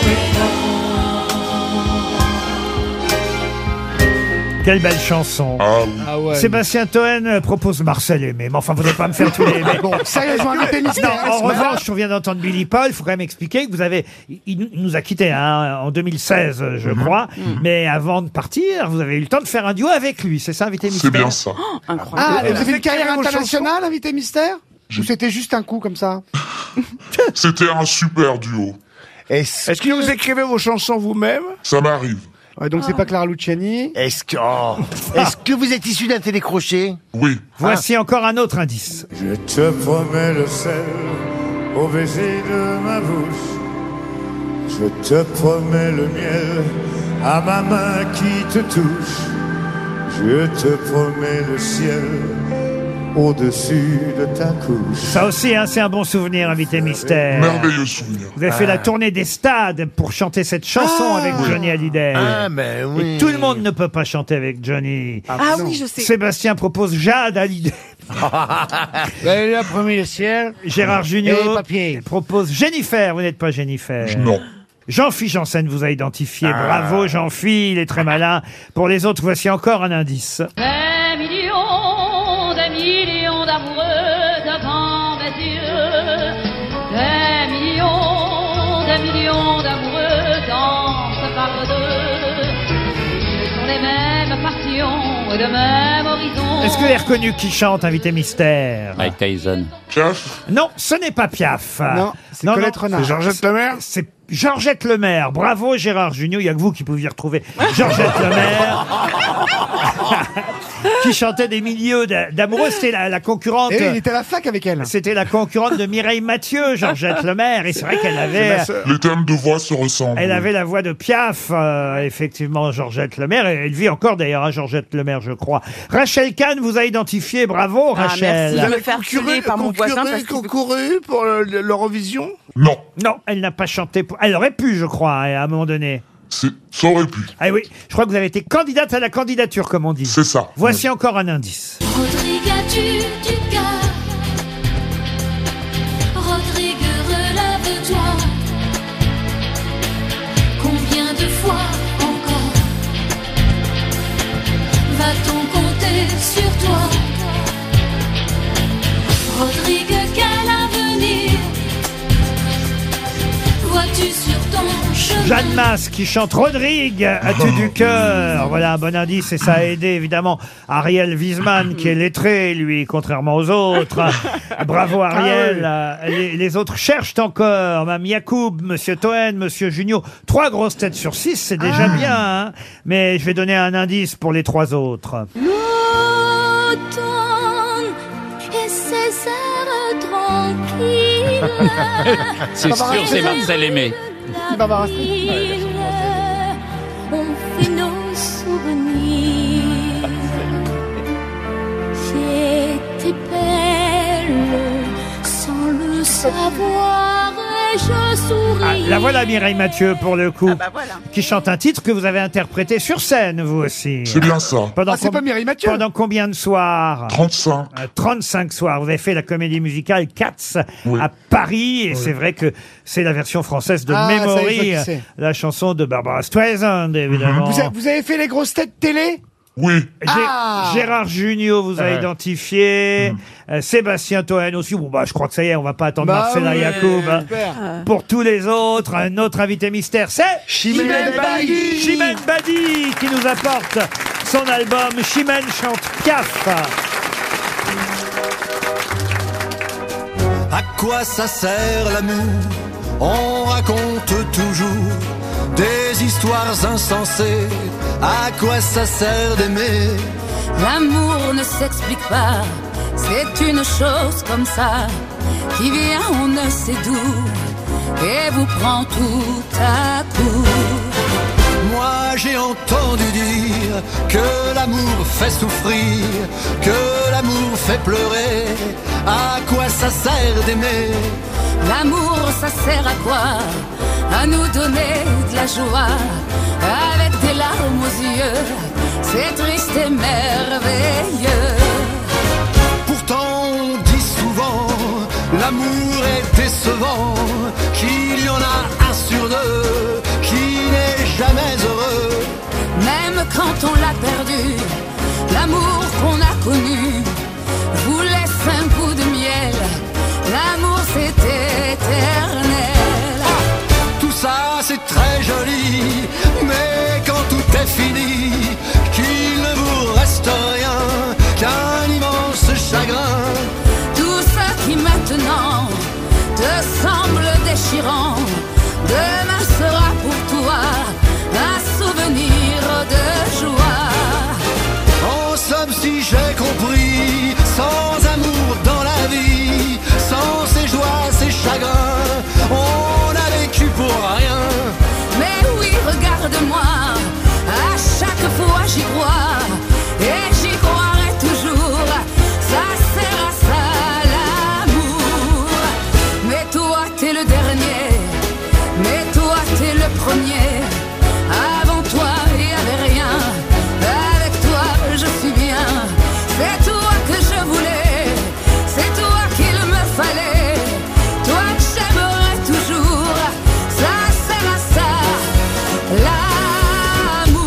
Quelle belle chanson. Ah ouais. Sébastien Toen propose Marcel Aimé. Mais enfin, vous n'allez pas me faire tous les Aimés. Bon, sérieusement, invité mystère. Non, en revanche, on vient d'entendre Billy Paul. Il faut quand même expliquer que vous avez... Il nous a quittés en 2016, je crois. Mais avant de partir, vous avez eu le temps de faire un duo avec lui. C'est ça, invité mystère? C'est bien ça. Ah, et vous avez une carrière internationale, invité mystère? Ou c'était juste un coup comme ça? C'était un super duo. Est-ce que vous écrivez vos chansons vous-même? Ça m'arrive. Ouais, donc c'est pas Clara Luciani. Est-ce que vous êtes issu d'un télécrochet? Oui. Voici encore un autre indice. Je te promets le sel au baiser de ma bouche. Je te promets le miel à ma main qui te touche. Je te promets le ciel au-dessus de ta couche. Ça aussi, hein, c'est un bon souvenir, invité mystère. Merveilleux souvenir. Vous avez fait la tournée des stades pour chanter cette chanson avec Johnny Hallyday. Ah, ben oui. Et tout le monde ne peut pas chanter avec Johnny. Ah oui, je sais. Sébastien propose Jade Hallyday. Elle a promis le ciel. Gérard Et Jugnot papier. propose Jennifer. Vous n'êtes pas Jennifer. Non. Jean-Philippe Janssen vous a identifié. Bravo, Jean-Philippe, il est très malin. Pour les autres, voici encore un indice. Des millions d'amoureux devant mes yeux. Des millions d'amoureux dansent par deux. Ce sont les mêmes passions et le même horizon. Est-ce que vous avez reconnu qui chante, invité mystère? Mike Tyson. Piaf? Non, ce n'est pas Piaf. Non, c'est Colette Renard. C'est Georgette Lemaire? C'est Georgette Lemaire. Bravo, Gérard Jugnot. Il n'y a que vous qui pouviez retrouver Georgette Lemaire. Qui chantait des milieux d'amoureux. C'était la concurrente. Et il était à la fac avec elle. C'était la concurrente de Mireille Mathieu, Georgette Lemaire. Et c'est vrai qu'elle avait... Les thèmes de voix se ressemblent. Elle avait la voix de Piaf, effectivement, Georgette Lemaire. Et elle vit encore d'ailleurs, Georgette Lemaire, je crois. Rachel Kahn vous a identifié. Bravo, Rachel. Merci de me faire filer par mon voisin. Parce qu'il concouru pour l'Eurovision? Non. Non, elle n'a pas chanté. Elle aurait pu, je crois, à un moment donné. Ça aurait pu. Ah oui, je crois que vous avez été candidate à la candidature, comme on dit. C'est ça. Voici encore un indice. Rodrigue, as-tu du cœur? Rodrigue, relève-toi. Combien de fois encore va-t-on compter sur toi? Rodrigue, quel avenir vois-tu sur ton chemin? Jeanne Masse qui chante Rodrigue, as-tu du cœur? Voilà un bon indice et ça a aidé évidemment Ariel Wiesman qui est lettré, lui, contrairement aux autres. Bravo Ariel. Les autres cherchent encore. Mme Yacoub, Monsieur Toen, Monsieur Jugnot. 3 grosses têtes sur 6, c'est déjà bien. Hein, mais je vais donner un indice pour les 3 autres. L'automne et ses airs tranquilles. C'est sûr, c'est Marcel Aimé. On fait nos souvenirs. J'étais belle sans le savoir et je souris. La voilà Mireille Mathieu pour le coup, qui chante un titre que vous avez interprété sur scène vous aussi. C'est bien ça. C'est pas Mireille Mathieu. Pendant combien de soirs? 35. 35 soirs. Vous avez fait la comédie musicale Cats à Paris et c'est vrai que c'est la version française de Ah, ça y est, Memory, je vois qui c'est. la chanson de Barbara Streisand évidemment. Vous avez fait les grosses têtes télé? Oui. Gérard Jugnot vous a identifié, Sébastien Toen aussi. Bon je crois que ça y est, on va pas attendre Marcella Yacoub. Hein. Pour tous les autres, un autre invité mystère, c'est Chimène Badi. Chimène Badi qui nous apporte son album Chimène chante Piaf. À quoi ça sert l'amour? On raconte toujours des histoires insensées. À quoi ça sert d'aimer? L'amour ne s'explique pas, c'est une chose comme ça, qui vient on ne sait d'où, et vous prend tout à coup. Moi j'ai entendu dire que l'amour fait souffrir, que l'amour fait pleurer. À quoi ça sert d'aimer? L'amour ça sert à quoi? À nous donner de la joie, avec des larmes aux yeux, c'est triste et merveilleux. Pourtant on dit souvent, l'amour est décevant, qu'il y en a un sur deux qui n'est jamais heureux. Même quand on l'a perdu, l'amour qu'on a connu vous laisse un goût de miel. L'amour c'est éternel. Tout ça c'est très joli, mais quand tout est fini, qu'il ne vous reste rien qu'un immense chagrin. Tout ça qui maintenant te semble déchirant, demain sera pour toi un souvenir de joie. En somme, si j'ai compris, sans amour dans la vie, sans ses joies, ses chagrins, on a vécu pour rien. Mais oui, regarde-moi, à chaque fois j'y crois, et j'y croirai toujours, ça sert à ça l'amour. Mais toi t'es le dernier, mais toi t'es le premier, avant toi il y avait rien, avec toi je suis bien, c'est toi que je voulais, c'est toi qu'il me fallait, toi que j'aimerai toujours, ça sert à ça l'amour.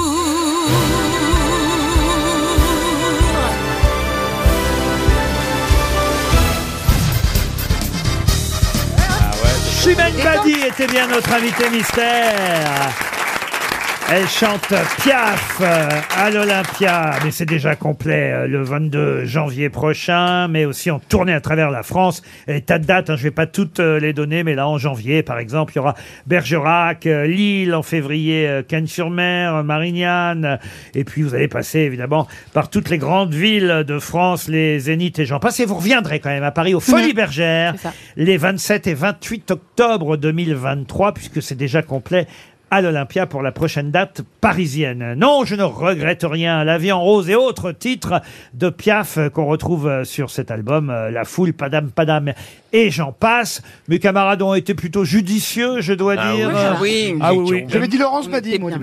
Chimène Badi était bien notre invitée mystère. Elle chante Piaf à l'Olympia, mais c'est déjà complet le 22 janvier prochain, mais aussi en tournée à travers la France. Et tas de dates, je vais pas toutes les donner, mais là en janvier, par exemple, il y aura Bergerac, Lille en février, Cannes-sur-Mer, Marignane, et puis vous allez passer évidemment par toutes les grandes villes de France, les Zéniths et j'en passe. Et vous reviendrez quand même à Paris aux Folies Bergères les 27 et 28 octobre 2023, puisque c'est déjà complet à l'Olympia pour la prochaine date parisienne. Non, je ne regrette rien. La vie en rose et autres titres de Piaf qu'on retrouve sur cet album, La Foule, Padam Padam et j'en passe. Mes camarades ont été plutôt judicieux, je dois dire. Oui. J'avais dit Laurence Badi, moi.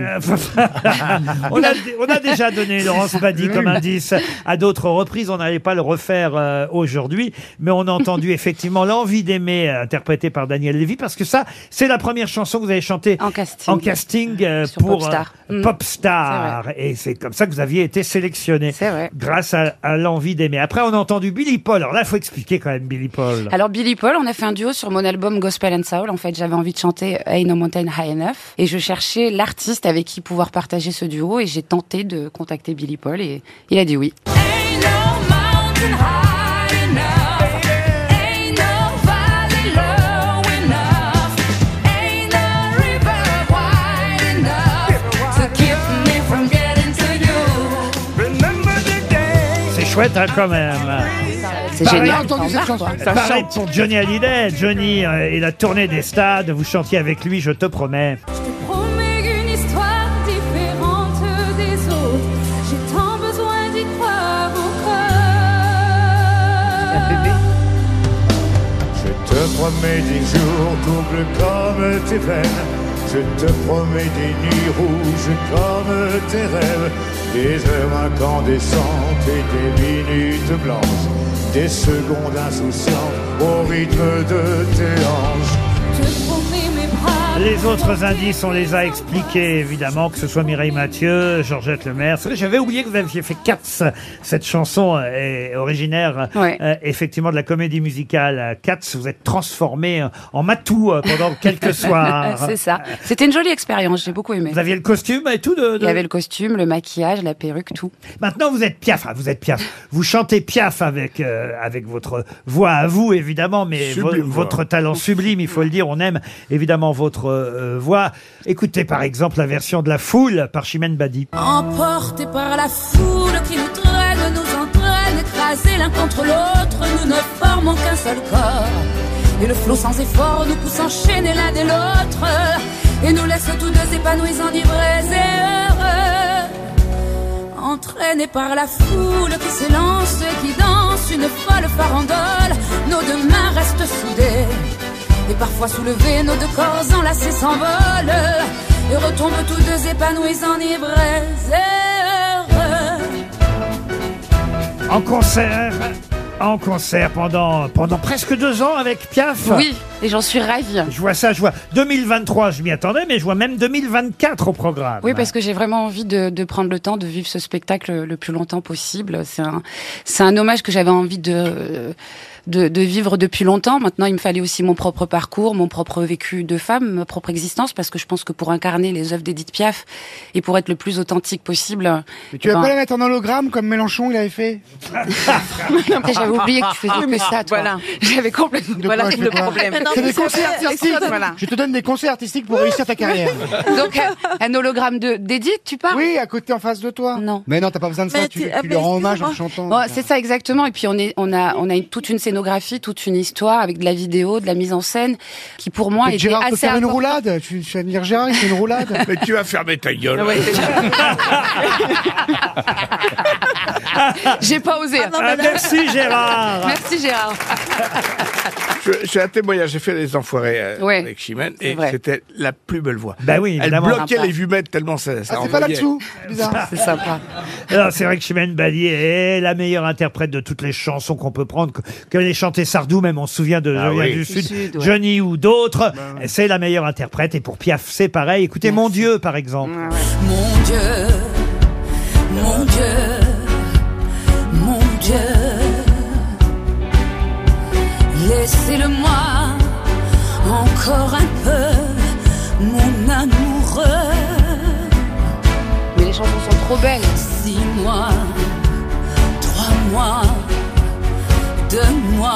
on a déjà donné Laurence Badi comme indice à d'autres reprises. On n'allait pas le refaire aujourd'hui, mais on a entendu effectivement L'envie d'aimer, interprétée par Daniel Lévy, parce que ça, c'est la première chanson que vous avez chantée en casting pour Popstar. Popstar. Et c'est comme ça que vous aviez été sélectionné. Grâce à L'envie d'aimer. Après, on a entendu Billy Paul. Alors là, il faut expliquer quand même Billy Paul. Alors Billy Paul, on a fait un duo sur mon album Gospel and Soul. En fait, j'avais envie de chanter Ain't No Mountain High Enough et je cherchais l'artiste avec qui pouvoir partager ce duo et j'ai tenté de contacter Billy Paul et il a dit oui. Ain't no mountain high enough, ain't no valley low enough, ain't no river wide enough to keep me from getting to you. Remember the day. C'est chouette, hein, quand même. C'est Pareil, génial. entendu cette chanson. Pareil pour Johnny Hallyday. Johnny et la tournée des stades. Vous chantiez avec lui, je te promets. Promets une histoire différente des autres. J'ai tant besoin d'y croire encore. Je te promets des jours doubles comme tes peines. Je te promets des nuits rouges comme tes rêves. Des heures incandescentes et des minutes blanches. Des secondes insouciantes au rythme de tes hanches. Je promets mes bras. Les autres indices, on les a expliqués, évidemment, que ce soit Mireille Mathieu, Georgette Lemaire. C'est vrai, j'avais oublié que vous aviez fait Cats. Cette chanson est originaire, effectivement, de la comédie musicale Cats. Vous êtes transformé en matou pendant quelques soirs. C'est ça. C'était une jolie expérience, j'ai beaucoup aimé. Vous aviez le costume et tout Il y avait le costume, le maquillage, la perruque, tout. Maintenant, vous êtes Piaf. Vous êtes Piaf. Vous chantez Piaf avec votre voix à vous, évidemment, mais Sublime voix. votre talent sublime, il faut le dire. On aime évidemment votre voix. Écoutez par exemple la version de La Foule par Chimène Badi. Emportés par la foule qui nous traîne, nous entraîne, écrasés l'un contre l'autre, nous ne formons qu'un seul corps. Et le flot sans effort nous pousse enchaîner l'un et l'autre, et nous laisse tous deux épanouis, enivrés et heureux. Entraînés par la foule qui s'élance, qui danse une folle farandole, nos deux mains restent soudées, et parfois soulevés, nos deux corps enlacés s'envolent, et retombent tous deux épanouis, enivrés et heureux. En concert pendant presque 2 ans avec Piaf. Oui, et j'en suis ravie. Je vois 2023, je m'y attendais, mais je vois même 2024 au programme. Oui, parce que j'ai vraiment envie de prendre le temps de vivre ce spectacle le plus longtemps possible. C'est un hommage que j'avais envie de vivre depuis longtemps. Maintenant, il me fallait aussi mon propre parcours, mon propre vécu de femme, ma propre existence, parce que je pense que pour incarner les œuvres d'Edith Piaf et pour être le plus authentique possible... Mais tu vas pas la mettre en hologramme comme Mélenchon il avait fait? J'avais oublié que tu faisais que ça, toi. Voilà. J'avais complètement... Voilà le problème. C'est des concerts artistiques. Voilà. Je te donne des concerts artistiques pour réussir ta carrière. Donc, un hologramme d'Edith, tu parles? Oui, à côté, en face de toi. Non. Mais non, t'as pas besoin de ça. Tu leur rends hommage en chantant. Bon, c'est ça exactement. Et puis on a toute une scénographie, toute une histoire avec de la vidéo, de la mise en scène, qui pour moi était Gérard assez peut faire une importante. roulade. Tu vas venir Gérard, il fait une roulade. Mais tu vas fermer ta gueule. Ouais, j'ai pas osé. Merci Gérard. Merci Gérard. J'ai un témoignage, j'ai fait Les Enfoirés avec Chimène, et vrai. c'était la plus belle voix. Bah oui, Elle évidemment. bloquait les vumettes tellement ça C'est pas envoyait. là-dessous. Bizarre. C'est sympa. Alors, c'est vrai que Chimène Badi est la meilleure interprète de toutes les chansons qu'on peut prendre, que les chantait Sardou, même on se souvient de Je viens oui. du Sud, Sud, ouais. Johnny ou d'autres. C'est la meilleure interprète, et pour Piaf, c'est pareil. Écoutez Mon Dieu, par exemple. Mon Dieu, mon Dieu, mon Dieu, laissez-le-moi encore un peu, mon amoureux. Mais les chansons sont trop belles. 6 mois, 3 mois, 2 mois,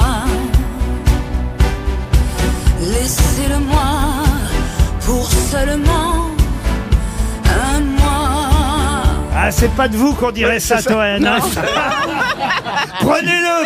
laissez-le-moi pour seulement un mois. Ah, c'est pas de vous qu'on dirait ça, Toen. Hein. Prenez-le.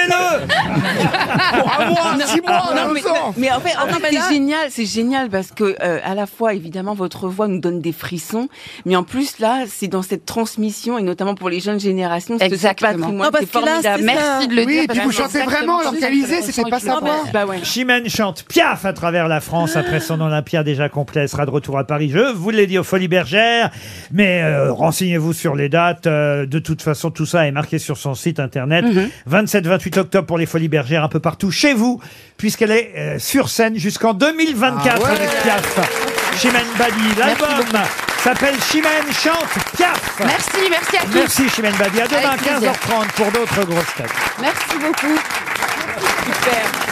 Pour un mois, 6 mois, Non, 2 ans. mais en fait, c'est génial parce que à la fois évidemment votre voix nous donne des frissons, mais en plus là c'est dans cette transmission et notamment pour les jeunes générations, ce Exactement. patrimoine, c'est formidable. Merci de le dire. Oui, puis vous chantez vraiment, alors qu'Alizé, c'était pas sa voix. Bah ouais. Chimène chante Piaf à travers la France après son Olympia déjà complet. Elle sera de retour à Paris. Je vous l'ai dit, aux Folies Bergères. Mais renseignez-vous sur les dates. De toute façon, tout ça est marqué sur son site internet. 27-28 octobre pour les Folies Bergères, un peu partout chez vous, puisqu'elle est sur scène jusqu'en 2024 avec Piaf. Chimène Badi. L'album s'appelle Chimène chante Piaf. Merci à tous. Merci Chimène Badi. À demain, Avec plaisir. 15h30 pour d'autres grosses têtes. Merci beaucoup. Super.